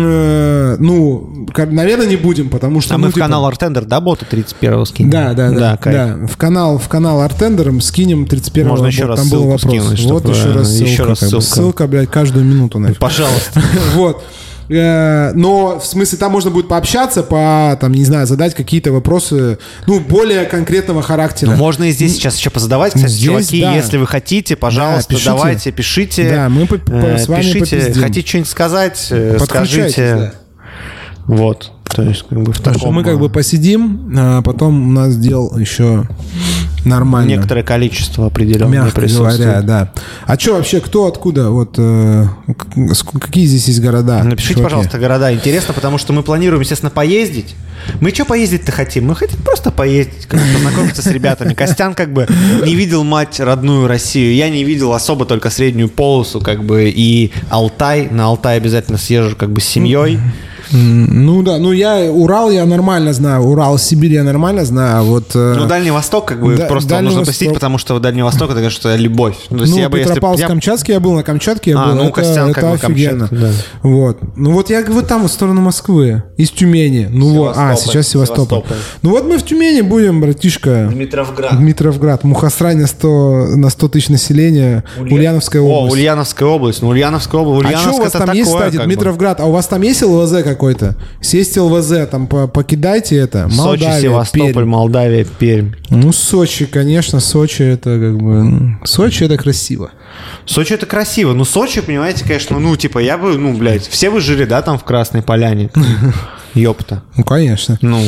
ну, наверное, не будем, потому что... А ну, мы в типа... канал Артендер, да, бота тридцать первого скинем? Да, да, да. да, да. В канал, в канал Артендером скинем тридцать первого. Можно еще раз там был вопрос. Скинуть, вот чтобы... еще раз ссылка. Еще раз ссылка. Ссылка, блядь, каждую минуту. Нафиг. Пожалуйста. Вот. Но, в смысле, там можно будет пообщаться, по, там, не знаю, задать какие-то вопросы, ну, более конкретного характера. Ну, можно и здесь сейчас еще позадавать, кстати, здесь, чуваки, да. Если вы хотите, пожалуйста, да, пишите. Давайте, пишите. Да, мы по, по, с вами пишите, попиздим. Хотите что-нибудь сказать, скажите. Да. Вот. То есть, как бы в таком... Мы как бы посидим, а потом у нас дел еще нормально. Некоторое количество определенное мягко присутствует. Говоря, да. А что вообще, кто, откуда? Вот э, какие здесь есть города? Напишите, чуваки? Пожалуйста, города. Интересно, потому что мы планируем, естественно, поездить. Мы что поездить-то хотим? Мы хотим просто поездить, как бы познакомиться с ребятами. Костян как бы не видел мать родную Россию. Я не видел особо только среднюю полосу, как бы, и Алтай. На Алтай обязательно съезжу как бы с семьей. Ну да, ну я Урал я нормально знаю, Урал, Сибирь я нормально знаю, вот. Ну Дальний Восток как бы да, просто Дальний нужно Восток... посетить, потому что Дальний Восток это, конечно, любовь. Ну, ну я бы, Петропавловск-Камчатский я был, на Камчатке я а, был, ну, это, Костян, это как офигенно. Камчатка, да. Вот, ну вот я вот там вот в сторону Москвы, из Тюмени, ну вот, а сейчас Севастополь. Севастополь. Ну вот мы в Тюмени будем, братишка. Дмитровград. Дмитровград, Мухосрань на сто на сто тысяч населения, Улья... Ульяновская область. О, Ульяновская область, ну Ульяновская область. А что у вас там есть, кстати, Дмитровград? А у вас там есть ЛВЗ какой-то? Есть ЛВЗ, там покидайте это. Молдавия, Сочи, Севастополь, Пермь. Молдавия, Пермь. Ну, Сочи, конечно, Сочи это как бы... Сочи это красиво. Сочи это красиво. Ну, Сочи, понимаете, конечно, ну, типа, я бы, ну, блядь, все вы жили, да, там в Красной Поляне? Ёпта. Ну, конечно. Ну.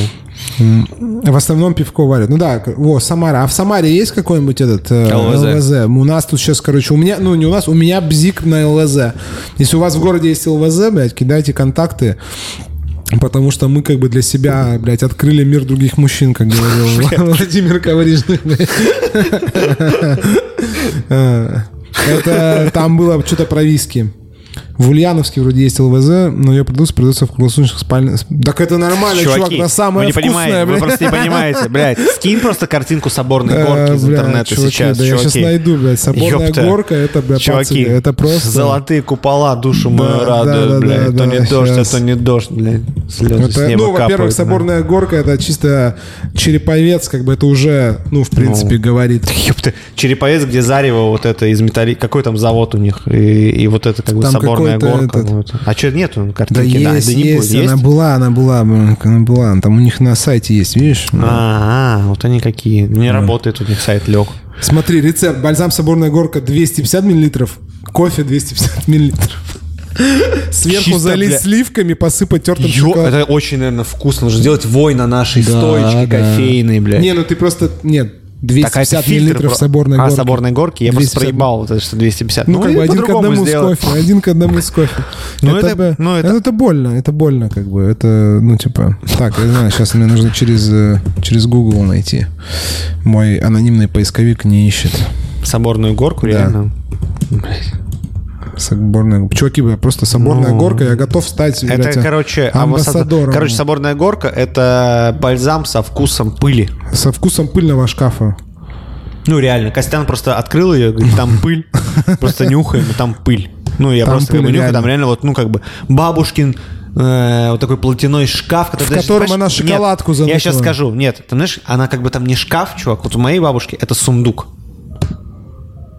В основном пивко варят. Ну да, о, Самара. А в Самаре есть какой-нибудь этот э, ЛВЗ? ЛВЗ? У нас тут сейчас, короче, у меня, ну не у нас, у меня бзик на ЛВЗ. Если у вас в городе есть ЛВЗ, блядь, кидайте контакты. Потому что мы как бы для себя, блядь, открыли мир других мужчин, как говорил Владимир Коврижных. Это там было что-то про виски. В Ульяновске вроде есть ЛВЗ, но ее продукция продается в круглосуточных спальных... Так это нормально, чуваки, чувак, на самое вы не вкусное, понимаете, блядь. Вы просто не понимаете, блядь. Скинь просто картинку Соборной горки из интернета сейчас, да, я сейчас найду, блядь. Соборная горка, это, блядь, чуваки, это просто... Золотые купола душу мою радуют, блядь. То не дождь, а то не дождь, блядь. Слезы с неба Ну, во-первых, Соборная горка, это чисто Череповец, как бы это уже, ну, в принципе, говорит. Ёпта, Череповец, где зарево вот это из металли... Какой там завод у них? И вот это как бы Соборная горка. А что, нету картинки? Да, да, есть, да не есть, будет. Она есть? была, она была, она была. Там у них на сайте есть, видишь? А, вот они какие. Не mm. работает у них сайт, лег. Смотри, рецепт. Бальзам Соборная горка двести пятьдесят миллилитров, кофе двести пятьдесят миллилитров. Сверху Чисто, залить бля... сливками, посыпать тертым Ё, шоколадом. Это очень, наверное, вкусно. Нужно сделать вой на нашей да, стоечке да. кофейной, блядь. Не, ну ты просто... Нет. двести пятьдесят миллилитров Соборной горки. А, Соборной горки? Я просто проебал, вот это, что двести пятьдесят. Ну, ну как бы один к одному сделать. с кофе. Один к одному с кофе. Ну, это, это, ну, это... это, это больно, это больно, как бы. Это, ну, типа... Так, я знаю, сейчас мне нужно через, через Google найти. Мой анонимный поисковик не ищет. Соборную горку, да. реально? Блядь. Соборная... Чуваки, просто Соборная ну, горка, я готов стать, это, блядь, короче, амбассадором. Короче, Соборная горка — это бальзам со вкусом пыли. Со вкусом пыльного шкафа. Ну, реально. Костян просто открыл ее, говорит, там пыль. Просто нюхаем, и там пыль. Ну, я просто как бы нюхаю, там реально вот, ну, как бы бабушкин вот такой платяной шкаф. В котором она шоколадку заносила. Я сейчас скажу. Нет, ты знаешь, она как бы там не шкаф, чувак. Вот у моей бабушки это сундук.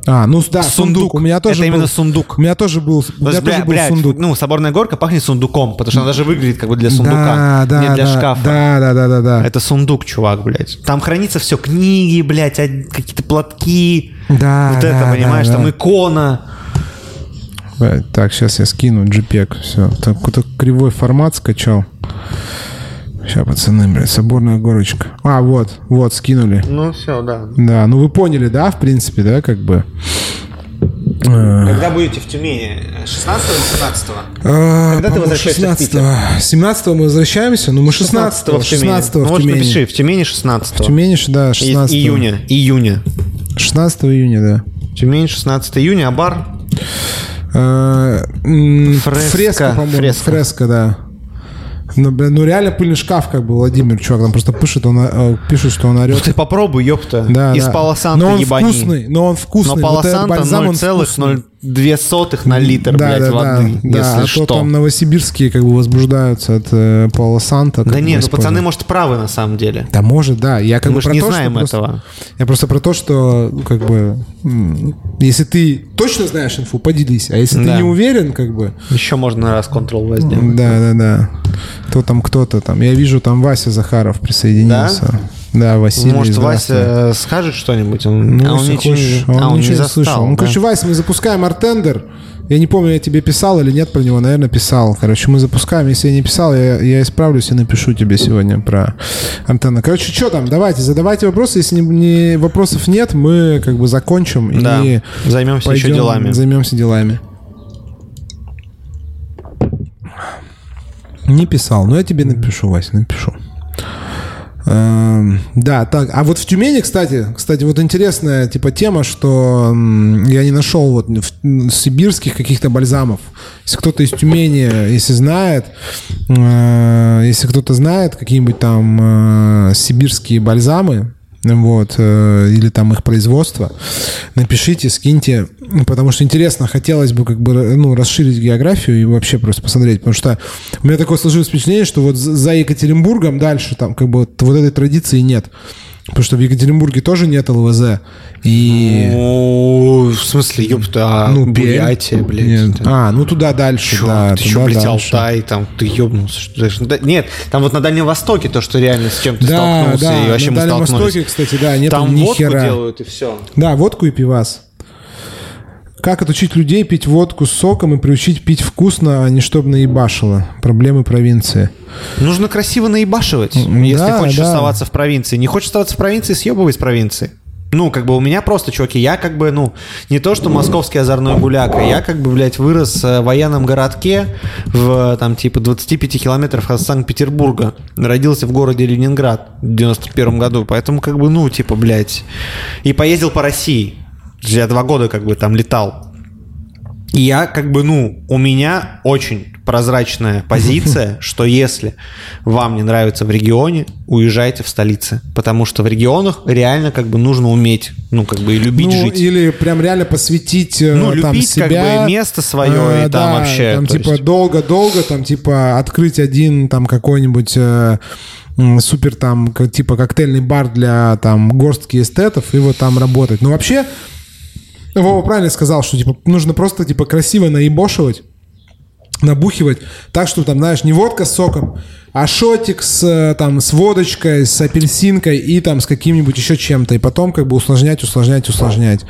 А, ну да, сундук. Сундук. У меня тоже Это был, именно сундук. У меня тоже был, у меня Бля, тоже был блядь, сундук. ну, Соборная горка пахнет сундуком, потому что она даже выглядит как бы для сундука, Да, да, не для да, шкафа. Да, да, да, да, да. Это сундук, чувак, блядь. Там хранится все, книги, блядь, какие-то платки. Да, вот да, это, понимаешь, да, там да. икона. Так, сейчас я скину джей-пег. Все. Так, какой-то кривой формат скачал. Сейчас, пацаны, блядь, соборная горочка. А, вот, вот, скинули. Ну, все, да. Да, ну вы поняли, да, в принципе, да, как бы. Когда будете в Тюмени? шестнадцатого или семнадцатого? А, Когда ты возвращаешься в Питер? семнадцатого мы возвращаемся, ну мы шестнадцатого. шестнадцатого ну, в вот Тюмени. напиши, в Тюмени шестнадцатого. В Тюмени, да, шестнадцатого. Июня, июня. шестнадцатого июня, да. Тюмень, шестнадцатого июня, а бар? А, м, Фреска, Фреска, по-моему. фреска. Фреска, да. Ну, бля, ну реально пыльный шкаф, как бы, Владимир, чувак, там просто пишет, он, э, пишет, что он орет. Ну ты попробуй, ёпта. Да, Из да. Пало-Санто Но он ебани. вкусный, но он вкусный. Но Вот этот Пало-Санто бальзам, он ноль целых вкусный. ноль две сотых на литр, Да, блядь, да, воды, да, если да, а что. то там новосибирские как бы возбуждаются от э, Пало-Санто. Да не, ну пацаны, может, правы на самом деле. Да, может, да. Я как Мы бы же про не то, знаем что просто- этого. Я просто про то, что ну, как бы м, если ты точно знаешь инфу, поделись. А если Да. ты не уверен, как бы. Еще можно раз Ctrl-V сделать. Да, да, да. То там кто-то там. Я вижу, там Вася Захаров присоединился. Да, Василий. Может, здравствуй. Вася скажет что-нибудь? Он, Ну, а он если ничего, хочешь, не, он а, он ничего не не слышал. застал. Ну, да? короче, Вася, мы запускаем артендер. Я не помню, я тебе писал или нет про него. Наверное, писал. Короче, мы запускаем. Если я не писал, я, я исправлюсь и напишу тебе сегодня про антенну. Короче, что там? Давайте, задавайте вопросы. Если не, не- вопросов нет, мы как бы закончим Да, и займемся еще пойдем, делами. Займемся делами. Не писал, но я тебе напишу, Вася, напишу. Эм, Да, так. А вот в Тюмени, кстати, кстати, вот интересная типа тема, что м, я не нашел вот в- м, сибирских каких-то бальзамов. Если кто-то из Тюмени, если знает, э, если кто-то знает какие-нибудь там э, сибирские бальзамы, вот, э, или там их производство, напишите, скиньте, потому что интересно, хотелось бы как бы ну, расширить географию и вообще просто посмотреть, потому что у меня такое сложилось впечатление, что вот за за Екатеринбургом дальше там как бы вот, вот этой традиции нет. Потому что в Екатеринбурге тоже нет эл вэ зэ. И... Ну, в смысле, ёпта, а Ну, Пермь. Бурятия, блядь. Нет. это- А, ну туда дальше, Чё, да. ты еще, туда блядь, дальше. Алтай, там, ты ёбнулся. Что ты- да, нет, там вот на Дальнем Востоке то, что реально с чем ты Да, столкнулся, да, и вообще на мы Дальнем столкнулись. Востоке, кстати, да, нету Там ни водку хера. делают, и все. Да, водку и пивас. Как отучить людей пить водку с соком и приучить пить вкусно, а не чтобы наебашило? Проблемы провинции. Нужно красиво наебашивать, М, если да, хочешь да. оставаться в провинции. Не хочешь оставаться в провинции, съебывай из провинции. Ну, как бы у меня просто, чуваки, я как бы, ну, не то, что московский озорной гуляка, я как бы, блядь, вырос э, в военном городке в, там, типа, двадцати пяти километрах от Санкт-Петербурга. Родился в городе Ленинград в девяносто первом году, поэтому, как бы, ну, типа, блядь, и поездил по России. Я два года, как бы, там летал. И я, как бы, ну, у меня очень прозрачная позиция, что если вам не нравится в регионе, уезжайте в столицы. Потому что в регионах реально, как бы, нужно уметь, ну, как бы, и любить Ну, жить. или прям реально посвятить э, Ну, там, любить, себя. как бы, место свое, Э, и там да, вообще, Там, то типа, есть- долго-долго, там, типа, открыть один, там, какой-нибудь э, м, супер, там, как, типа, коктейльный бар для, там, горстки эстетов, и вот там работать. Ну, вообще, Вова правильно сказал, что, типа, нужно просто, типа, красиво наебошивать, набухивать так, чтобы там, знаешь, не водка с соком, а шотик с, э, там, с водочкой, с апельсинкой и там с каким-нибудь еще чем-то. И потом как бы усложнять, усложнять, усложнять.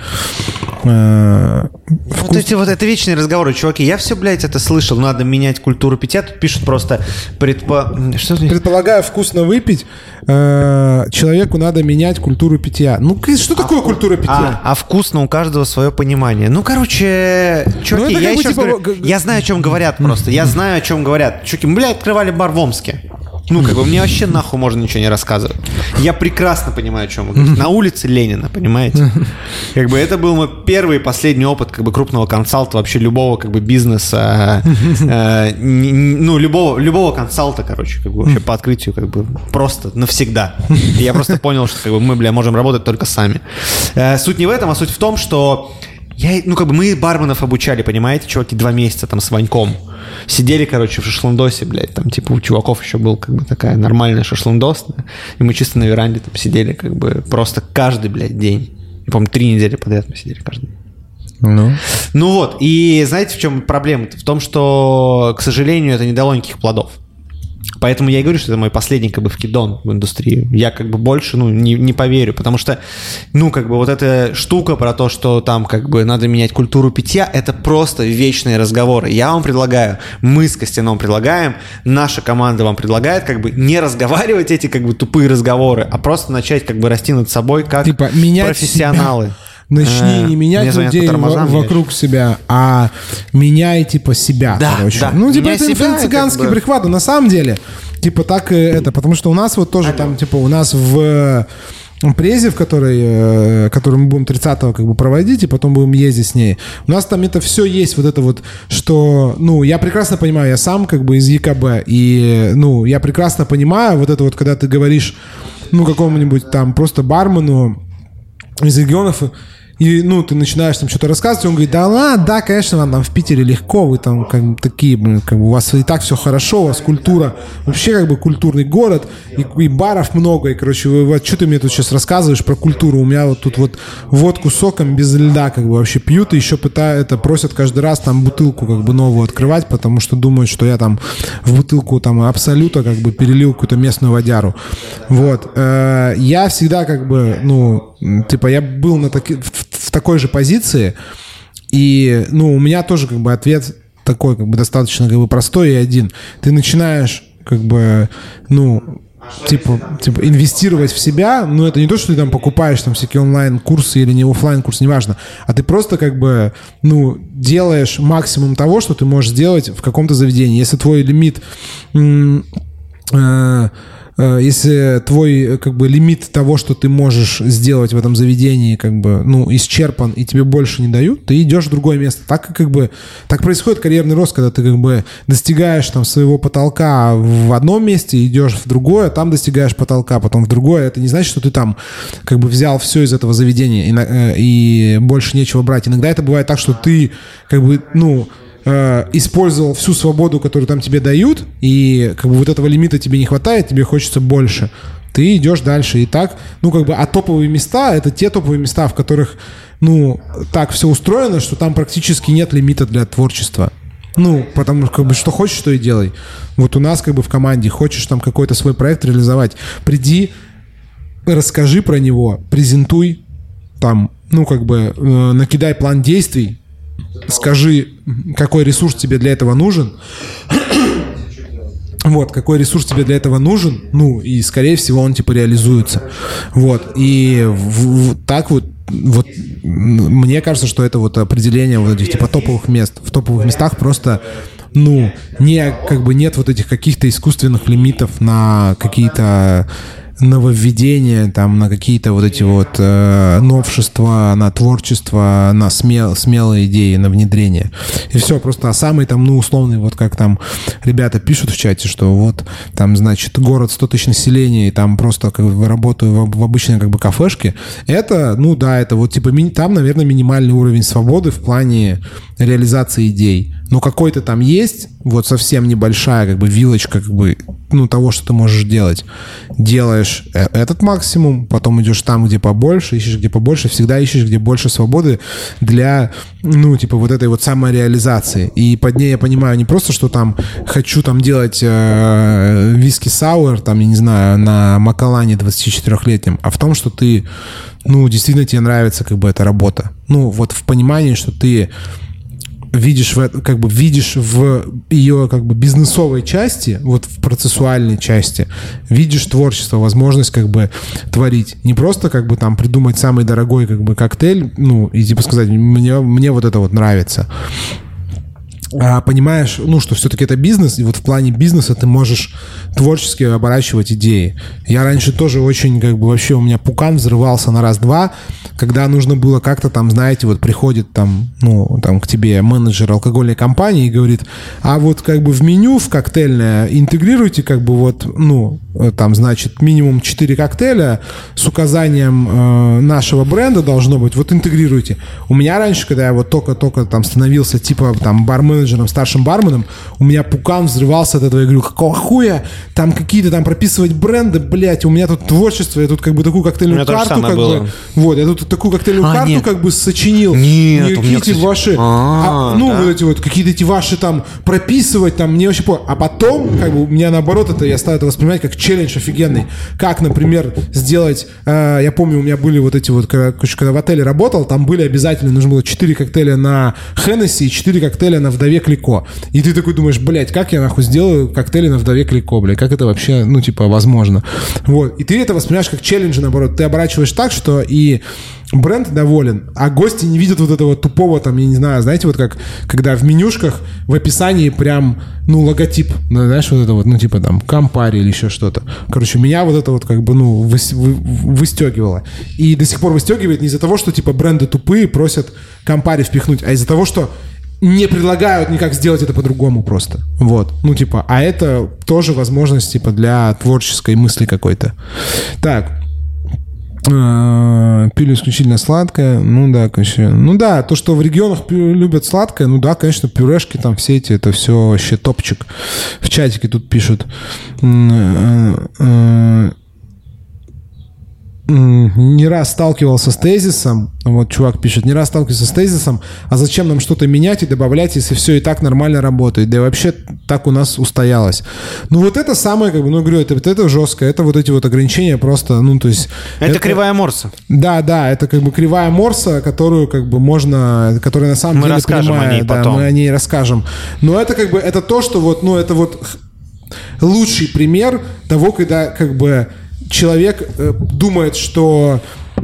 Э, Вот вкус- эти вот, это вечные разговоры, чуваки. Я все, блядь, это слышал. Надо менять культуру питья. Тут пишут просто предпо... Что здесь? Предполагаю, вкусно выпить, э, человеку надо менять культуру питья. Ну, к- что такое культура питья? А, а вкусно у каждого свое понимание. Ну, короче, чуваки, это я как бы еще раз типа говорю, г- г- я знаю, о чем говорят просто. Я знаю, о чем говорят. Чуваки, мы, блядь, открывали бар в Омске. Ну, как бы, мне вообще нахуй можно ничего не рассказывать. Я прекрасно понимаю, о чем вы говорите. На улице Ленина, понимаете? Как бы это был мой первый и последний опыт как бы крупного консалта, вообще любого как бы бизнеса, э, не- не- ну, любого, любого консалта, короче, как бы вообще по открытию как бы просто навсегда. И я просто понял, что как бы мы, бля, можем работать только сами. Э, суть не в этом, а суть в том, что я, ну, как бы мы барменов обучали, понимаете, чуваки, два месяца там с Ваньком. Сидели, короче, в шашлындосе, блядь, там, типа, у чуваков еще был, как бы, такая нормальная шашлындос, и мы чисто на веранде там сидели, как бы, просто каждый, блядь, день. Я помню, три недели подряд мы сидели каждый день. Ну. ну вот, и знаете, в чем проблема? В том, что, к сожалению, это не дало никаких плодов. Поэтому я и говорю, что это мой последний как бы вкидон в индустрию. Я как бы больше ну, не, не поверю, потому что, ну, как бы вот эта штука про то, что там как бы надо менять культуру питья, это просто вечные разговоры. Я вам предлагаю, мы с Костяном предлагаем, наша команда вам предлагает как бы не разговаривать эти как бы тупые разговоры, а просто начать как бы расти над собой как типа, профессионалы. Себя. Начни не менять людей в, вокруг себя, а меняй, типа, себя, да, короче. Да. Ну, типа, меняй это себя, цыганский как бы... прихват, на самом деле. Типа, так это, потому что у нас вот тоже там, типа, у нас в презе, в которой, которую мы будем тридцатого как бы проводить, и потом будем ездить с ней, у нас там это все есть, вот это вот, что, ну, я прекрасно понимаю, я сам как бы из ЕКБ, и, ну, я прекрасно понимаю вот это вот, когда ты говоришь, ну, какому-нибудь там просто бармену из регионов, и, ну, ты начинаешь там что-то рассказывать, он говорит, да ладно, да, конечно, вам там в Питере легко, вы там как бы такие, блин, как бы у вас и так все хорошо, у вас культура, вообще как бы культурный город, и, и баров много, и, короче, вы, вот, что ты мне тут сейчас рассказываешь про культуру, у меня вот тут вот водку соком без льда как бы вообще пьют, и еще пытают, это просят каждый раз там бутылку как бы новую открывать, потому что думают, что я там в бутылку там Абсолюта как бы перелил какую-то местную водяру. Вот. Я всегда как бы, ну, типа, я был на таких в такой же позиции, и, ну, у меня тоже, как бы, ответ такой, как бы, достаточно, как бы, простой и один. Ты начинаешь, как бы, ну, типа, типа, инвестировать в себя, но это не то, что ты там покупаешь там всякие онлайн-курсы или не офлайн-курсы, неважно, а ты просто, как бы, ну, делаешь максимум того, что ты можешь сделать в каком-то заведении. Если твой лимит... М- э- Если твой, как бы, лимит того, что ты можешь сделать в этом заведении, как бы, ну, исчерпан, и тебе больше не дают, ты идешь в другое место. Так, как бы, так происходит карьерный рост, когда ты, как бы, достигаешь там своего потолка в одном месте, идешь в другое, там достигаешь потолка, потом в другое. Это не значит, что ты там, как бы, взял все из этого заведения и, и больше нечего брать. Иногда это бывает так, что ты, как бы, ну... использовал всю свободу, которую там тебе дают, и как бы вот этого лимита тебе не хватает, тебе хочется больше. Ты идешь дальше. И так, ну, как бы, а топовые места — это те топовые места, в которых, ну, так все устроено, что там практически нет лимита для творчества. Ну, потому что, как бы, что хочешь, то и делай. Вот у нас, как бы, в команде хочешь там какой-то свой проект реализовать, приди, расскажи про него, презентуй, там, ну, как бы, э, накидай план действий, скажи, какой ресурс тебе для этого нужен. Вот, какой ресурс тебе для этого нужен, ну, и, скорее всего, он, типа, реализуется. Вот, и в, в, так вот, вот, мне кажется, что это вот определение вот этих, типа, топовых мест. В топовых местах просто, ну, не, как бы нет вот этих каких-то искусственных лимитов на какие-то нововведения, там, на какие-то вот эти вот э, новшества, на творчество, на смел, смелые идеи, на внедрение. И все, просто а самый там, ну, условный, вот как там ребята пишут в чате, что вот там, значит, город сто тысяч населения, и там просто как бы работаю в, в обычной как бы кафешке, это, ну да, это вот типа, ми, там, наверное, минимальный уровень свободы в плане реализации идей. Но какой-то там есть, вот совсем небольшая как бы вилочка как бы, ну, того, что ты можешь делать. Делаешь этот максимум, потом идешь там, где побольше, ищешь, где побольше, всегда ищешь, где больше свободы для, ну, типа, вот этой вот самореализации. И под ней я понимаю не просто, что там хочу там делать э, виски-сауэр, там, я не знаю, на Макалане двадцатичетырёхлетнем, а в том, что ты, ну, действительно тебе нравится как бы эта работа. Ну, вот в понимании, что ты видишь в, как бы видишь в ее как бы бизнесовой части, вот в процессуальной части, видишь творчество, возможность как бы творить. Не просто как бы там придумать самый дорогой как бы коктейль, ну, и типа сказать, мне, мне вот это вот нравится. А понимаешь, ну, что все-таки это бизнес, и вот в плане бизнеса ты можешь творчески оборачивать идеи. Я раньше тоже очень, как бы, вообще у меня пукан взрывался на раз-два, когда нужно было как-то там, знаете, вот приходит там, ну, там к тебе менеджер алкогольной компании и говорит, а вот как бы в меню, в коктейльное интегрируйте как бы вот, ну, там, значит, минимум четыре коктейля с указанием э, нашего бренда должно быть, вот интегрируйте. У меня раньше, когда я вот только-только там становился типа там бармен менеджером, старшим барменом, у меня пукан взрывался от этого. Я говорю, какого хуя? Там какие-то там прописывать бренды, блядь, у меня тут творчество, я тут как бы такую коктейльную карту как было. бы... Вот, я тут такую коктейльную а, карту нет. как бы сочинил. Нет, у меня, какие-то кстати... ваши... А, ну, да? вот эти вот, какие-то эти ваши там прописывать, там, мне вообще по... А потом, как бы, у меня наоборот, это я стал это воспринимать как челлендж офигенный. Как, например, сделать... Э, я помню, у меня были вот эти вот, когда, когда в отеле работал, там были обязательно, нужно было четыре коктейля на Хеннесси и четыре коктейля на Вдове Клико. И ты такой думаешь, блядь, как я нахуй сделаю коктейли на Вдове Клико, блядь, как это вообще, ну, типа, возможно. Вот. И ты это воспринимаешь как челлендж, наоборот. Ты оборачиваешь так, что и бренд доволен, а гости не видят вот этого тупого, там, я не знаю, знаете, вот как, когда в менюшках в описании прям, ну, логотип, ну, знаешь, вот это вот, ну, типа там, Кампари или еще что-то. Короче, меня вот это вот как бы, ну, выс- вы- выстегивало. И до сих пор выстегивает не из-за того, что, типа, бренды тупые просят Кампари впихнуть, а из-за того, что не предлагают никак сделать это по-другому просто. Вот. Ну, типа, а это тоже возможность, типа, для творческой мысли какой-то. Так. Пили исключительно сладкое. Ну да, конечно. Ну да, то, что в регионах любят сладкое, ну да, конечно, пюрешки там все эти, это все вообще топчик. В чатике тут пишут. Не раз сталкивался с тезисом, вот чувак пишет, не раз сталкивался с тезисом, а зачем нам что-то менять и добавлять, если все и так нормально работает, да и вообще так у нас устоялось. Ну вот это самое, как бы, ну говорю, это, это жестко, это вот эти вот ограничения просто, ну то есть... Это, это кривая Морса. Да, да, это как бы кривая Морса, которую как бы можно, которая на самом мы деле расскажем прямая, о ней да, потом. мы о ней расскажем. Но это как бы, это то, что вот, ну это вот лучший пример того, когда как бы человек э, думает, что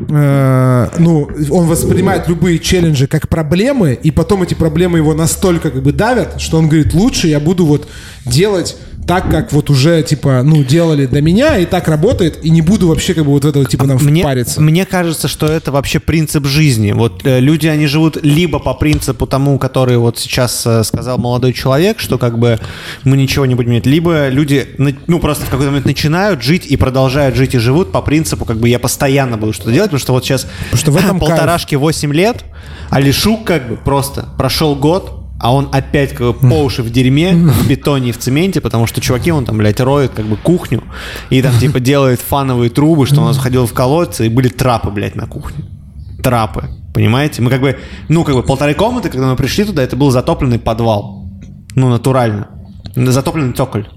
э, ну, он воспринимает любые челленджи как проблемы, и потом эти проблемы его настолько как бы давят, что он говорит, лучше я буду вот делать так, как вот уже, типа, ну, делали до меня, и так работает, и не буду вообще, как бы, вот этого, типа, нам мне, впариться. Мне кажется, что это вообще принцип жизни. Вот э, люди, они живут либо по принципу тому, который вот сейчас э, сказал молодой человек, что, как бы, мы ничего не будем менять, либо люди, ну, просто в какой-то момент начинают жить и продолжают жить и живут по принципу, как бы, я постоянно буду что-то делать, потому что вот сейчас потому что в этом полторашке восемь лет, а Лешук, как бы, просто прошел год, а он опять как бы по уши в дерьме, в бетоне и в цементе, потому что чуваки, он там, блядь, роет как бы кухню и там типа делает фановые трубы, что у нас ходил в колодцы, и были трапы, блядь, на кухне. Трапы, понимаете? Мы как бы, ну как бы полторы комнаты, когда мы пришли туда, это был затопленный подвал. Ну, натурально. Затопленный цоколь.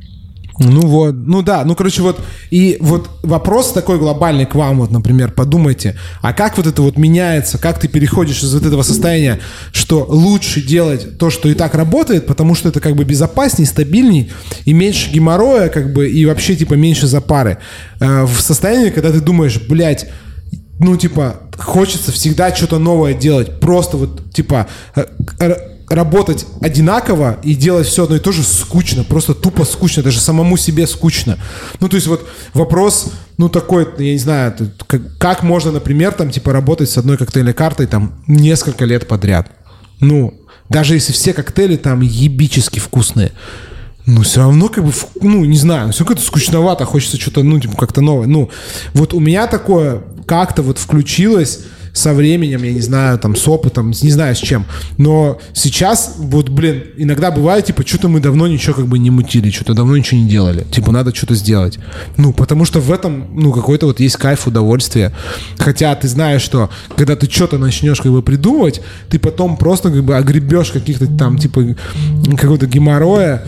Ну вот, ну да, ну короче вот, и вот вопрос такой глобальный к вам, вот, например, подумайте, а как вот это вот меняется, как ты переходишь из вот этого состояния, что лучше делать то, что и так работает, потому что это как бы безопасней, стабильней и меньше геморроя, как бы, и вообще типа меньше запары, э, в состоянии, когда ты думаешь, блядь, ну типа хочется всегда что-то новое делать, просто вот типа... Э, э, работать одинаково и делать все одно и то же скучно, просто тупо скучно, даже самому себе скучно. Ну, то есть вот вопрос, ну, такой, я не знаю, как, как можно, например, там, типа, работать с одной коктейльной картой там несколько лет подряд. Ну, даже если все коктейли там ебически вкусные, ну, все равно, как бы, ну, не знаю, все как-то скучновато, хочется что-то, ну, типа, как-то новое. Ну, вот у меня такое как-то вот включилось со временем, я не знаю, там, с опытом, не знаю с чем. Но сейчас, вот, блин, иногда бывает, типа, что-то мы давно ничего как бы не мутили, что-то давно ничего не делали. Типа, надо что-то сделать. Ну, потому что в этом, ну, какой-то вот есть кайф, удовольствие. Хотя ты знаешь, что когда ты что-то начнешь как бы придумывать, ты потом просто как бы огребешь каких-то там, типа, какого-то геморроя,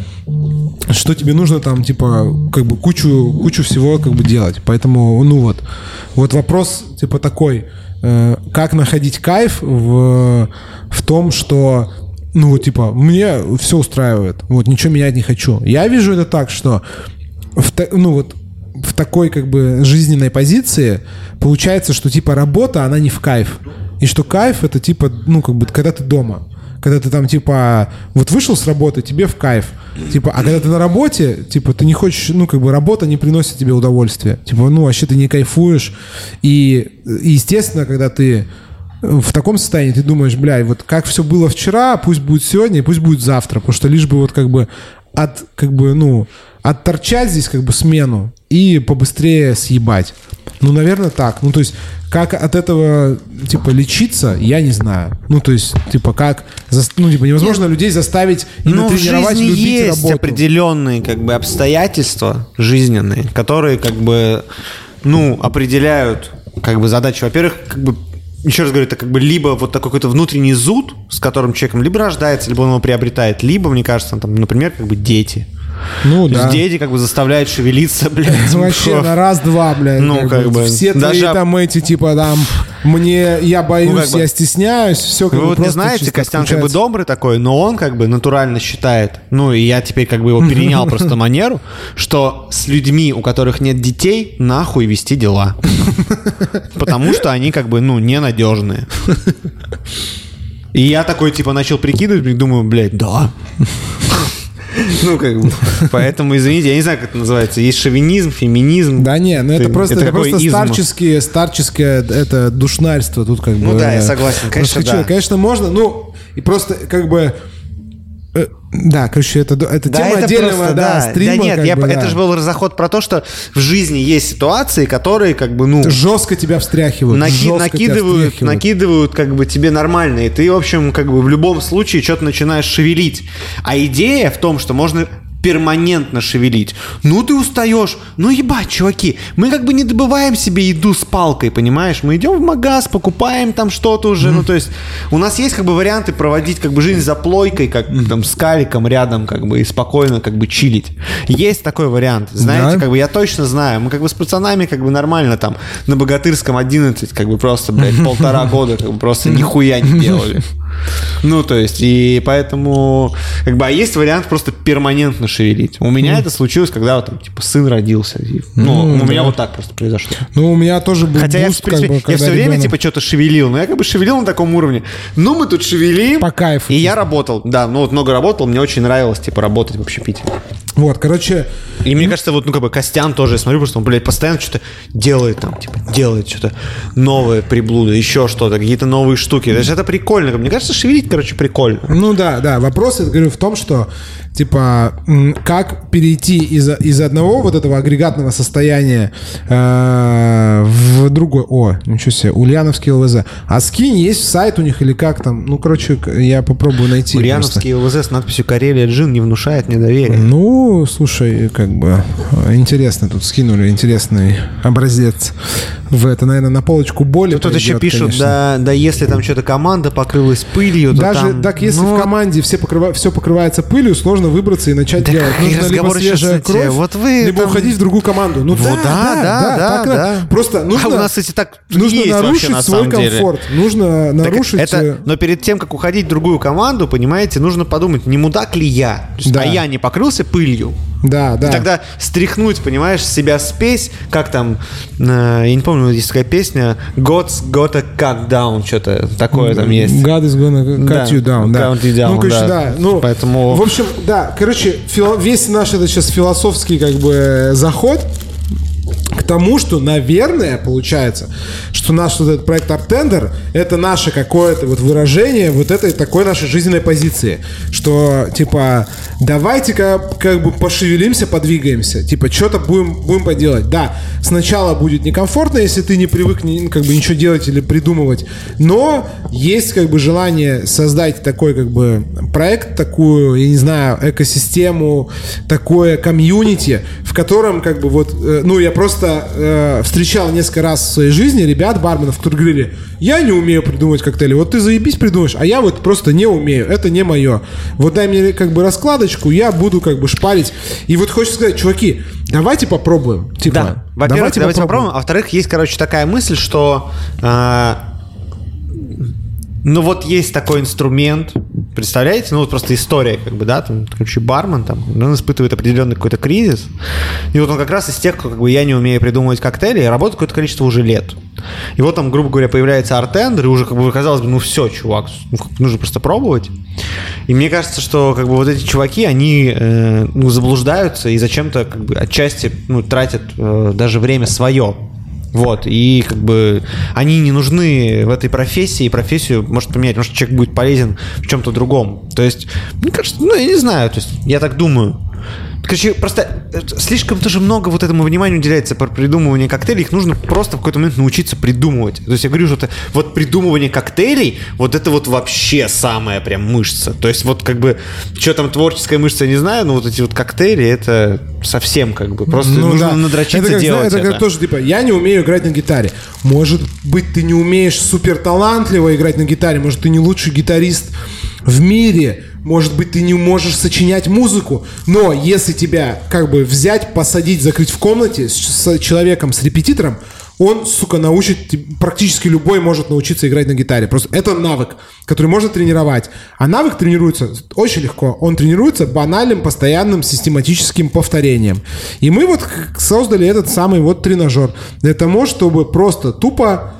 что тебе нужно там, типа, как бы кучу, кучу всего как бы делать. Поэтому, ну вот. Вот вопрос, типа, такой... Как находить кайф в, в том, что, ну, вот, типа, мне все устраивает, вот, ничего менять не хочу. Я вижу это так, что, в, ну, вот, в такой, как бы, жизненной позиции получается, что, типа, работа, она не в кайф. И что кайф — это, типа, ну, как бы, когда ты дома. Когда ты там, типа, вот вышел с работы, тебе в кайф. Типа, а когда ты на работе, типа, ты не хочешь, ну, как бы, работа не приносит тебе удовольствия. Типа, ну, вообще ты не кайфуешь. И, и естественно, когда ты в таком состоянии, ты думаешь, бля, вот как все было вчера, пусть будет сегодня, пусть будет завтра. Потому что лишь бы вот, как бы, от, как бы, ну, отторчать здесь, как бы, смену, и побыстрее съебать. Ну, наверное, так. Ну, то есть, как от этого, типа, лечиться, я не знаю. Ну, то есть, типа, как... Ну, типа, невозможно Нет. людей заставить и ну, натренировать любить есть работу. Определенные, как бы, обстоятельства жизненные, которые, как бы, ну, определяют, как бы, задачу. Во-первых, как бы, еще раз говорю, это как бы либо вот такой какой-то внутренний зуд, с которым человеком либо рождается, либо он его приобретает, либо, мне кажется, там, например, как бы дети. Ну, то да. есть дети как бы заставляют шевелиться, блядь. Вообще на раз-два, блядь. Ну, как, как бы. Все Даже... твои там эти, типа, там, мне, я боюсь, ну, как бы... я стесняюсь, все как Вы бы вот не знаете, Костян как бы добрый такой, но он как бы натурально считает, ну, и я теперь как бы его перенял просто манеру, что с людьми, у которых нет детей, нахуй вести дела. Потому что они как бы, ну, ненадежные. И я такой, типа, начал прикидывать, думаю, блядь, да. Ну, как бы, поэтому, извините, я не знаю, как это называется. Есть шовинизм, феминизм. Да не, ну это, это просто, это просто старческие, старческое это душнальство тут как бы. Ну да, я согласен, конечно, да. Конечно, можно, ну, и просто как бы... Да, короче, это, это да, тема это отдельного просто, да, да, стрима. Да нет, я, бы, это да. же был заход про то, что в жизни есть ситуации, которые как бы, ну... Жестко тебя встряхивают. Наки- жестко накидывают, тебя накидывают как бы тебе нормально. И ты, в общем, как бы в любом случае что-то начинаешь шевелить. А идея в том, что можно... перманентно шевелить. Ну, ты устаешь. Ну, ебать, чуваки, мы как бы не добываем себе еду с палкой, понимаешь? Мы идем в магаз, покупаем там что-то уже. Mm-hmm. Ну, то есть у нас есть как бы варианты проводить как бы жизнь за плойкой, как mm-hmm. там с Каликом рядом, как бы и спокойно как бы чилить. Есть такой вариант. Знаете, yeah. как бы я точно знаю. Мы как бы с пацанами как бы нормально там на Богатырском одиннадцать как бы просто, блядь, полтора года как бы просто нихуя не делали. Ну, то есть, и поэтому, как бы, а есть вариант просто перманентно шевелить. У меня mm. это случилось, когда вот, там, типа, сын родился. И, ну, mm, у меня да. вот так просто произошло. Ну, у меня тоже был Хотя буст, я, в принципе, как бы, я все время, ребенок... типа, что-то шевелил, но я как бы шевелил на таком уровне. Ну, мы тут шевелим. По кайфу. И я работал, да, ну, вот много работал, мне очень нравилось, типа, работать в общепите. Вот, короче... И мне кажется, вот, ну, как бы, Костян тоже, я смотрю, просто он, блядь, постоянно что-то делает там, типа, делает что-то новое приблуды, еще что-то, какие-то новые штуки. То есть это прикольно. Мне кажется, шевелить, короче, прикольно. Ну, да, да. Вопрос, я говорю, в том, что, типа, как перейти из, из одного вот этого агрегатного состояния э, в другой... О, ничего себе, Ульяновский ЛВЗ. А скинь, есть сайт у них или как там? Ну, короче, я попробую найти. Ульяновский ЛВЗ с надписью «Карелия Джин» не внушает недоверия. Ну, слушай, как бы интересно, тут скинули интересный образец. В это, наверное, на полочку боли. Тут пойдет, еще пишут, да, да, если там что-то команда покрылась пылью, то даже там... так, если ну... в команде все, покрыва... все покрывается пылью, сложно выбраться и начать да делать. Нужно либо свежая кровь, вот вы либо там... уходить в другую команду. Ну вот да, да, да, да, да, да. Просто нужно, а у нас, кстати, так нужно нарушить вообще, свой комфорт. Деле. Нужно нарушить... Это... Но перед тем, как уходить в другую команду, понимаете, нужно подумать, не мудак ли я? Есть, да. А я не покрылся пылью? Да, да. И тогда стряхнуть, понимаешь, с себя спесь, как там, э, я не помню, есть такая песня God's gotta cut down, что-то такое там есть. God is gonna cut да. you down, да. Count you down, ну, короче, да. да. Ну, поэтому... В общем, да, короче, фило... весь наш это сейчас философский как бы заход к тому, что, наверное, получается, что наш вот этот проект Артендер — это наше какое-то вот выражение вот этой такой нашей жизненной позиции, что, типа, давайте-ка как бы пошевелимся, подвигаемся, типа, что-то будем, будем поделать. Да, сначала будет некомфортно, если ты не привык как бы ничего делать или придумывать, но есть как бы желание создать такой как бы проект, такую, я не знаю, экосистему, такое комьюнити, в котором как бы вот, ну, я просто э, встречал несколько раз в своей жизни ребят, барменов, которые говорили: я не умею придумывать коктейли, вот ты заебись придумаешь, а я вот просто не умею, это не мое. Вот дай мне как бы раскладочку, я буду как бы шпарить. И вот хочется сказать, чуваки, давайте попробуем. Типа, да, во-первых, давайте, давайте попробуем. попробуем. А во-вторых, есть, короче, такая мысль, что... Э, ну вот есть такой инструмент, представляете? Ну вот просто история, как бы, да, там, короче, бармен, там, он испытывает определенный какой-то кризис, и вот он как раз из тех, как бы, я не умею придумывать коктейли, и работает какое-то количество уже лет. И вот там, грубо говоря, появляется Артендер, и уже, как бы, казалось бы, ну все, чувак, ну, нужно просто пробовать. И мне кажется, что, как бы, вот эти чуваки, они, э, ну, заблуждаются и зачем-то, как бы, отчасти, ну, тратят э, даже время свое. Вот, и как бы они не нужны в этой профессии, и профессию может поменять, может, человек будет полезен в чем-то другом. То есть, мне кажется, ну, я не знаю, то есть, я так думаю. Короче, просто слишком тоже много вот этому вниманию уделяется про придумывание коктейлей. Их нужно просто в какой-то момент научиться придумывать. То есть я говорю, что это, вот придумывание коктейлей, вот это вот вообще самая прям мышца. То есть вот как бы, что там творческая мышца, я не знаю, но вот эти вот коктейли, это совсем как бы просто ну, нужно да. надрочиться это как, делать это. Это как тоже типа, я не умею играть на гитаре. Может быть, ты не умеешь супер талантливо играть на гитаре, может, ты не лучший гитарист в мире, может быть, ты не можешь сочинять музыку, но если тебя как бы взять, посадить, закрыть в комнате с, с человеком, с репетитором, он, сука, научит, практически любой может научиться играть на гитаре. Просто это навык, который можно тренировать. А навык тренируется очень легко. Он тренируется банальным, постоянным, систематическим повторением. И мы вот создали этот самый вот тренажер для того, чтобы просто тупо,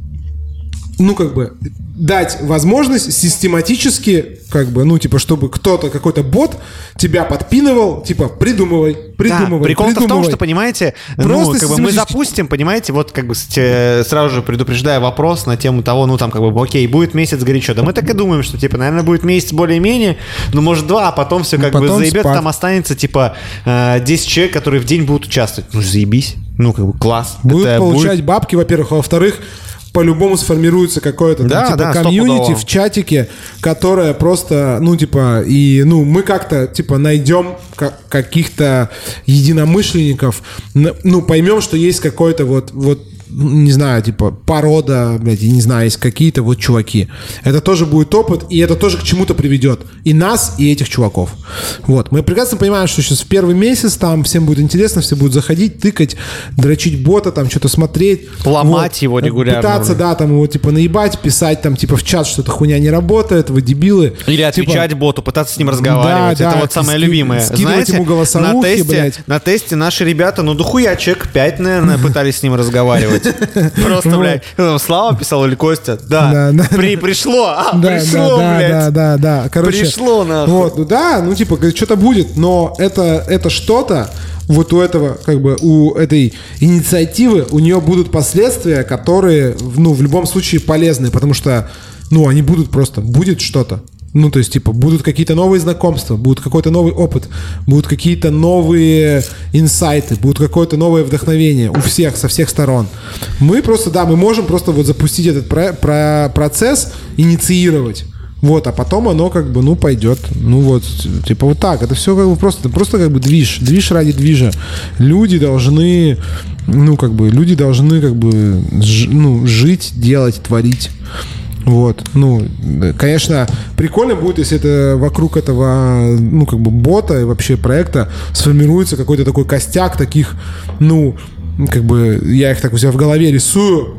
ну, как бы, дать возможность систематически, как бы, ну, типа, чтобы кто-то, какой-то бот тебя подпинывал, типа, придумывай, придумывай, да, прикол-то придумывай. в том, что, понимаете, просто ну, как бы мы запустим, понимаете, вот, как бы, сразу же предупреждая вопрос на тему того, ну, там, как бы, окей, будет месяц горячо. Да мы так и думаем, что, типа, наверное, будет месяц более-менее, ну, может, два, а потом все, как потом бы, заебет, спад. Там останется, типа, десять человек, которые в день будут участвовать. Ну, заебись. Ну, как бы, класс. Будут это получать будет... бабки, во-первых, а во-вторых, по-любому сформируется какое-то там, да, типа, да, комьюнити в чатике, которое просто, ну, типа, и, ну, мы как-то, типа, найдем каких-то единомышленников, ну, поймем, что есть какой-то вот, вот, не знаю, типа, порода, блядь, я не знаю, есть какие-то вот чуваки. Это тоже будет опыт, и это тоже к чему-то приведет. И нас, и этих чуваков. Вот. Мы прекрасно понимаем, что сейчас в первый месяц там всем будет интересно, все будут заходить, тыкать, дрочить бота, там, что-то смотреть. Ломать вот. его регулярно. Пытаться, да, там, его, типа, наебать, писать, там, типа, в чат, что эта хуйня не работает, вы дебилы. Или отвечать типа... боту, пытаться с ним разговаривать. Да, это да, вот самое ски- любимое. Скидывать ему голосовухи, на тесте, блядь. На тесте наши ребята, ну, дохуя, человек пять, наверное, пытались с ним разговаривать. Просто, блядь, Слава писал или Костя? Да. да, да. При, пришло, а, да, пришло, да, блядь. Да, да, да, да. Короче, пришло, нахуй. Вот, ну да, ну типа, что-то будет, но это, это что-то, вот у этого, как бы, у этой инициативы, у нее будут последствия, которые, ну, в любом случае полезны, потому что, ну, они будут просто, будет что-то. Ну, то есть, типа, будут какие-то новые знакомства, будет какой-то новый опыт, будут какие-то новые инсайты, будет какое-то новое вдохновение у всех, со всех сторон. Мы просто, да, мы можем просто вот запустить этот про- про- процесс, инициировать. Вот, а потом оно как бы, ну, пойдет. Ну, вот, типа, вот так. Это все как бы просто, это просто как бы движ. Движ ради движа. Люди должны, ну, как бы, люди должны как бы, ж, ну, жить, делать, творить. Вот, ну, конечно, прикольно будет, если это вокруг этого, ну, как бы бота и вообще проекта сформируется какой-то такой костяк таких, ну, как бы, я их так у себя в голове рисую,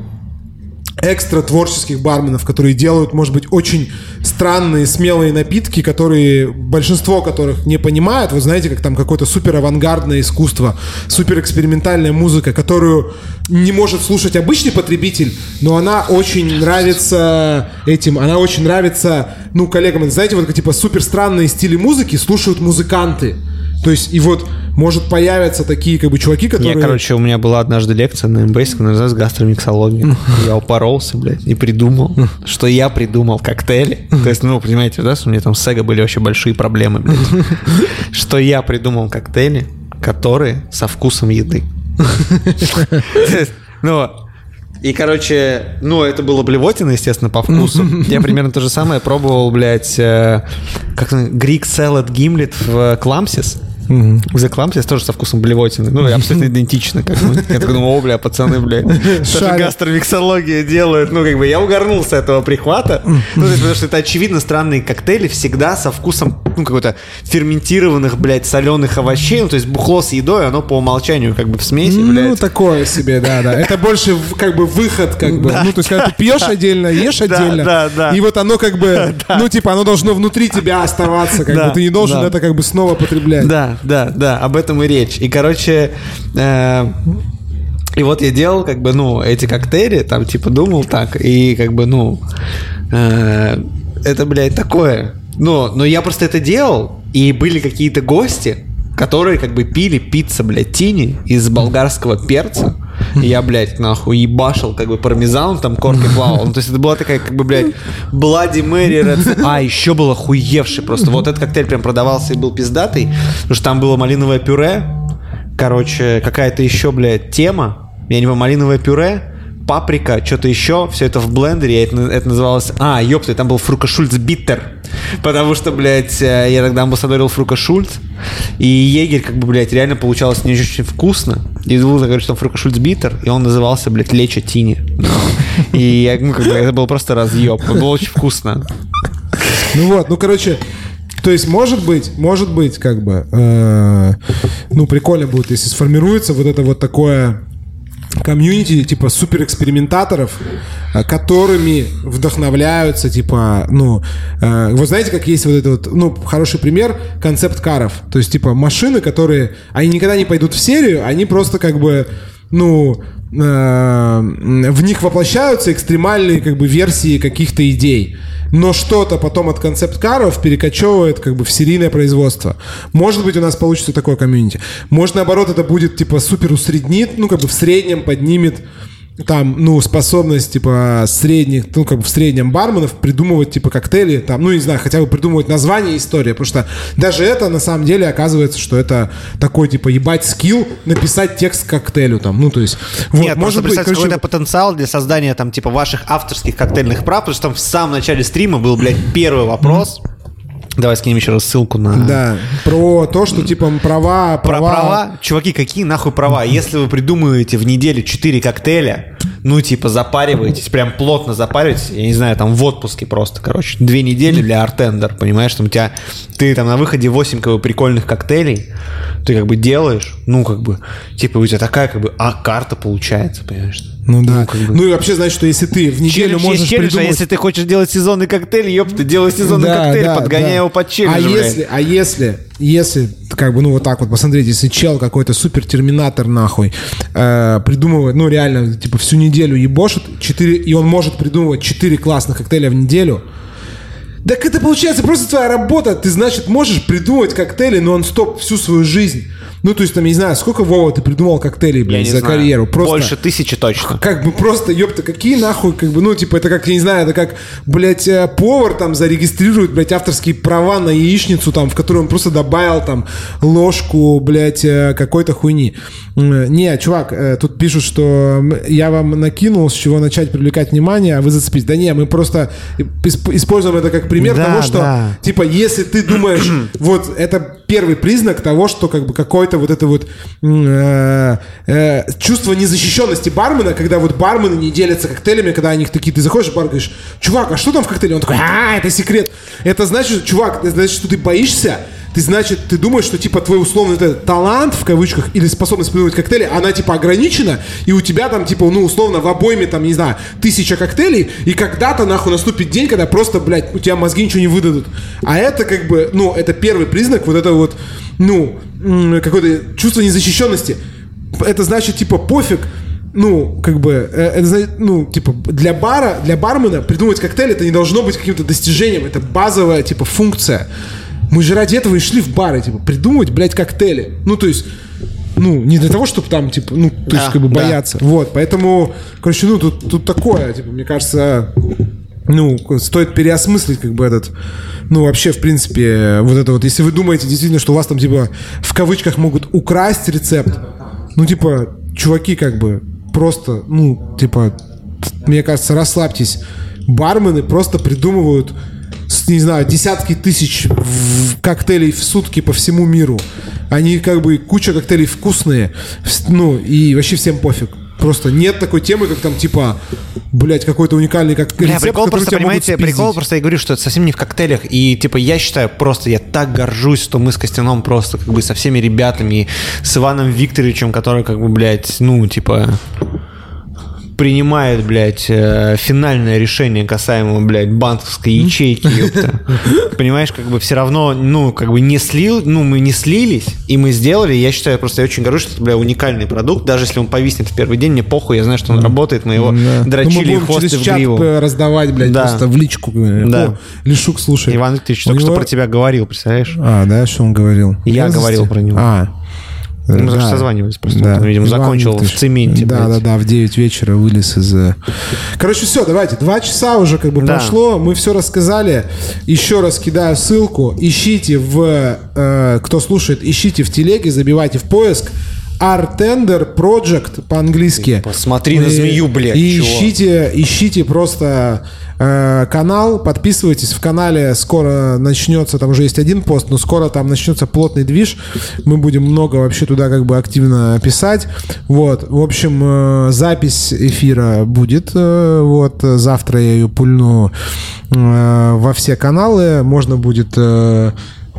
экстра творческих барменов, которые делают, может быть, очень странные, смелые напитки, которые, большинство которых не понимают. Вы знаете, как там какое-то супер авангардное искусство, супер экспериментальная музыка, которую не может слушать обычный потребитель, но она очень нравится этим, она очень нравится, ну, коллегам. Знаете, вот типа супер странные стили музыки слушают музыканты. То есть, и вот, может, появятся такие, как бы, чуваки, которые... Я, короче, у меня была однажды лекция на Эмбейсе, которая называется «Гастромиксология». Я упоролся, блядь, и придумал, что я придумал коктейли. То есть, ну, понимаете, да, что у меня там с эго были вообще большие проблемы, блядь. Что я придумал коктейли, которые со вкусом еды. Ну... И, короче, ну, это было блевотина, естественно, по вкусу. Я примерно то же самое пробовал, блядь, э, как Greek Salad Gimlet в Кламсис. Mm-hmm. За Кламсис тоже со вкусом блевотины. Ну, абсолютно идентично. Как бы. Я такой думаю, о, бля, пацаны, блядь, даже гастромиксология делают. Ну, как бы, я угорнул с этого прихвата. Ну, то есть, потому что это, очевидно, странные коктейли всегда со вкусом, ну, какой-то ферментированных, блядь, соленых овощей. Ну, то есть, бухло с едой, оно по умолчанию как бы в смеси, блядь. Ну, такое себе, да-да. Это больше, как бы, выход, как бы. Ну, то есть, когда ты пьешь отдельно, ешь отдельно. Да, да, да. И вот оно, как бы, ну, типа, оно должно внутри тебя оставаться, как бы. Ты не должен это, как бы, снова потреблять. Да. Да, да, об этом и речь. И, короче, э, и вот я делал, как бы, ну, эти коктейли, там, типа, думал так, и, как бы, ну, э, это, блядь, такое. Но, но я просто это делал, и были какие-то гости, которые, как бы, пили пицца, блядь, тини из болгарского перца. И я, блядь, нахуй ебашил, как бы, пармезан, там коркой плавал. Ну, то есть это была такая, как бы, блядь, Bloody Mary, Red... А, еще был охуевший просто. Вот этот коктейль прям продавался и был пиздатый, потому что там было малиновое пюре, короче, какая-то еще, блядь, тема, я не помню, малиновое пюре, паприка, что-то еще, все это в блендере, это, это называлось... А, ёпта, там был Фрука-Шульц Биттер, потому что, блядь, я тогда амбассадорил Фрука-Шульц, и егерь, как бы, блядь, реально получалось не очень вкусно, и был, говорит, что Фрука-Шульц Биттер, и он назывался, блядь, Лечо Тини. И, ну, как бы, это был просто разъеб, было очень вкусно. Ну вот, ну, короче... То есть, может быть, может быть, как бы, э, ну, прикольно будет, если сформируется вот это вот такое комьюнити, типа, суперэкспериментаторов, которыми вдохновляются, типа, ну, э, вы знаете, как есть вот это вот, ну, хороший пример, концепт-каров. То есть, типа, машины, которые, они никогда не пойдут в серию, они просто, как бы, ну... в них воплощаются экстремальные, как бы, версии каких-то идей. Но что-то потом от концепт-каров перекочевывает, как бы, в серийное производство. Может быть, у нас получится такое комьюнити. Может, наоборот, это будет, типа, супер усреднит, ну, как бы, в среднем поднимет там, ну, способность, типа, средних, ну, как бы, в среднем барменов придумывать, типа, коктейли, там, ну, не знаю, хотя бы придумывать название истории, потому что даже это, на самом деле, оказывается, что это такой, типа, ебать скилл написать текст к коктейлю, там, ну, то есть... Вот, Нет, может быть, короче... какой-то потенциал для создания, там, типа, ваших авторских коктейльных прав, потому что там в самом начале стрима был, блядь, первый вопрос... Давай скинем еще раз ссылку на... Да, про то, что, типа, права... Про права... права? Чуваки, какие нахуй права? Если вы придумываете в неделю четыре коктейля, ну, типа, запариваетесь, прям плотно запариваетесь, я не знаю, там, в отпуске просто, короче, две недели для артендер, понимаешь, там, у тебя, ты там на выходе восемь, как бы, прикольных коктейлей, ты, как бы, делаешь, ну, как бы, типа, у тебя такая, как бы, а, карта получается, понимаешь? Ну да. Ну, как бы. Ну и вообще, значит, что если ты в неделю челлендж можешь челлендж, придумать... а если ты хочешь делать сезонный коктейль, ёпта, делай сезонный Да, коктейль, да, подгоняй да. его под челлендж, а блядь. если, а если, если, как бы, ну вот так вот посмотреть, если чел какой-то супер-терминатор, нахуй, э, придумывает, ну реально, типа, всю неделю ебошит, четыре, и он может придумывать четыре классных коктейля в неделю, так это получается просто твоя работа. Ты, значит, можешь придумывать коктейли нон-стоп всю свою жизнь. Ну, то есть, там, я не знаю, сколько, Вова, ты придумал коктейлей, блядь, за знаю. карьеру? Просто, больше тысячи точно. Как бы просто, ёпта, какие нахуй, как бы, ну, типа, это как, я не знаю, это как, блядь, повар там зарегистрирует, блядь, авторские права на яичницу, там, в которую он просто добавил, там, ложку, блядь, какой-то хуйни. Не, чувак, тут пишут, что я вам накинул, с чего начать привлекать внимание, а вы зацепитесь. Да не, мы просто используем это как пример да, того, что, да. типа, если ты думаешь, вот, это первый признак того, что, как бы, какой-то вот это вот э, э, чувство незащищенности бармена, когда вот бармены не делятся коктейлями, когда они такие, ты заходишь в бар, говоришь, чувак, а что там в коктейле? Он такой, а, это секрет. Это значит, чувак, это значит, что ты боишься, ты, значит, ты думаешь, что, типа, твой условный этот талант, в кавычках, или способность придумывать коктейли, она, типа, ограничена, и у тебя там, типа, ну, условно, в обойме, там, не знаю, тысяча коктейлей, и когда-то, нахуй, наступит день, когда просто, блядь, у тебя мозги ничего не выдадут. А это, как бы, ну, это первый признак вот этого вот, ну, какое-то чувство незащищенности. Это значит, типа, пофиг, ну, как бы, это, значит, ну, типа, для бара, для бармена придумать коктейль, это не должно быть каким-то достижением, это базовая, типа, функция. Мы же ради этого и шли в бары, типа, придумывать, блядь, коктейли. Ну, то есть, ну, не для того, чтобы там, типа, ну, то да, есть, как бы, да. бояться. Вот, поэтому, короче, ну, тут, тут такое, типа, мне кажется, ну, стоит переосмыслить, как бы, этот, ну, вообще, в принципе, вот это вот, если вы думаете действительно, что у вас там, типа, в кавычках могут украсть рецепт, ну, типа, чуваки, как бы, просто, ну, типа, мне кажется, расслабьтесь. Бармены просто придумывают, не знаю, десятки тысяч коктейлей в сутки по всему миру. Они, как бы, куча коктейлей вкусные, ну, и вообще всем пофиг. Просто нет такой темы, как там, типа, блядь, какой-то уникальный как Бля, рецепт, прикол который просто, тебя понимаете, могут прикол просто, я говорю, что это совсем не в коктейлях. И, типа, я считаю, просто я так горжусь, что мы с Костяном просто, как бы, со всеми ребятами, с Иваном Викторовичем, который, как бы, блядь, ну, типа... принимает, блядь, э, финальное решение касаемо, блядь, банковской ячейки, ёпта. Понимаешь, как бы все равно, ну, как бы не слил, ну, мы не слились, и мы сделали, я считаю, просто я очень горжусь, что это, бля, уникальный продукт, даже если он повиснет в первый день, мне похуй, я знаю, что он работает, мы его да. дрочили ну, хвосты в гриву. Чат раздавать, блядь, да. просто в личку. Да. О, Лешук, слушай. Иван Викторович только него... что про тебя говорил, представляешь? А, да, что он говорил? Я Мерзости? говорил про него. А, Мы да. даже созванивались просто. Да. Он, видимо, Иван, закончил ты в ж- цементе. Да, блядь. да, да, в девять вечера вылез из... э, Короче, все, давайте. Два часа уже как бы Да. прошло. Мы все рассказали. Еще раз кидаю ссылку. Ищите в... э, кто слушает, ищите в телеге, забивайте в поиск. Artender Project по-английски. Посмотри на змею, блядь, И чего? ищите, ищите просто э, канал, подписывайтесь. В канале скоро начнется, там уже есть один пост, но скоро там начнется плотный движ. Мы будем много вообще туда как бы активно писать. Вот, в общем, э, запись эфира будет. Э, вот, завтра я ее пульну э, во все каналы. Можно будет... Э,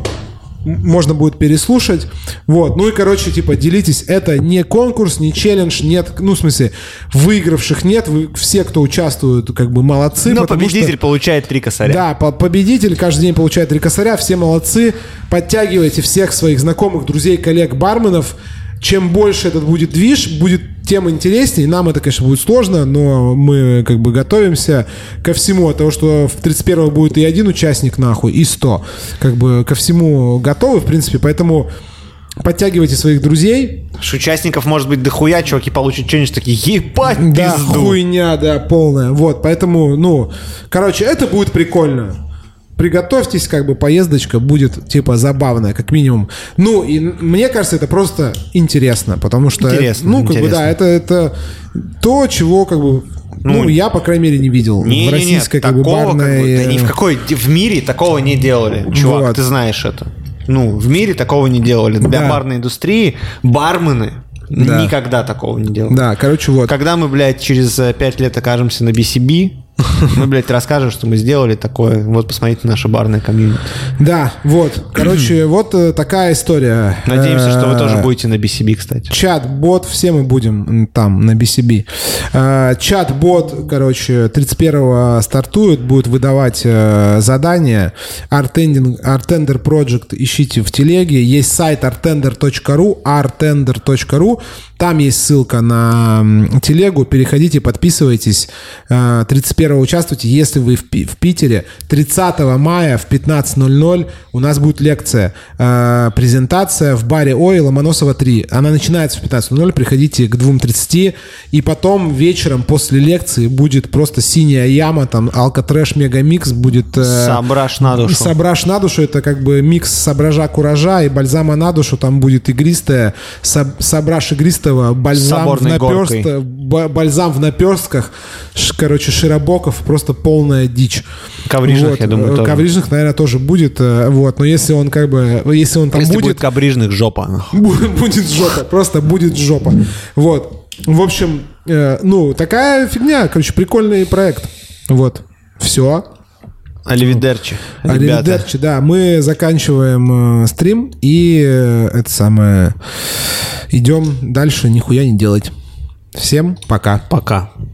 можно будет переслушать. Вот. Ну и, короче, типа, делитесь. Это не конкурс, не челлендж, нет, ну, в смысле, выигравших нет. Вы, все, кто участвует, как бы молодцы. Но потому победитель что, получает три косаря. да, по- победитель каждый день получает три косаря. Все молодцы. Подтягивайте всех своих знакомых, друзей, коллег, барменов. Чем больше этот будет движ, будет тем интереснее. Нам это, конечно, будет сложно, но мы как бы готовимся ко всему. От того, что в тридцать первого будет и один участник нахуй, и сто. Как бы ко всему готовы, в принципе. Поэтому подтягивайте своих друзей. Ш участников может быть дохуя, чуваки получат что-нибудь такие, ебать, Да, пизду. хуйня, да, полная. Вот, поэтому, ну, короче, это будет прикольно. Приготовьтесь, как бы поездочка будет, типа, забавная, как минимум. Ну, и мне кажется, это просто интересно, потому что... Интересно, ну, как интересно. бы, да, это, это то, чего, как бы... Ну, Ну, я, по крайней мере, не видел Не, в российской, не, не, как бы, такого, барной... как бы, да ни в какой в мире такого не делали, чувак, Вот. ты знаешь это. Ну, в мире такого не делали. Для Да. барной индустрии бармены Да. никогда такого не делали. Да, короче, вот. Когда мы, блядь, через э, пять лет окажемся на би си би, мы, блядь, расскажем, что мы сделали такое. Вот, посмотрите наше барное комьюнити. Да, вот. Короче, вот э, такая история. Надеемся, что вы тоже Э, будете на би си би, кстати. Чат-бот, все мы будем м, там, на би си би. Э, Чат-бот, короче, тридцать первого стартует, будет выдавать э, задания. Artending, Artender Project ищите в телеге. Есть сайт artender точка ру, artender точка ру. Там есть ссылка на м, телегу. Переходите, подписывайтесь. Э, тридцать первого участвуйте. Если вы в, Пи- в Питере, тридцатого мая в пятнадцать ноль ноль у нас будет лекция. Э, презентация в баре Ой, Ломоносова три. Она начинается в пятнадцать ноль ноль. Приходите к двум тридцати. И потом вечером после лекции будет просто синяя яма. Там алкотрэш мегамикс будет... э, Собрашь на душу. Сображ на душу — это как бы микс собража куража и бальзама на душу. Там будет игристая, соб- сображ игристого, бальзам в, Соборной горкой. наперст... б- бальзам в наперстках. Ш- Короче, Широбоков, просто полная дичь. Коврижных, я думаю, э, тоже. Коврижных, наверное, тоже будет. э, Вот. Но если он как бы... Если он там Если будет... будет кабрижных, жопа. нахуй. Будет будет жопа, просто будет жопа. Вот. В общем, э, ну, такая фигня. Короче, прикольный проект. Вот. Все. Аливидерчи, ребята. Аривидерчи, да. Мы заканчиваем э, стрим и э, это самое... Идем дальше нихуя не делать. Всем пока. Пока.